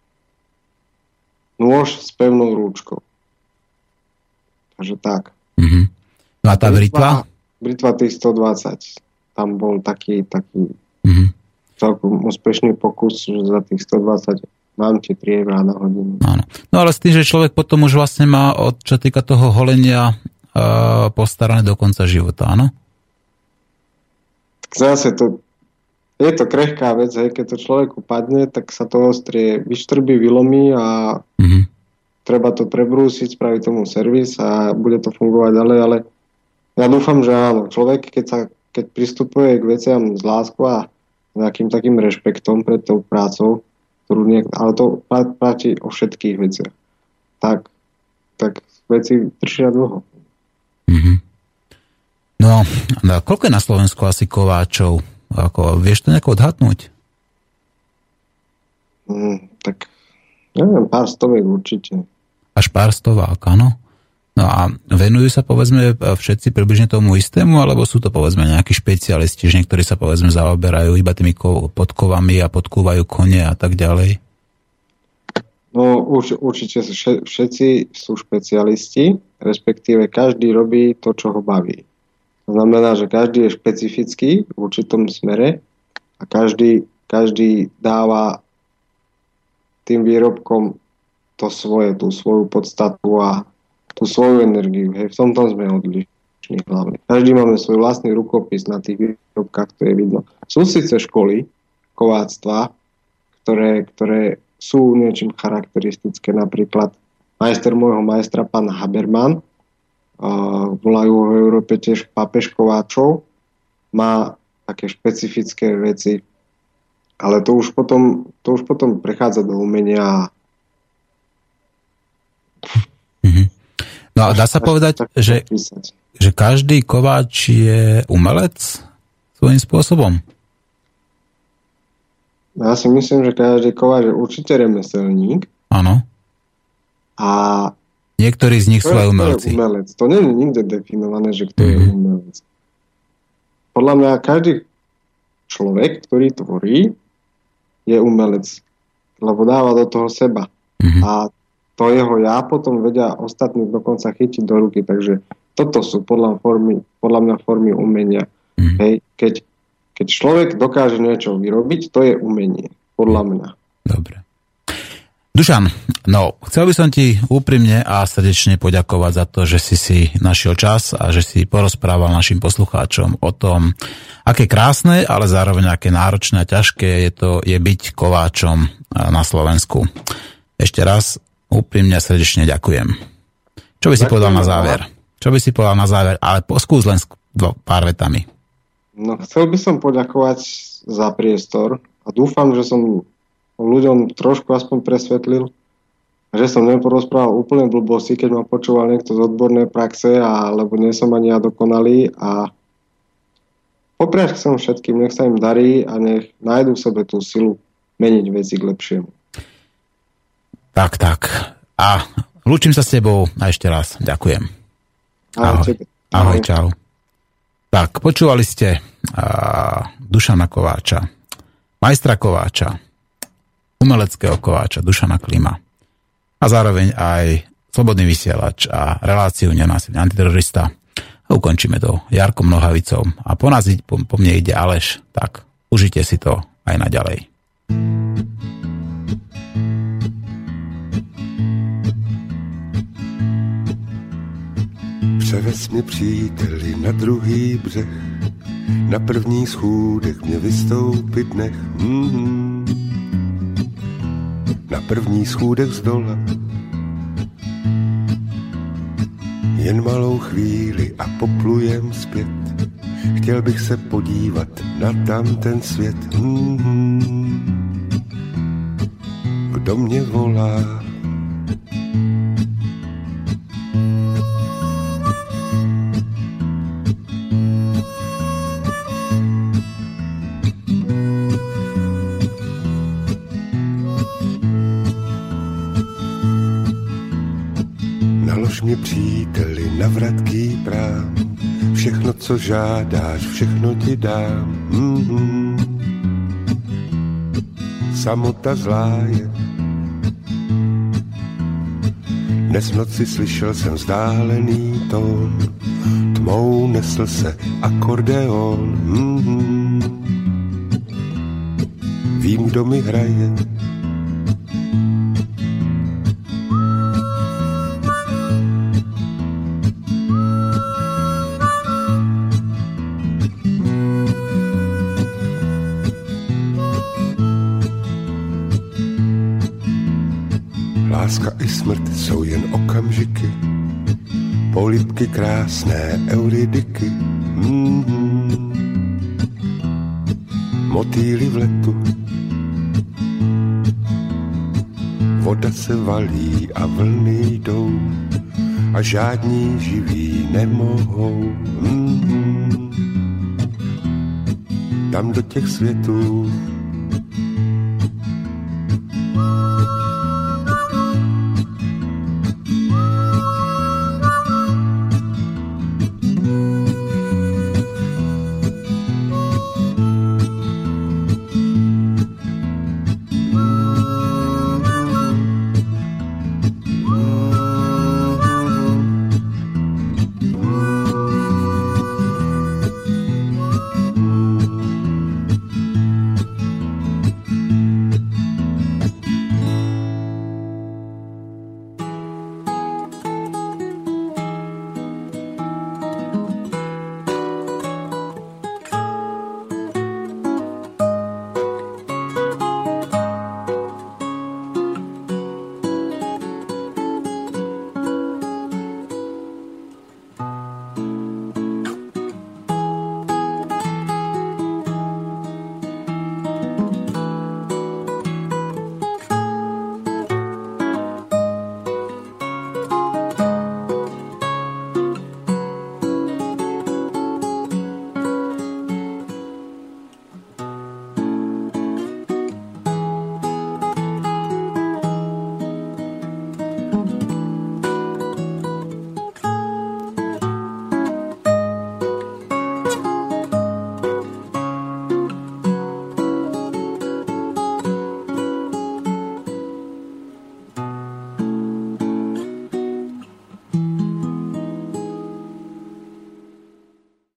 Nôž s pevnou rúčkou. Takže tak. Mm-hmm. No a tá britva? Britva tých stodvadsať. Tam bol taký, taký mm-hmm. celkom úspešný pokus, že za tých stodvadsať mám tie tri eurá na hodinu. Áno. No ale s tým, že človek potom už vlastne má, od čo týka toho holenia, uh, postarané do konca života, áno? Tak zase to, je to krehká vec, hej, keď to človeku padne, tak sa to ostrie vyštrbí, vylomí a mm-hmm. treba to prebrúsiť, spraviť tomu servis a bude to fungovať ďalej, ale ja dúfam, že áno, človek, keď sa keď pristupuje k veciam s láskou a nejakým takým rešpektom pred tou prácou, ktorú niek- ale to platí o všetkých veciach, tak, tak veci držia dlho. Mm-hmm. No, no, koľko je na Slovensku asi kováčov? Ako, vieš to nejako odhadnúť? Mm, tak, neviem, pár stoviek určite. Až pár stovák, áno? No a venujú sa povedzme všetci približne tomu istému, alebo sú to povedzme nejakí špecialisti, že niektorí sa povedzme zaoberajú iba tými podkovami a podkúvajú kone a tak ďalej? No urč, určite všetci sú špecialisti, respektíve každý robí to, čo ho baví. To znamená, že každý je špecifický v určitom smere a každý, každý dáva tým výrobkom to svoje, tú svoju podstatu a tú svoju energiu. Hej, v tomto sme odlišní hlavne. Každý máme svoj vlastný rukopis na tých výrobkách, to je vidno. Sú síce školy kováctva, ktoré, ktoré sú niečím charakteristické, napríklad majster môjho majstra, pán Haberman, uh, volajú ho v Európe tiež pápež kováčov, má také špecifické veci, ale to už potom, to už potom prechádza do umenia. Mhm. No a dá sa povedať, že, že každý kováč je umelec svojím spôsobom? Ja si myslím, že každý kováč je určite remeselník. Áno. A niektorí z nich sú aj umelci. To, umelec. To nie je nikde definované, že kto mm-hmm. je umelec. Podľa mňa každý človek, ktorý tvorí, je umelec. Lebo dáva do toho seba. Mm-hmm. A to jeho ja potom vedia ostatní dokonca chytiť do ruky. Takže toto sú podľa, formy, podľa mňa formy umenia. Mm. Hej, keď, keď človek dokáže niečo vyrobiť, to je umenie. Podľa mňa. Dobre. Dušan, no, chcel by som ti úprimne a srdečne poďakovať za to, že si si našiel čas a že si porozprával našim poslucháčom o tom, aké krásne, ale zároveň aké náročné a ťažké je to je byť kováčom na Slovensku. Ešte raz úprimne a srdečne ďakujem. Čo by si ďakujem, povedal na záver? Čo by si povedal na záver? Ale skús len dva, pár vetami. No, chcel by som poďakovať za priestor a dúfam, že som ľuďom trošku aspoň presvetlil, že som neporozprával úplne blbosti, keď ma počúval niekto z odbornej praxe, alebo nie som ani ja dokonalý a popriať som všetkým, nech sa im darí a nech nájdu v sebe tú silu meniť veci k lepšiemu. Tak, tak. A lúčim sa s tebou a ešte raz ďakujem. Ahoj. Ahoj, Ahoj čau. Tak, počúvali ste uh, Dušana Kováča, majstra kováča, umeleckého kováča Dušana Klima a zároveň aj Slobodný vysielač a reláciu Nenásilný antiterorista. A ukončíme to Jarkom Nohavicou. A po nás, po, po mne ide Aleš, tak užite si to aj naďalej. Převez mě příteli na druhý břeh, na první schůdek mě vystoupit nech. Mm-hmm. Na první schůdek z dola. Jen malou chvíli a poplujem zpět. Chtěl bych se podívat na tamten svět. Mm-hmm. Kdo mě volá? Mě příteli na vratký prám, všechno, co žádáš, všechno ti dám. Mm-hmm. Samota zlá je. Dnes v noci slyšel jsem vzdálený tón, tmou nesl se akordeon. Mm-hmm. Vím, kdo mi hraje. Láska i smrt jsou jen okamžiky, polibky krásné euridiky. Mm-hmm. Motýly v letu, voda se valí a vlny jdou a žádní živí nemohou. Mm-hmm. Tam do těch světů